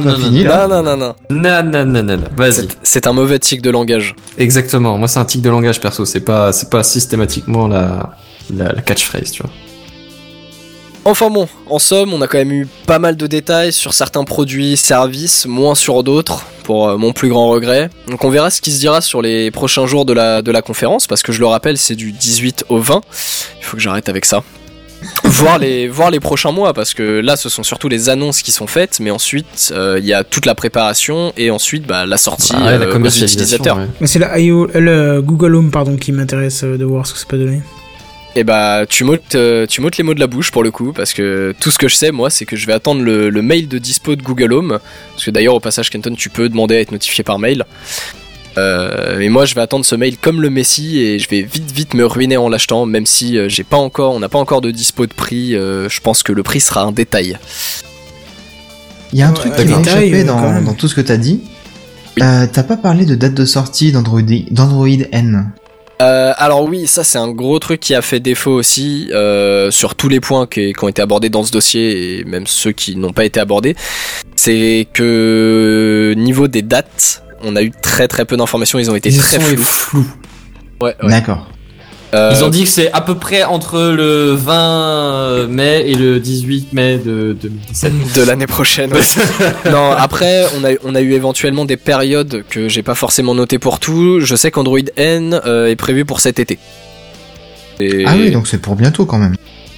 vas-y. C'est un mauvais tic de langage. Exactement, moi c'est un tic de langage perso, c'est pas systématiquement la catchphrase, tu vois. Enfin bon, en somme, on a quand même eu pas mal de détails sur certains produits, services, moins sur d'autres, pour mon plus grand regret. Donc on verra ce qui se dira sur les prochains jours de la conférence, parce que je le rappelle, c'est du 18 au 20. Il faut que j'arrête avec ça. Voir les prochains mois, parce que là, ce sont surtout les annonces qui sont faites, mais ensuite, il y a toute la préparation, et ensuite, la sortie aux utilisateurs. Ouais. Mais c'est le Google Home, qui m'intéresse de voir ce que ça peut donner. Et tu m'ôtes les mots de la bouche pour le coup, parce que tout ce que je sais moi c'est que je vais attendre le mail de dispo de Google Home, parce que d'ailleurs au passage Kenton tu peux demander à être notifié par mail, mais moi je vais attendre ce mail comme le Messi et je vais vite me ruiner en l'achetant, même si on n'a pas encore de dispo de prix, je pense que le prix sera un détail. Il y a un truc qui m'a échappé dans tout ce que t'as dit. Oui. T'as pas parlé de date de sortie d'Android N. Alors oui, ça c'est un gros truc qui a fait défaut aussi sur tous les points qui ont été abordés dans ce dossier et même ceux qui n'ont pas été abordés. C'est que niveau des dates, on a eu très peu d'informations, ils ont été très flous. Ouais. D'accord. Ils ont dit que c'est à peu près entre le 20 mai et le 18 mai de 2017. De l'année prochaine. Ouais. Non, après, on a eu éventuellement des périodes que j'ai pas forcément notées pour tout. Je sais qu'Android N est prévu pour cet été. Ah oui, donc c'est pour bientôt quand même.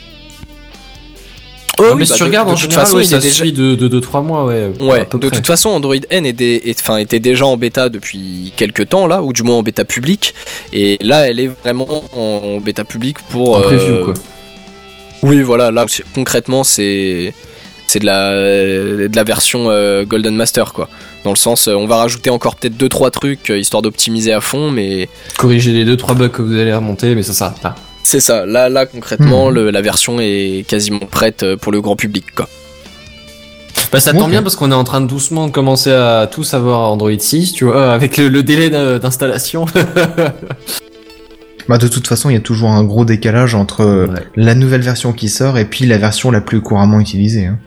Oh, mais si tu regardes, en général, ça suit de 2-3 mois, ouais. Ouais, de toute façon, Android N était déjà en bêta depuis quelques temps, là, ou du moins en bêta public. Et là, elle est vraiment en bêta public pour... En preview, quoi. Oui, voilà, là concrètement c'est de la version Golden Master, quoi. Dans le sens, on va rajouter encore peut-être 2-3 trucs histoire d'optimiser à fond, mais corriger les 2-3 bugs que vous allez remonter, mais ça s'arrête là. C'est ça. Là concrètement, la version est quasiment prête pour le grand public, quoi. Bah ça tombe bien parce qu'on est en train de doucement commencer à tous avoir Android 6, tu vois, avec le délai d'installation. Bah de toute façon, il y a toujours un gros décalage entre la nouvelle version qui sort et puis la version la plus couramment utilisée. Hein.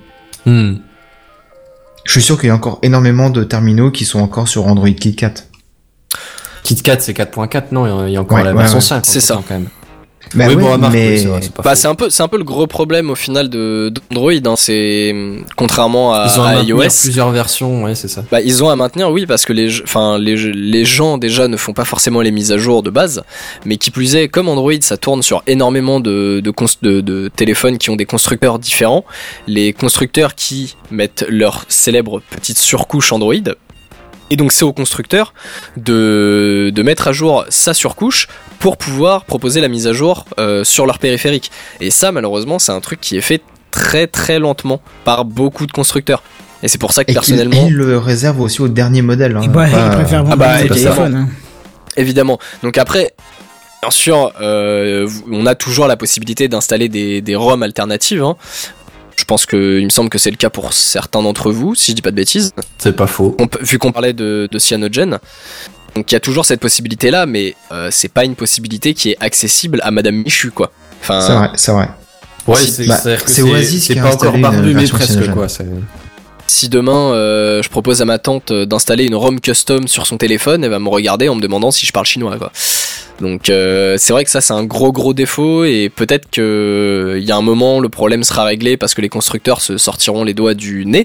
Je suis sûr qu'il y a encore énormément de terminaux qui sont encore sur Android KitKat. KitKat c'est 4.4, non, il y a encore la version 5. C'est ça quand même. Bah oui, mais c'est un peu le gros problème au final d'Android, hein. C'est contrairement à iOS, plusieurs versions, ouais, c'est ça. Bah ils ont à maintenir, oui, parce que les gens déjà ne font pas forcément les mises à jour de base, mais qui plus est, comme Android ça tourne sur énormément de téléphones qui ont des constructeurs différents, les constructeurs qui mettent leur célèbre petite surcouche Android. Et donc c'est au constructeur de mettre à jour sa surcouche pour pouvoir proposer la mise à jour sur leur périphérique. Et ça, malheureusement, c'est un truc qui est fait très très lentement par beaucoup de constructeurs. Et c'est pour ça que personnellement... ils le réservent aussi au dernier modèle. Hein, ils préfèrent vendre le téléphone. Hein. Évidemment. Donc après... Bien sûr, on a toujours la possibilité d'installer des ROM alternatives. Hein. Je pense il me semble que c'est le cas pour certains d'entre vous, si je dis pas de bêtises. C'est pas faux. Vu qu'on parlait de Cyanogen. Donc il y a toujours cette possibilité-là, mais c'est pas une possibilité qui est accessible à Madame Michu, quoi. Enfin, c'est vrai. Ouais, c'est Oasis qui a pas encore parvenu, mais presque, quoi. Si demain je propose à ma tante d'installer une ROM custom sur son téléphone, elle va me regarder en me demandant si je parle chinois, quoi. Donc c'est vrai que ça c'est un gros défaut, et peut-être que il y a un moment le problème sera réglé parce que les constructeurs se sortiront les doigts du nez.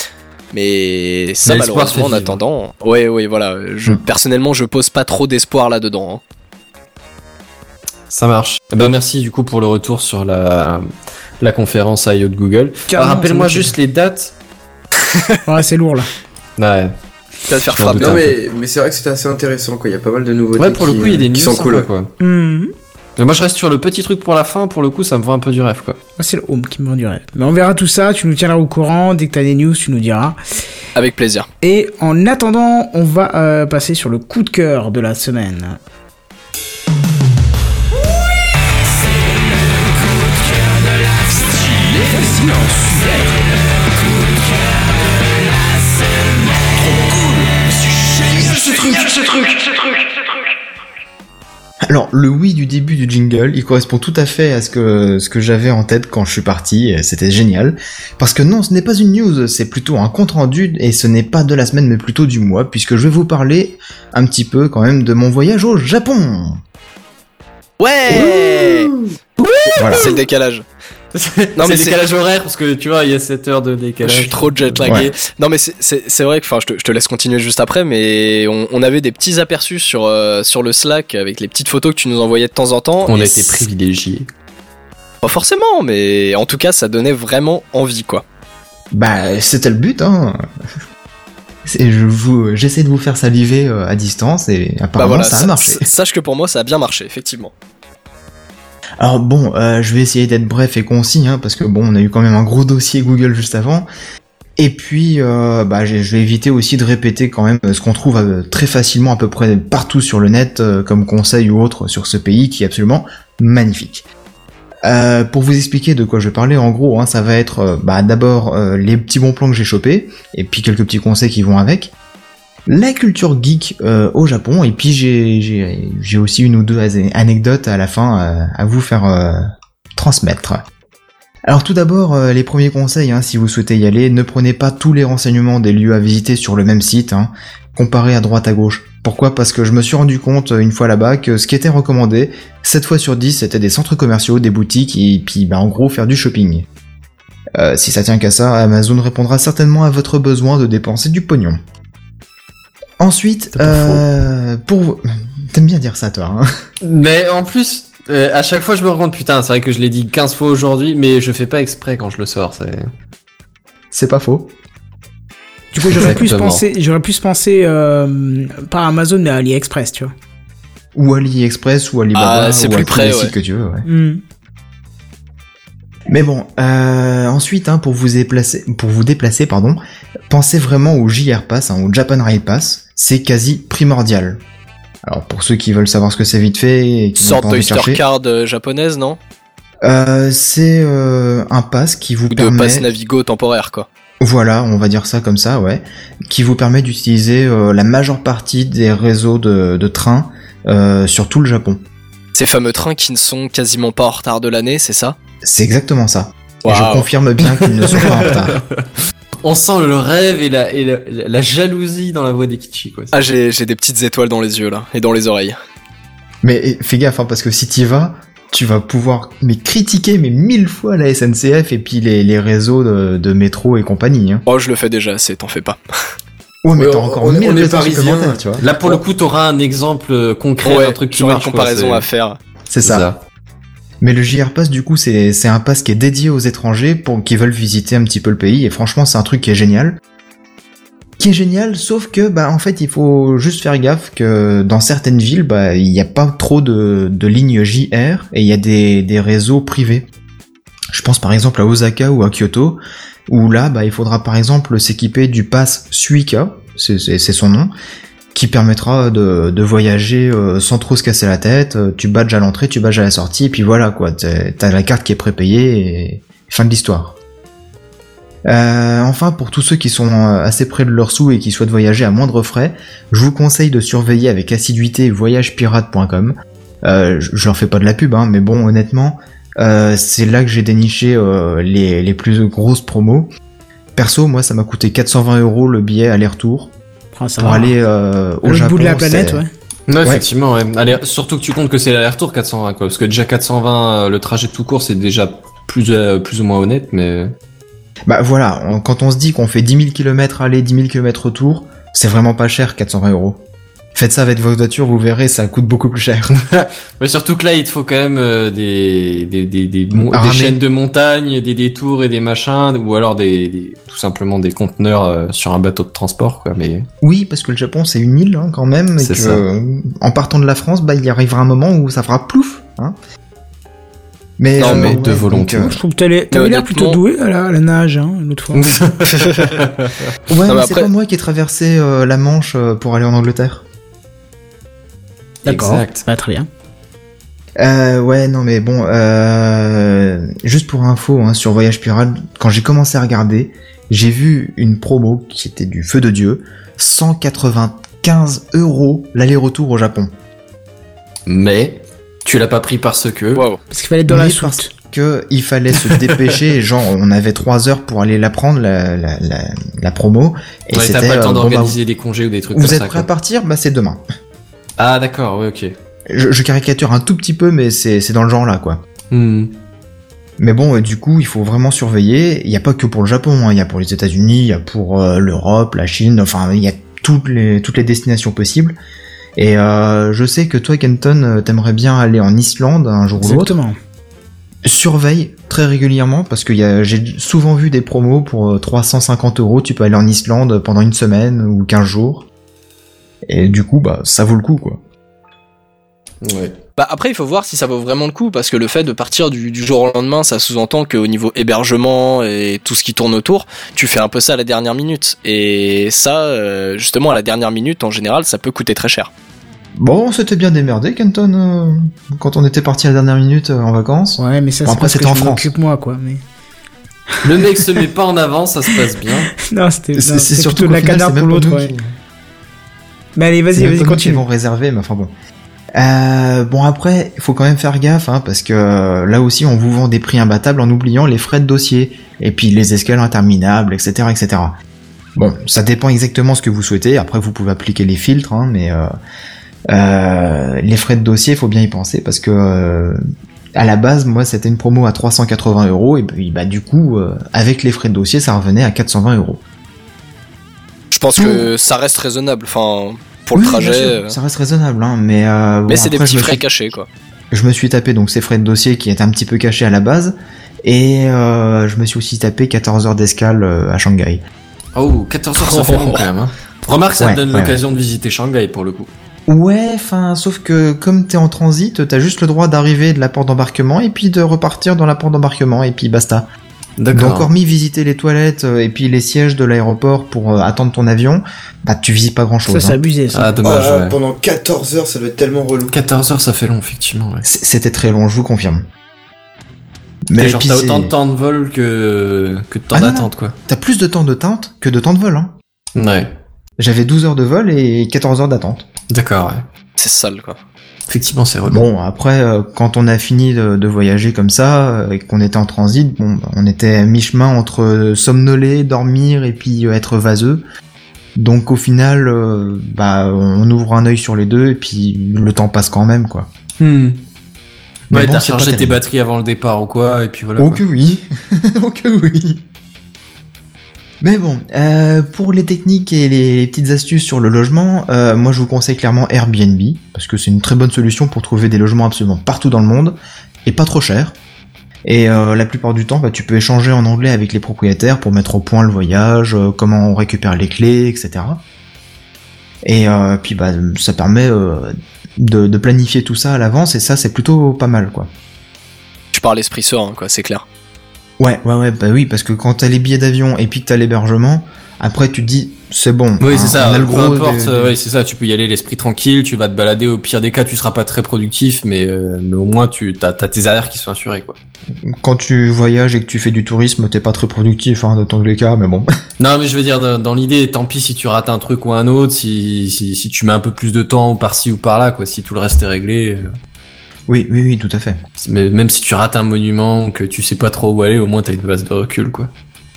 Mais ça malheureusement en attendant, ouais voilà, personnellement je pose pas trop d'espoir là-dedans. Hein. Ça marche. Ben merci du coup pour le retour sur la conférence I.O. de Google. Rappelle-moi juste les dates. Ouais, c'est lourd là. Ouais. Tu vas te faire frapper. Non mais c'est vrai que c'était assez intéressant, quoi. Il y a pas mal de nouveautés. Ouais, pour le coup, il y a des news sont cool, quoi. Mais moi je reste sur le petit truc pour la fin, pour le coup ça me vend un peu du rêve, quoi. C'est le home qui me vend du rêve. Mais on verra tout ça, tu nous tiendras au courant, dès que t'as des news tu nous diras. Avec plaisir. Et en attendant, on va passer sur le coup de cœur de la semaine. Ce truc. Alors, le oui du début du jingle, il correspond tout à fait à ce que j'avais en tête quand je suis parti, et c'était génial. Parce que non, ce n'est pas une news, c'est plutôt un compte-rendu, et ce n'est pas de la semaine, mais plutôt du mois, puisque je vais vous parler un petit peu quand même de mon voyage au Japon. Ouais. Voilà. C'est le décalage. Non mais c'est le décalage horaire, parce que tu vois il y a 7 heures de décalage. Je suis trop jet-lagué. Ouais. Non mais c'est vrai que, enfin je te laisse continuer juste après, mais on avait des petits aperçus sur le Slack avec les petites photos que tu nous envoyais de temps en temps. On a été privilégiés. Pas forcément, mais en tout cas ça donnait vraiment envie, quoi. Bah c'était le but, hein. J'essaie de vous faire saliver à distance, et apparemment ça a marché. Sache que pour moi ça a bien marché, effectivement. Alors bon, je vais essayer d'être bref et concis, hein, parce que bon, on a eu quand même un gros dossier Google juste avant. Et puis, je vais éviter aussi de répéter quand même ce qu'on trouve très facilement à peu près partout sur le net, comme conseil ou autre sur ce pays qui est absolument magnifique. Pour vous expliquer de quoi je vais parler, en gros, hein, ça va être d'abord les petits bons plans que j'ai chopés, et puis quelques petits conseils qui vont avec. La culture geek au Japon, et puis j'ai aussi une ou deux anecdotes à la fin à vous faire transmettre. Alors tout d'abord, les premiers conseils, hein, si vous souhaitez y aller, ne prenez pas tous les renseignements des lieux à visiter sur le même site, hein, comparez à droite à gauche. Pourquoi ? Parce que je me suis rendu compte une fois là-bas que ce qui était recommandé, 7 fois sur 10, c'était des centres commerciaux, des boutiques, et puis en gros faire du shopping. Si ça tient qu'à ça, Amazon répondra certainement à votre besoin de dépenser du pognon. Ensuite, t'aimes bien dire ça, toi, hein. Mais en plus, à chaque fois je me rends compte, putain, c'est vrai que je l'ai dit 15 fois aujourd'hui, mais je fais pas exprès quand je le sors, c'est pas faux. Du coup, j'aurais plus pensé pas à Amazon, mais à AliExpress, tu vois. Ou AliExpress, ou Alibaba, c'est ou plus à près, tous les sites que tu veux, ouais. Mais bon, ensuite, pour vous déplacer, pensez vraiment au JR Pass, au Japan Rail Pass. C'est quasi primordial. Alors pour ceux qui veulent savoir ce que c'est vite fait et qui sorte de Oyster Card japonaise, non? C'est un pass qui vous permet... de pass Navigo temporaire, quoi. Voilà, on va dire ça comme ça, ouais. Qui vous permet d'utiliser la majeure partie des réseaux de trains sur tout le Japon. Ces fameux trains qui ne sont quasiment pas en retard de l'année, c'est ça? C'est exactement ça. Wow. Et je confirme bien qu'ils ne sont pas en retard. On sent le rêve et la jalousie dans la voix d'Ekichi, quoi. Ah, j'ai des petites étoiles dans les yeux, là, et dans les oreilles. Mais fais gaffe, parce que si t'y vas, tu vas pouvoir critiquer 1000 fois la SNCF et puis les réseaux de métro et compagnie. Hein. Oh, je le fais déjà assez, t'en fais pas. Ouais, mais t'as encore 1000 raisons supplémentaires, tu vois. Là, pour le coup, t'auras un exemple concret, un truc qui marche. Une comparaison à faire. C'est ça. Mais le JR Pass, du coup, c'est un pass qui est dédié aux étrangers qui veulent visiter un petit peu le pays, et franchement, c'est un truc qui est génial. Sauf que, en fait, il faut juste faire gaffe que dans certaines villes, il n'y a pas trop de lignes JR, et il y a des réseaux privés. Je pense par exemple à Osaka ou à Kyoto, où là, il faudra par exemple s'équiper du pass Suica, c'est son nom, qui permettra de voyager sans trop se casser la tête. Tu badges à l'entrée, tu badges à la sortie, et puis voilà, quoi. T'as la carte qui est prépayée, et fin de l'histoire. Enfin, pour tous ceux qui sont assez près de leurs sous et qui souhaitent voyager à moindre frais, je vous conseille de surveiller avec assiduité voyagepirate.com. Je leur fais pas de la pub, mais bon, honnêtement, c'est là que j'ai déniché les plus grosses promos. Perso, moi, ça m'a coûté 420 € le billet aller-retour pour aller au Japon. Bout de la planète, ouais. Non, effectivement, ouais. Allez, surtout que tu comptes que c'est l'aller-retour 420, quoi. Parce que déjà 420, le trajet tout court, c'est déjà plus ou moins honnête, mais... Voilà, quand on se dit qu'on fait 10 000 km aller, 10 000 km retour, c'est vraiment pas cher, 420 €. Faites ça avec votre voiture, vous verrez, ça coûte beaucoup plus cher. Mais surtout que là, il te faut quand même des chaînes de montagne, des détours et des machins, ou alors tout simplement des conteneurs sur un bateau de transport, quoi. Mais oui, parce que le Japon, c'est une île, quand même, et que en partant de la France, il arrivera un moment où ça fera plouf, hein. Mais de volonté. Je trouve que t'avais l'air plutôt doué à la nage, l'autre fois. Mais c'est pas moi qui ai traversé la Manche pour aller en Angleterre. D'accord. Très bien. Juste pour info, sur Voyage Pirate, quand j'ai commencé à regarder, j'ai vu une promo qui était du feu de Dieu, 195 € l'aller-retour au Japon. Mais tu l'as pas pris parce que... Wow. Parce qu'il fallait être dans la soute. Il fallait se dépêcher, genre on avait 3 heures pour aller la prendre, la promo. Et t'as pas le temps d'organiser des congés ou des trucs comme ça. Vous êtes prêts à partir ? C'est demain. Ah d'accord, ouais, ok. Je caricature un tout petit peu, mais c'est dans le genre là, quoi. Mais bon, du coup, il faut vraiment surveiller. Il n'y a pas que pour le Japon, il y a pour les États-Unis, il y a pour l'Europe, la Chine, enfin, il y a toutes les destinations possibles. Et je sais que toi, Kenton, t'aimerais bien aller en Islande un jour ou l'autre. Exactement. Surveille très régulièrement, parce que j'ai souvent vu des promos pour 350 €, tu peux aller en Islande pendant une semaine ou 15 jours. Et du coup, ça vaut le coup, quoi. Ouais. Après, il faut voir si ça vaut vraiment le coup, parce que le fait de partir du jour au lendemain, ça sous-entend qu'au niveau hébergement et tout ce qui tourne autour, tu fais un peu ça à la dernière minute. Et ça, justement, à la dernière minute, en général, ça peut coûter très cher. Bon, on s'était bien démerdé, Kenton, quand on était parti à la dernière minute en vacances. Ouais, mais ça, bon, après, c'était en France. Occupe-moi, quoi, mais... Le mec se met pas en avant, ça se passe bien. Non, c'est surtout plutôt de la canard pour l'autre, ouais. Mais allez, vas-y, continue. Ils vont réserver, mais enfin bon. Bon, après, il faut quand même faire gaffe, parce que là aussi, on vous vend des prix imbattables en oubliant les frais de dossier, et puis les escales interminables, etc., etc. Bon, ça dépend exactement ce que vous souhaitez. Après, vous pouvez appliquer les filtres, mais les frais de dossier, il faut bien y penser, parce que à la base, moi, c'était une promo à 380 €, et puis du coup, avec les frais de dossier, ça revenait à 420 €. Je pense que ça reste raisonnable, enfin, pour le trajet. Ça reste raisonnable, mais c'est des petits frais cachés, quoi. Je me suis tapé donc ces frais de dossier qui étaient un petit peu cachés à la base, et je me suis aussi tapé 14 heures d'escale à Shanghai. Oh, 14 heures, ça fait long quand même. Remarque, ça me donne l'occasion de visiter Shanghai pour le coup. Ouais, enfin, sauf que comme t'es en transit, t'as juste le droit d'arriver de la porte d'embarquement et puis de repartir dans la porte d'embarquement et puis basta. D'accord. Donc hormis visiter les toilettes et puis les sièges de l'aéroport pour attendre ton avion, bah tu visites pas grand chose. Ça, c'est abusé, ça. Ah, dommage, ouais. Pendant 14 heures, ça doit être tellement relou. 14 heures, ça fait long, effectivement, ouais. C'était très long, je vous confirme. Mais genre, puis t'as autant de temps de vol que de temps d'attente, quoi. T'as plus de temps d'attente que de temps de vol, hein. Ouais. J'avais 12 heures de vol et 14 heures d'attente. D'accord, ouais. C'est sale, quoi. Effectivement, c'est relou. Bon, après, quand on a fini de voyager comme ça, et qu'on était en transit, bon, on était à mi-chemin entre somnoler, dormir et puis être vaseux. Donc au final, on ouvre un œil sur les deux et puis le temps passe quand même, quoi. Mais bon, t'as c'est pas chargé tes terrible. batteries avant le départ ou quoi, et puis voilà. Oh quoi. que oui. Oh que oui. Mais bon, pour les techniques et les petites astuces sur le logement, moi je vous conseille clairement Airbnb, parce que c'est une très bonne solution pour trouver des logements absolument partout dans le monde, et pas trop cher. Et la plupart du temps, tu peux échanger en anglais avec les propriétaires pour mettre au point le voyage, comment on récupère les clés, etc. Et puis ça permet de planifier tout ça à l'avance, et ça c'est plutôt pas mal, quoi. Tu parles esprit serein, quoi, c'est clair. Ouais, bah oui, parce que quand t'as les billets d'avion et puis que t'as l'hébergement, après tu te dis, c'est bon. Oui, hein, c'est ça, on a le peu gros importe, ouais, c'est ça, tu peux y aller l'esprit tranquille, tu vas te balader, au pire des cas, tu seras pas très productif, mais au moins t'as tes arrières qui sont assurés, quoi. Quand tu voyages et que tu fais du tourisme, t'es pas très productif, dans tous les cas, mais bon. Non, mais je veux dire, dans l'idée, tant pis si tu rates un truc ou un autre, si tu mets un peu plus de temps par-ci ou par-là, quoi, si tout le reste est réglé. Oui, tout à fait. Mais même si tu rates un monument ou que tu sais pas trop où aller, au moins t'as une base de recul, quoi.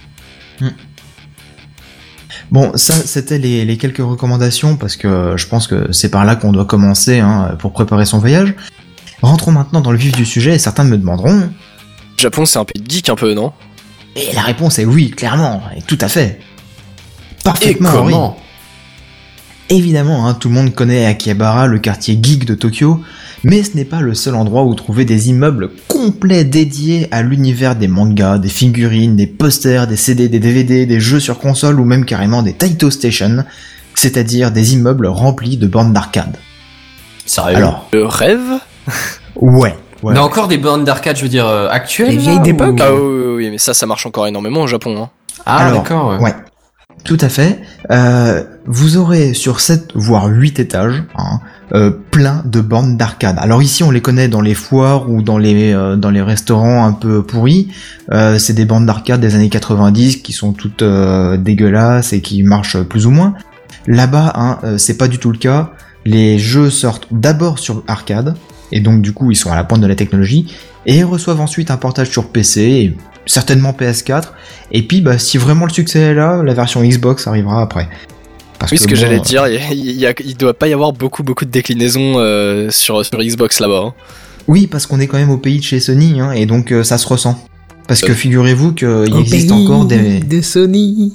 Bon, ça, c'était les quelques recommandations, parce que je pense que c'est par là qu'on doit commencer, pour préparer son voyage. Rentrons maintenant dans le vif du sujet, et certains me demanderont... Le Japon, c'est un pays de geek un peu, non? Et la réponse est oui, clairement, et tout à fait. Parfaitement, Et comment? oui. Évidemment, tout le monde connaît Akihabara, le quartier geek de Tokyo, mais ce n'est pas le seul endroit où trouver des immeubles complets dédiés à l'univers des mangas, des figurines, des posters, des CD, des DVD, des jeux sur console ou même carrément des Taito Station, c'est-à-dire des immeubles remplis de bornes d'arcade. Sérieux? Alors, Le rêve? ouais. On a encore des bornes d'arcade, je veux dire, actuelles? Les vieilles là, d'époque? ou- Ah oui, mais ça marche encore énormément au Japon, hein. Ah, Alors, d'accord, ouais. Tout à fait. Vous aurez sur 7 voire 8 étages plein de bornes d'arcade. Alors ici on les connaît dans les foires ou dans les restaurants un peu pourris. C'est des bornes d'arcade des années 90 qui sont toutes dégueulasses et qui marchent plus ou moins. Là-bas, c'est pas du tout le cas. Les jeux sortent d'abord sur arcade et donc du coup ils sont à la pointe de la technologie et reçoivent ensuite un portage sur PC et certainement PS4, et puis si vraiment le succès est là, la version Xbox arrivera après. Parce Oui, ce que bon, j'allais dire, il doit pas y avoir beaucoup de déclinaisons sur Xbox là-bas, hein. Oui, parce qu'on est quand même au pays de chez Sony, et donc ça se ressent. Parce que figurez-vous qu'il existe encore des... de Sony.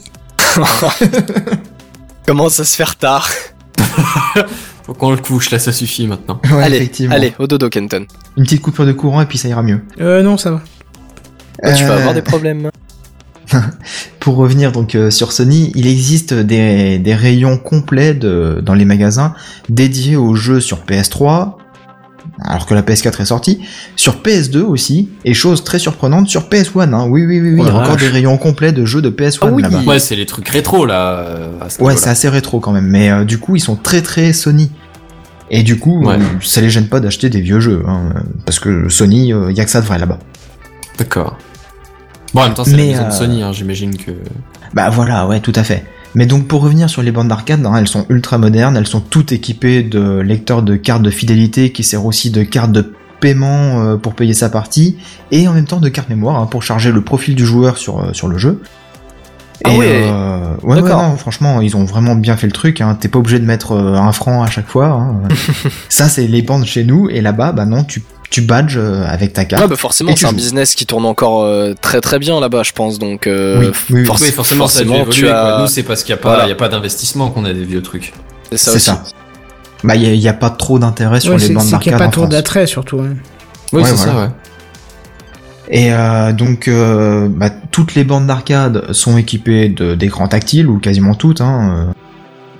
Comment ça se fait tard? Faut qu'on le couche, là, ça suffit maintenant. Ouais, Allez, effectivement. allez, au dodo, Kenton. Une petite coupure de courant et puis ça ira mieux. Non, ça va. Tu vas avoir des problèmes. Pour revenir donc sur Sony, il existe des rayons complets dans les magasins dédiés aux jeux sur PS3, alors que la PS4 est sortie, sur PS2 aussi, et chose très surprenante, sur PS1, oui, il y a encore des rayons complets de jeux de PS1 là-bas. Ouais, c'est les trucs rétro, là. À ce Ouais, niveau-là. c'est assez rétro quand même, mais du coup, ils sont très très Sony. Et du coup, Ouais. ça les gêne pas d'acheter des vieux jeux, parce que Sony, y a que ça de vrai là-bas. D'accord. Bon, en même temps, c'est la Mais, maison de Sony, j'imagine que... Bah voilà, ouais, tout à fait. Mais donc pour revenir sur les bornes d'arcade, elles sont ultra modernes, elles sont toutes équipées de lecteurs de cartes de fidélité qui sert aussi de carte de paiement pour payer sa partie, et en même temps de carte mémoire pour charger le profil du joueur sur le jeu. Ah et ouais. Ouais, D'accord. non, franchement, ils ont vraiment bien fait le truc, t'es pas obligé de mettre 1 franc à chaque fois. Ça, c'est les bornes chez nous, et là-bas, bah non, tu badges avec ta carte. Ah bah forcément, et tu c'est un joues. business qui tourne encore très très bien là-bas, je pense. Donc Oui. Oui, forcément, ça a dû évoluer, tu as... quoi. Nous, c'est parce qu'il y a pas, Voilà. y a pas d'investissement qu'on a des vieux trucs. C'est ça C'est aussi. ça. Bah, y a pas trop d'intérêt sur Ouais, les c'est bornes c'est qu'il n'y d'arcade a pas en trop France. d'attrait, surtout. Ouais. Oui, Ouais, c'est voilà. ça, ouais. Et donc, toutes les bornes d'arcade sont équipées d'écrans tactiles, ou quasiment toutes.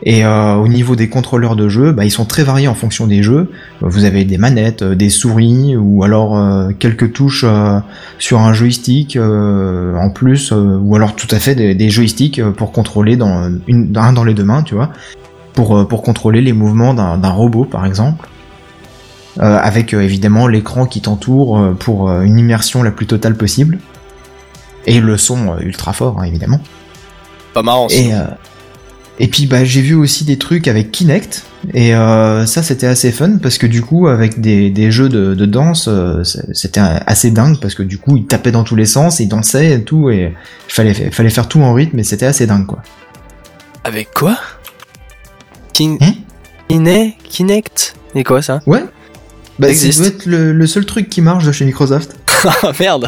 Et au niveau des contrôleurs de jeu, ils sont très variés en fonction des jeux. Vous avez des manettes, des souris, ou alors quelques touches sur un joystick en plus, ou alors tout à fait des joysticks pour contrôler un dans les deux mains, tu vois, pour contrôler les mouvements d'un robot par exemple. Avec évidemment l'écran qui t'entoure pour une immersion la plus totale possible. Et le son ultra fort, hein, évidemment. Pas marrant ça. Et puis j'ai vu aussi des trucs avec Kinect, et ça c'était assez fun, parce que du coup avec des jeux de danse, c'était assez dingue, parce que du coup ils tapaient dans tous les sens, ils dansaient et tout, et fallait faire tout en rythme, et c'était assez dingue quoi. Avec quoi Kinect. Et quoi ça? Ouais. Ça doit être le seul truc qui marche de chez Microsoft. Ah merde.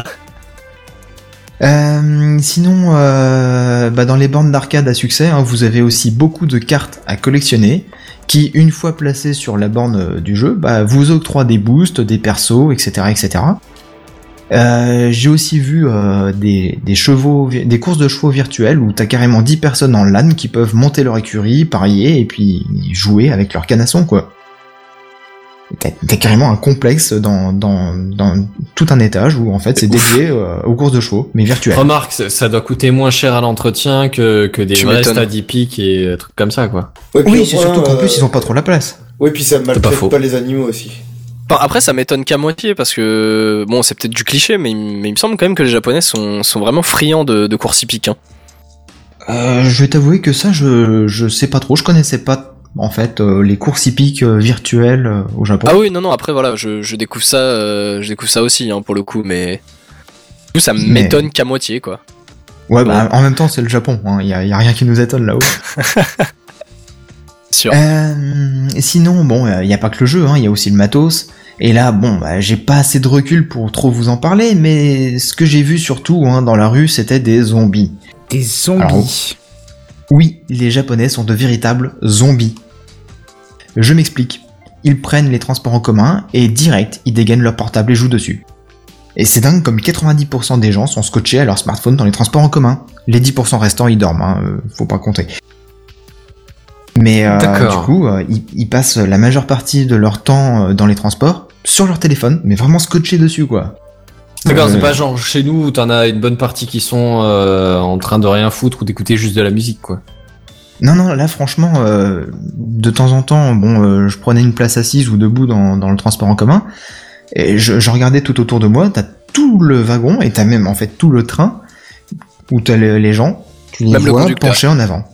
Sinon, dans les bornes d'arcade à succès, hein, vous avez aussi beaucoup de cartes à collectionner, qui, une fois placées sur la borne du jeu, vous octroient des boosts, des persos, etc., etc. J'ai aussi vu des courses de chevaux virtuelles où t'as carrément 10 personnes en LAN qui peuvent monter leur écurie, parier et puis jouer avec leur canasson, quoi. T'as carrément un complexe dans tout un étage où en fait c'est dédié aux courses de chevaux, mais virtuelles. Remarque, ça doit coûter moins cher à l'entretien que des vrais stades hippiques et trucs comme ça, quoi. Ouais, oui, c'est surtout qu'en plus ils ont pas trop la place. Oui, puis ça maltraite pas les animaux aussi. Enfin, après ça m'étonne qu'à moitié parce que bon c'est peut-être du cliché mais il me semble quand même que les Japonais sont vraiment friands de courses hippiques. Hein. Je vais t'avouer que ça je sais pas trop, je connaissais pas en fait les courses hippiques virtuelles au Japon. Ah oui non après voilà je découvre ça aussi hein, pour le coup mais du coup ça m'étonne qu'à moitié quoi. Ouais en même temps c'est le Japon hein, y a rien qui nous étonne là-haut. Sûr. Sinon y a pas que le jeu hein, y a aussi le matos et là j'ai pas assez de recul pour trop vous en parler mais ce que j'ai vu surtout hein, dans la rue c'était des zombies. Des zombies. Alors, oui, les Japonais sont de véritables zombies. Je m'explique. Ils prennent les transports en commun et direct, ils dégainent leur portable et jouent dessus. Et c'est dingue comme 90% des gens sont scotchés à leur smartphone dans les transports en commun. Les 10% restants, ils dorment, hein, faut pas compter. Mais du coup, ils passent la majeure partie de leur temps dans les transports sur leur téléphone, mais vraiment scotchés dessus, quoi. D'accord, c'est pas genre chez nous où t'en as une bonne partie qui sont en train de rien foutre ou d'écouter juste de la musique, quoi. Non, là franchement, de temps en temps, je prenais une place assise ou debout dans le transport en commun, et je regardais tout autour de moi, t'as tout le wagon, et t'as même en fait tout le train, où t'as les gens, tu les vois penchés en avant.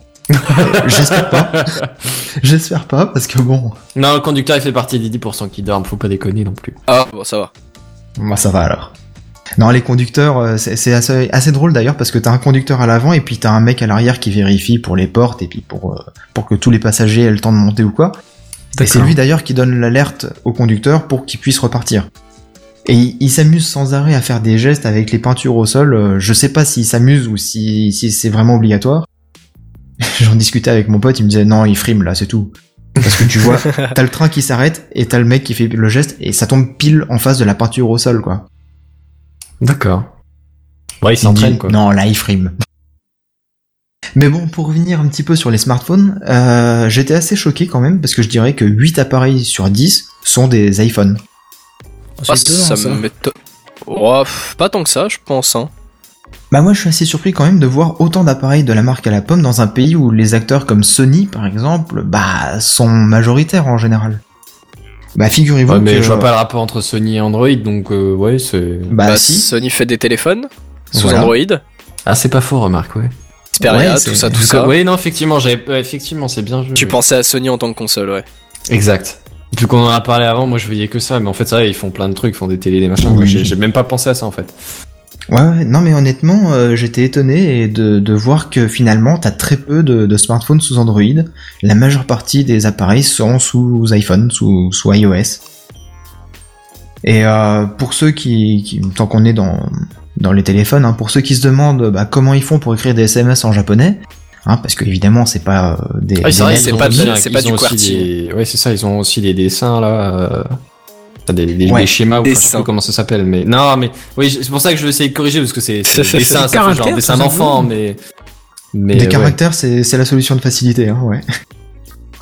J'espère pas, parce que bon... Non, le conducteur il fait partie des 10% qui dorment, faut pas déconner non plus. Ah, bon ça va. Moi ça va alors. Non, les conducteurs, c'est assez drôle d'ailleurs parce que t'as un conducteur à l'avant et puis t'as un mec à l'arrière qui vérifie pour les portes et puis pour que tous les passagers aient le temps de monter ou quoi. D'accord. Et c'est lui d'ailleurs qui donne l'alerte au conducteur pour qu'il puisse repartir. Et il s'amuse sans arrêt à faire des gestes avec les peintures au sol. Je sais pas s'il s'amuse ou si c'est vraiment obligatoire. J'en discutais avec mon pote, il me disait non, il frime là, c'est tout. Parce que tu vois, t'as le train qui s'arrête et t'as le mec qui fait le geste et ça tombe pile en face de la peinture au sol, quoi. D'accord. Ouais, il s'entraîne, quoi. Non, là, il frime. Mais bon, pour revenir un petit peu sur les smartphones, j'étais assez choqué quand même, parce que je dirais que 8 appareils sur 10 sont des iPhones. Ça m'étonne. Oh, pas tant que ça, je pense, hein. Moi, je suis assez surpris quand même de voir autant d'appareils de la marque à la pomme dans un pays où les acteurs comme Sony, par exemple, sont majoritaires en général. Figurez-vous mais je vois pas le rapport entre Sony et Android, donc ouais, c'est... Si. Sony fait des téléphones sous voilà. Android. Ah, c'est pas faux, remarque, ouais. Xperia, ouais, tout ça. Oui, non, effectivement, effectivement, c'est bien joué. Tu pensais à Sony en tant que console, ouais. Exact. Vu qu'on en a parlé avant, moi je voyais que ça, mais en fait, ça, ils font plein de trucs, ils font des télés, des machins. Oui. Moi, j'ai même pas pensé à ça, en fait. Ouais, non mais honnêtement, j'étais étonné de voir que finalement t'as très peu de smartphones sous Android. La majeure partie des appareils sont sous iPhone, sous iOS. Et pour ceux qui tant qu'on est dans les téléphones, hein, pour ceux qui se demandent comment ils font pour écrire des SMS en japonais, hein, parce que évidemment c'est pas des. Ah, c'est vrai, c'est pas du QWERTY. Ouais, c'est ça, ils ont aussi des dessins là. Des schémas ou je sais pas comment ça s'appelle, mais non, mais oui, c'est pour ça que je vais essayer de corriger parce que c'est dessin, ça fait genre dessin d'enfant, mais des caractères, c'est la solution de facilité, hein, ouais.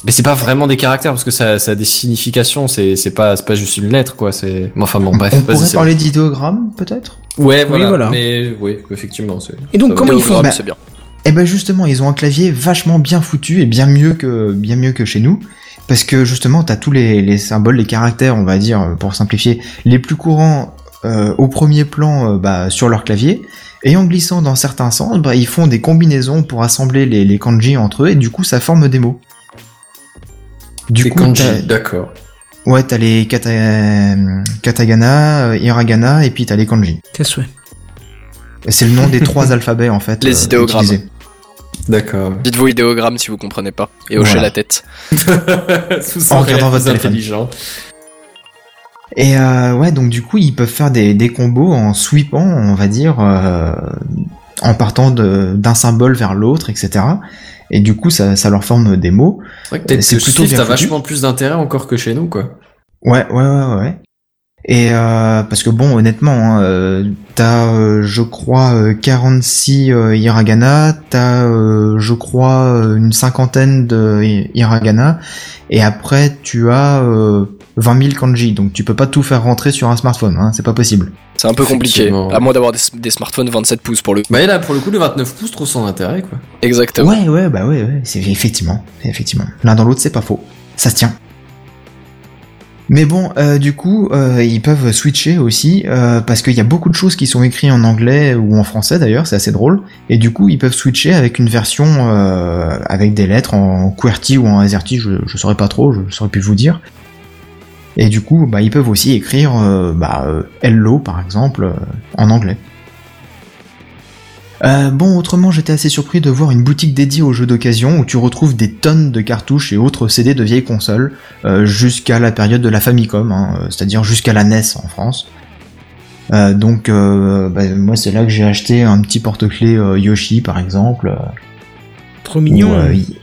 Mais c'est pas vraiment des caractères parce que ça a des significations, c'est pas juste une lettre quoi, c'est enfin bon bref. On pourrait parler d'idéogrammes peut-être. Ouais, Oui, voilà. Mais oui, effectivement, c'est. Et donc comment ils font? C'est bien. Eh ben justement, ils ont un clavier vachement bien foutu et bien mieux que chez nous. Parce que justement, t'as tous les symboles, les caractères, on va dire, pour simplifier, les plus courants au premier plan sur leur clavier. Et en glissant dans certains sens, ils font des combinaisons pour assembler les kanji entre eux, et du coup, ça forme des mots. Du coup, kanji, d'accord. Ouais, t'as les katakana, hiragana, et puis t'as les kanji. Tes souhaits. C'est le nom des 3 alphabets, en fait. Les idéogrammes. Utilisés. D'accord. Dites-vous idéogramme si vous comprenez pas. Et hochez la tête. En regardant votre téléphone. Intelligent. Et donc du coup, ils peuvent faire des combos en sweepant, on va dire, en partant d'un symbole vers l'autre, etc. Et du coup, ça leur forme des mots. C'est vrai que peut-être c'est que plutôt Swift bien a foutu. vachement plus d'intérêt encore que chez nous, quoi. Ouais. Et parce que bon, honnêtement, t'as, je crois, 46 hiragana, t'as, je crois, une cinquantaine de hiragana, et après tu as 20 000 kanji, donc tu peux pas tout faire rentrer sur un smartphone, hein, c'est pas possible. C'est un peu compliqué. Effectivement. À moins d'avoir des smartphones 27 pouces pour le coup. Bah et là, pour le coup, le 29 pouces trouve son intérêt, quoi. Exactement. Ouais, c'est effectivement. L'un dans l'autre, c'est pas faux. Ça se tient. Mais bon, du coup, ils peuvent switcher aussi, parce qu'il y a beaucoup de choses qui sont écrites en anglais ou en français d'ailleurs, c'est assez drôle, et du coup, ils peuvent switcher avec une version avec des lettres en QWERTY ou en AZERTY, je saurais pas trop, je saurais plus vous dire. Et du coup, ils peuvent aussi écrire hello par exemple en anglais. Autrement, j'étais assez surpris de voir une boutique dédiée aux jeux d'occasion où tu retrouves des tonnes de cartouches et autres CD de vieilles consoles jusqu'à la période de la Famicom, c'est-à-dire jusqu'à la NES en France. Moi, c'est là que j'ai acheté un petit porte-clés Yoshi, par exemple. Trop mignon.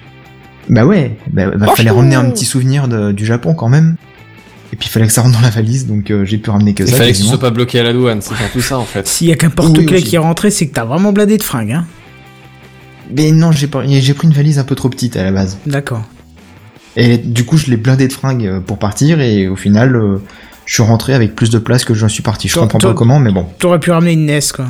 Fallait ramener un petit souvenir du Japon quand même. Et puis il fallait que ça rentre dans la valise, donc j'ai pu ramener que ça. Il fallait que ce quasiment. soit pas bloqué à la douane, c'est surtout ça en fait. S'il y a qu'un porte-clés Oui, qui est rentré, c'est que t'as vraiment bladé de fringues, hein. Mais non, j'ai pris une valise un peu trop petite à la base. D'accord. Et du coup, je l'ai blindé de fringues pour partir, et au final, je suis rentré avec plus de place que je suis parti. Je comprends pas comment, mais bon. T'aurais pu ramener une NES, quoi.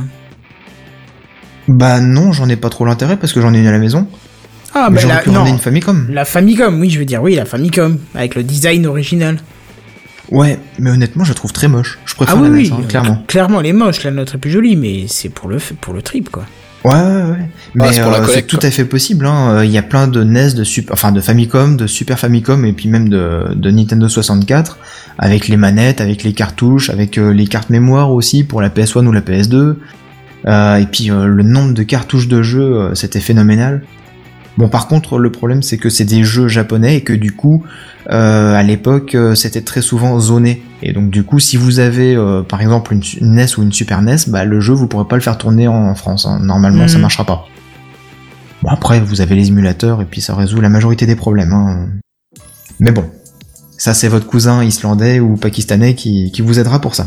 Bah non, j'en ai pas trop l'intérêt parce que j'en ai une à la maison. Ah, Mais bah j'aurais pu ramener une non. Famicom. La Famicom, oui, je veux dire, oui, la Famicom, avec le design original. Ouais, mais honnêtement, je la trouve très moche. Je préfère Ah la oui, NES, clairement. Clairement, elle est moche, la nôtre est plus jolie, mais c'est pour le trip, quoi. Ouais. Mais c'est pour la c'est collecte, tout quoi. à fait possible. Il y a plein de NES, de Famicom, de Super Famicom, et puis même de Nintendo 64, avec les manettes, avec les cartouches, avec les cartes mémoire aussi pour la PS1 ou la PS2. Et puis le nombre de cartouches de jeux, c'était phénoménal. Bon, par contre, le problème, c'est que c'est des jeux japonais et que du coup, à l'époque, c'était très souvent zoné. Et donc, du coup, si vous avez, par exemple, une NES ou une Super NES, le jeu, vous pourrez pas le faire tourner en France. Hein. Normalement, ça marchera pas. Bon, après, vous avez les émulateurs et puis ça résout la majorité des problèmes. Hein. Mais bon, ça, c'est votre cousin islandais ou pakistanais qui vous aidera pour ça.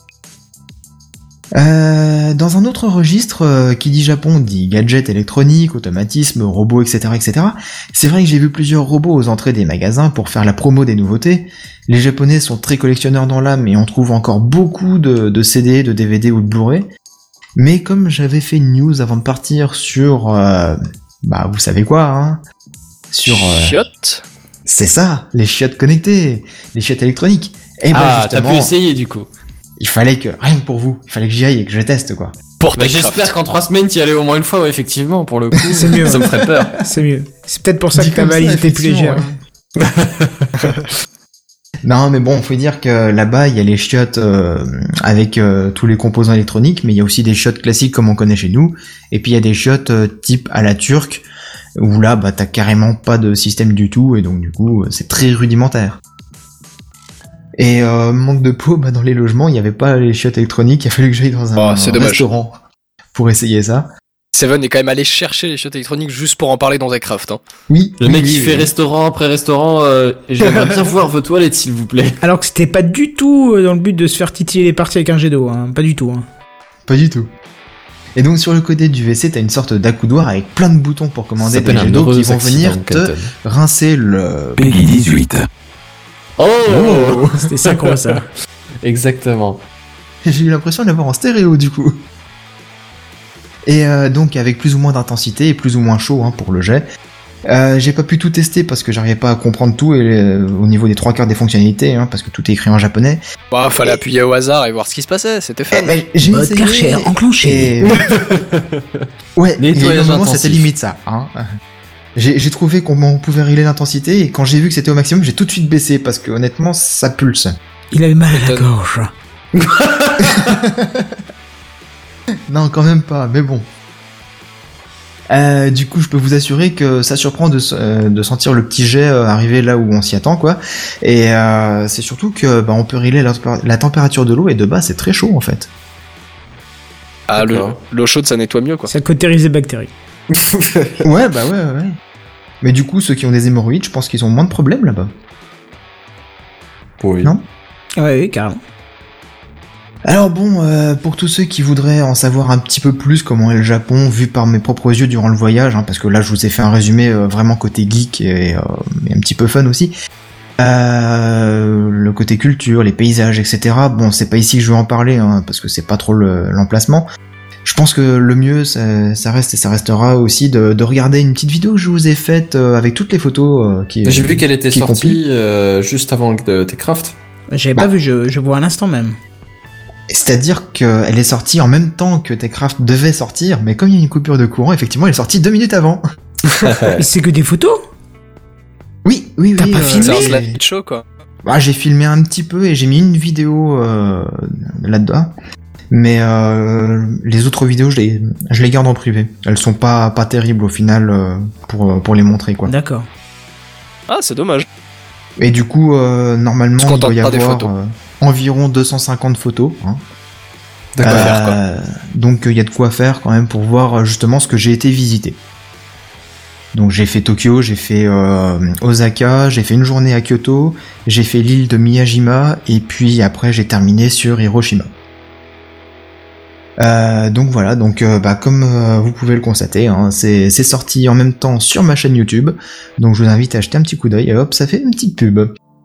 Dans un autre registre, qui dit Japon dit gadgets électroniques, automatisme, robots, etc., etc. C'est vrai que j'ai vu plusieurs robots aux entrées des magasins pour faire la promo des nouveautés. Les Japonais sont très collectionneurs dans l'âme et on trouve encore beaucoup de CD, de DVD ou de Blu-ray. Mais comme j'avais fait une news avant de partir sur, vous savez quoi, hein, sur Chiottes. c'est ça, les chiottes connectées, les chiottes électroniques. Et T'as justement, pu essayer du coup. il fallait que, rien que pour vous, il fallait que j'y aille et que je teste, quoi. Pour Bah, j'espère qu'en 3 semaines t'y allais au moins une fois, ouais, effectivement, pour le coup. C'est mieux. Ça me ferait peur. C'est mieux. C'est peut-être pour ça Dit que ta comme ça, valise était plus légère. effectivement, Non, mais bon, faut dire que là-bas, il y a les chiottes avec tous les composants électroniques, mais il y a aussi des chiottes classiques comme on connaît chez nous, et puis il y a des chiottes type à la turque, où là, t'as carrément pas de système du tout, et donc du coup, c'est très rudimentaire. Et manque de peau, dans les logements, il n'y avait pas les chiottes électroniques, il a fallu que j'aille dans un c'est dommage. restaurant pour essayer ça. Seven est quand même allé chercher les chiottes électroniques juste pour en parler dans Techcraft. Hein. Oui. Le mec oui, qui oui, fait oui. restaurant après restaurant, j'aimerais bien voir vos toilettes s'il vous plaît. Alors que c'était pas du tout dans le but de se faire titiller les parties avec un jet d'eau, hein. Pas du tout, hein. Pas du tout. Et donc sur le côté du WC, t'as une sorte d'accoudoir avec plein de boutons pour commander des jets d'eau qui vont venir te rincer le... Peggy 18. Oh, c'était synchro ça. Exactement. J'ai eu l'impression de l'avoir en stéréo du coup. Et donc avec plus ou moins d'intensité et plus ou moins chaud pour le jet. J'ai pas pu tout tester parce que j'arrivais pas à comprendre tout au niveau des 3/4 des fonctionnalités parce que tout est écrit en japonais. Bah, fallait appuyer au hasard et voir ce qui se passait, c'était fun. J'ai Mode Karcher enclenché. Ouais, il y a un moment intensif. c'était limite ça. J'ai trouvé qu'on pouvait régler l'intensité et quand j'ai vu que c'était au maximum, j'ai tout de suite baissé parce que honnêtement ça pulse. Il avait mal à la gorge. Non, quand même pas, mais bon. Du coup, je peux vous assurer que ça surprend de sentir le petit jet arriver là où on s'y attend, quoi. Et c'est surtout que on peut régler la température de l'eau et de base c'est très chaud en fait. Ah, l'eau chaude ça nettoie mieux quoi. Ça cautérise les bactéries. Ouais. Mais du coup, ceux qui ont des hémorroïdes, je pense qu'ils ont moins de problèmes là-bas. Oui. Non ? Ouais, carrément. Alors bon, pour tous ceux qui voudraient en savoir un petit peu plus comment est le Japon, vu par mes propres yeux durant le voyage, parce que là je vous ai fait un résumé vraiment côté geek et un petit peu fun aussi, le côté culture, les paysages, etc. Bon, c'est pas ici que je vais en parler, parce que c'est pas trop l'emplacement. Je pense que le mieux, ça reste et ça restera aussi de regarder une petite vidéo que je vous ai faite avec toutes les photos qui. J'ai vu qu'elle était sortie juste avant Techcraft. J'avais pas vu, je vois à l'instant même. C'est-à-dire qu'elle est sortie en même temps que Techcraft devait sortir, mais comme il y a une coupure de courant, effectivement, elle est sortie 2 minutes avant. Mais c'est que des photos ? Oui. T'as pas filmé ? C'est un slideshow quoi. Bah, j'ai filmé un petit peu et j'ai mis une vidéo là-dedans. Mais les autres vidéos, je les garde en privé. Elles sont pas terribles au final pour les montrer, quoi. D'accord. Ah, c'est dommage. Et du coup, normalement, il doit y pas des avoir photos. environ 250 photos. D'accord. Donc il y a de quoi faire quand même pour voir justement ce que j'ai été visiter. Donc j'ai fait Tokyo, j'ai fait Osaka, j'ai fait une journée à Kyoto, j'ai fait l'île de Miyajima et puis après j'ai terminé sur Hiroshima. Donc voilà, comme vous pouvez le constater, c'est sorti en même temps sur ma chaîne YouTube, donc je vous invite à jeter un petit coup d'œil et hop, ça fait une petite pub.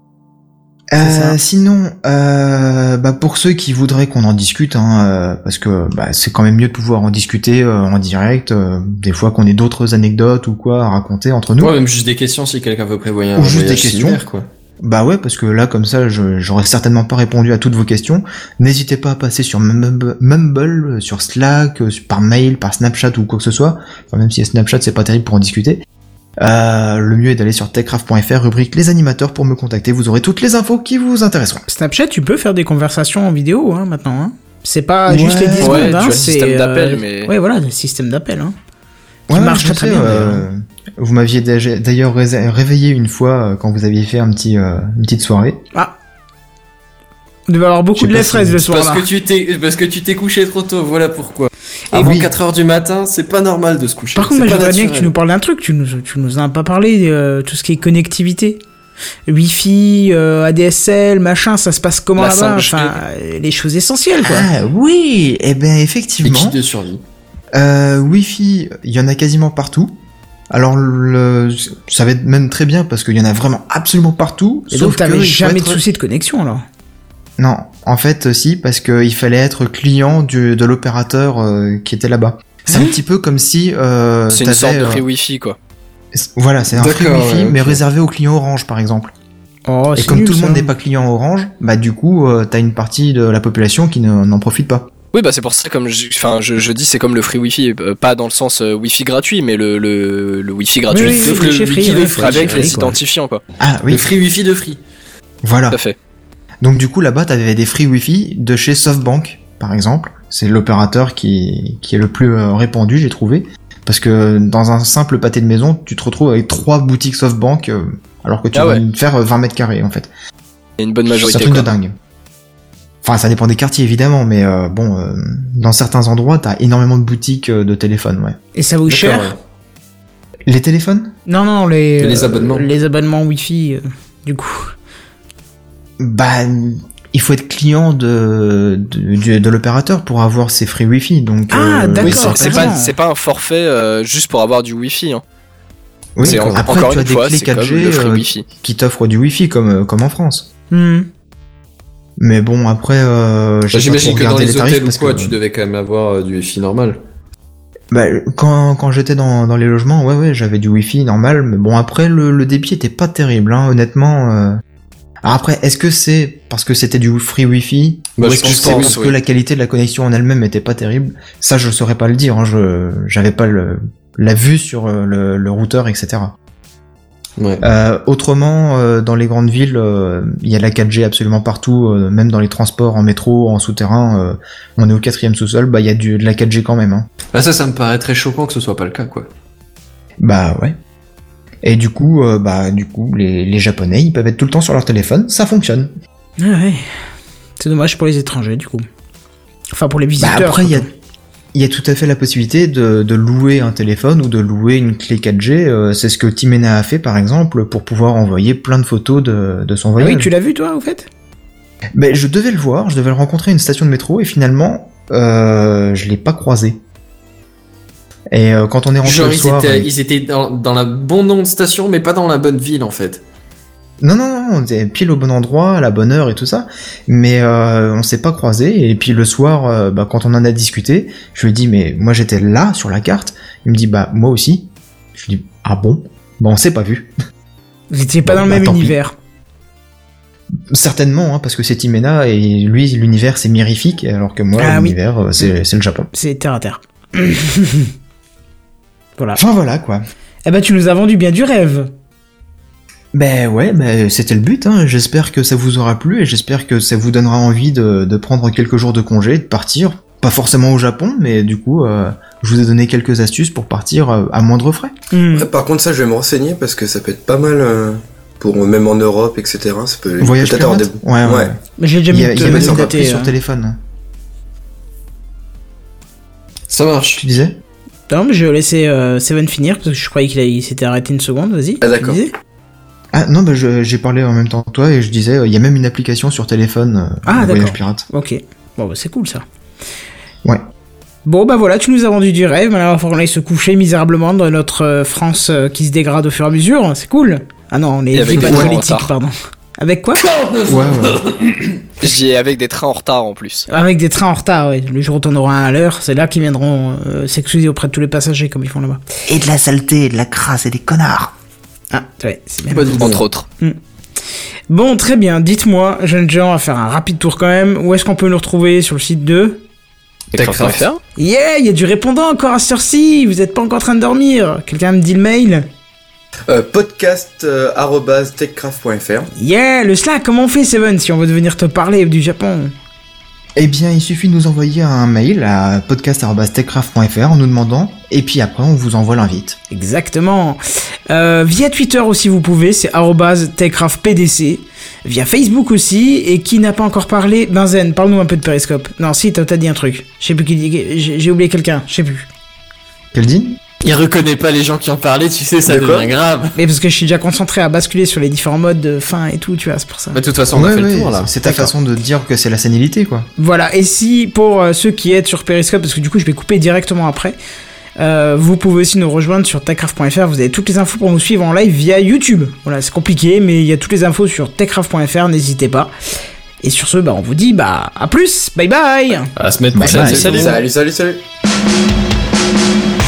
Sinon, pour ceux qui voudraient qu'on en discute, parce que c'est quand même mieux de pouvoir en discuter en direct, des fois qu'on ait d'autres anecdotes ou quoi à raconter entre nous. Ouais, même juste des questions si quelqu'un veut prévoyer un ou juste voyage des questions, similaire, quoi. Bah ouais, parce que là, comme ça, j'aurais certainement pas répondu à toutes vos questions. N'hésitez pas à passer sur Mumble, sur Slack, par mail, par Snapchat ou quoi que ce soit. Enfin, même si Snapchat, c'est pas terrible pour en discuter. Le mieux est d'aller sur techcraft.fr, rubrique les animateurs pour me contacter. Vous aurez toutes les infos qui vous intéresseront. Snapchat, tu peux faire des conversations en vidéo maintenant. C'est pas juste les 10 secondes, tu as le c'est système d'appel, mais... Ouais, voilà, le système d'appel. Qui Ouais, marche je très sais, bien. d'ailleurs. Vous m'aviez d'ailleurs réveillé une fois quand vous aviez fait une petite soirée. Ah. Il devait y avoir beaucoup de lait fraise le soir-là. Parce que tu t'es couché trop tôt, voilà pourquoi. Avant oui. 4h du matin, c'est pas normal de se coucher. Par contre, moi, c'est je pas voudrais bien naturel. que tu nous parles d'un truc. Tu nous as pas parlé tout ce qui est connectivité. Wi-Fi, ADSL, machin, ça se passe comment La là-bas 5G. Enfin, les choses essentielles, quoi. Ah oui, eh ben Les effectivement. kits de survie. Wi-Fi, il y en a quasiment partout. Alors ça va être même très bien parce qu'il y en a vraiment absolument partout. Et sauf donc, t'avais que jamais de soucis de connexion, alors. Non, en fait, si, parce qu'il fallait être client de l'opérateur qui était là-bas. C'est un petit peu comme si C'est une sorte de free Wi-Fi quoi. Voilà, c'est un free D'accord, Wi-Fi, ouais, mais ok. réservé aux clients Orange, par exemple. Oh, Et c'est comme nul, tout le ça. monde n'est pas client Orange, du coup, t'as une partie de la population qui n'en profite pas. Oui, c'est pour ça, comme je dis, c'est comme le free Wi-Fi, pas dans le sens Wi-Fi gratuit, mais le Wi-Fi gratuit Oui, le chez Free, Wi-Fi ouais, free avec chez Free, les quoi. identifiants, quoi. Ah Le oui, free wifi de free. voilà. Tout à fait. Donc du coup, là-bas, t'avais des free Wi-Fi de chez SoftBank, par exemple. C'est l'opérateur qui est le plus répandu, j'ai trouvé. Parce que dans un simple pâté de maison, tu te retrouves avec 3 boutiques SoftBank, alors que tu Ah vas ouais. faire 20 mètres carrés, en fait. Il y a une bonne C'est un majorité, truc de quoi. dingue. Enfin, ça dépend des quartiers, évidemment, mais dans certains endroits, t'as énormément de boutiques de téléphones, ouais. Et ça vaut D'accord, cher ouais. Les téléphones ? Non, Les abonnements. Les abonnements Wi-Fi, du coup. Bah, il faut être client de l'opérateur pour avoir ses free Wi-Fi. Donc, d'accord. Oui, c'est pas un forfait juste pour avoir du Wi-Fi. Hein. Oui, c'est après, encore tu as une des fois, clés c'est comme 4G le free Wi-Fi. qui t'offrent du Wi-Fi comme en France. Mais bon, après, j'imagine que dans les tarifs hôtels ou quoi, tu devais quand même avoir du Wi-Fi normal. Bah, quand j'étais dans les logements, ouais, j'avais du Wi-Fi normal, mais bon, après, le débit était pas terrible, hein, honnêtement. Alors après, est-ce que c'est parce que c'était du free Wi-Fi, ou est-ce que c'est parce que la qualité de la connexion en elle-même était pas terrible? Ça, je saurais pas le dire, hein, j'avais pas la vue sur le routeur, etc. Ouais. Autrement, dans les grandes villes, il y a la 4G absolument partout, même dans les transports, en métro, en souterrain, on est au 4e sous-sol, bah il y a de la 4G quand même. Hein. Bah ça me paraît très choquant que ce soit pas le cas, quoi. Bah ouais. Et du coup, les Japonais, ils peuvent être tout le temps sur leur téléphone, ça fonctionne. Ah ouais. C'est dommage pour les étrangers, du coup. Enfin, pour les visiteurs. Bah après, il y a tout à fait la possibilité de louer un téléphone ou de louer une clé 4G. C'est ce que Timena a fait, par exemple, pour pouvoir envoyer plein de photos de son voyage. Ah oui, tu l'as vu, toi, au fait? Ben, je devais le voir, je devais le rencontrer à une station de métro, et finalement, je l'ai pas croisé. Et quand on est rentré le soir... Ils étaient dans la bon nom de station, mais pas dans la bonne ville, en fait. Non, on était pile au bon endroit, à la bonne heure et tout ça, mais on s'est pas croisés. Et puis le soir, quand on en a discuté, je lui ai dit, mais moi j'étais là sur la carte. Il me dit, bah moi aussi. Je lui ai dit, ah bon? Bah on s'est pas vu. Vous étiez pas dans le même univers. Certainement, hein, parce que c'est Timena et lui l'univers c'est mirifique, alors que moi l'univers c'est le Japon. C'est terre à terre. Voilà. Enfin voilà quoi. Eh ben tu nous as vendu bien du rêve. Ben ouais, c'était le but, hein. J'espère que ça vous aura plu et j'espère que ça vous donnera envie de prendre quelques jours de congé, de partir. Pas forcément au Japon, mais du coup, je vous ai donné quelques astuces pour partir à moindre frais. Ouais, par contre, ça, je vais me renseigner parce que ça peut être pas mal pour même en Europe, etc. Ça peut Voyage peut-être avoir pirate. des... Ouais. Mais j'ai déjà mis Il y a même de des applis sur téléphone. Ça marche. Tu disais? Non, mais je vais laisser Seven finir parce que je croyais qu'il s'était arrêté une seconde. Vas-y. Ah d'accord. Ah non, j'ai parlé en même temps que toi et je disais, il y a même une application sur téléphone, Voyage Pirate. Ok. Bon, c'est cool ça. Ouais. Bon, bah voilà, tu nous as vendu du rêve. Maintenant, il va falloir qu'on aille se coucher misérablement dans notre France qui se dégrade au fur et à mesure. C'est cool. Ah non, on est pas politique, pardon. Avec quoi? Ouais. J'y ai avec des trains en retard en plus. Avec des trains en retard, ouais. Le jour où t'en auras un à l'heure, c'est là qu'ils viendront s'excuser auprès de tous les passagers comme ils font là-bas. Et de la saleté, de la crasse et des connards. Ah, ouais, c'est bien. Entre autres. Bon, très bien. Dites-moi, jeunes gens, on va faire un rapide tour quand même. Où est-ce qu'on peut nous retrouver sur le site de Techcraft. Yeah, il y a du répondant encore à cette heure-ci. Vous êtes pas encore en train de dormir. Quelqu'un me dit le mail? podcast@techcraft.fr. Yeah, le Slack, comment on fait, Seven, si on veut venir te parler du Japon? Eh bien, il suffit de nous envoyer un mail à podcast@techcraft.fr en nous demandant, et puis après, on vous envoie l'invite. Exactement. Via Twitter aussi, vous pouvez, c'est @techcraftpdc. Via Facebook aussi, et qui n'a pas encore parlé? Benzen, parle-nous un peu de Periscope. Non, si, t'as dit un truc. Je sais plus qui dit, j'ai oublié quelqu'un, je sais plus. Keldin? Il reconnaît pas les gens qui en parlaient, tu sais, ça devient grave. Mais parce que je suis déjà concentré à basculer sur les différents modes de fin et tout, tu vois, c'est pour ça. Mais de toute façon, on a fait le tour, là. C'est ta façon de dire que c'est la sénilité, quoi. Voilà, et si, pour ceux qui aident sur Periscope, parce que du coup, je vais couper directement après, vous pouvez aussi nous rejoindre sur techcraft.fr, vous avez toutes les infos pour nous suivre en live via YouTube. Voilà, c'est compliqué, mais il y a toutes les infos sur techcraft.fr, n'hésitez pas. Et sur ce, on vous dit, à plus, bye bye. À la semaine prochaine, Salut.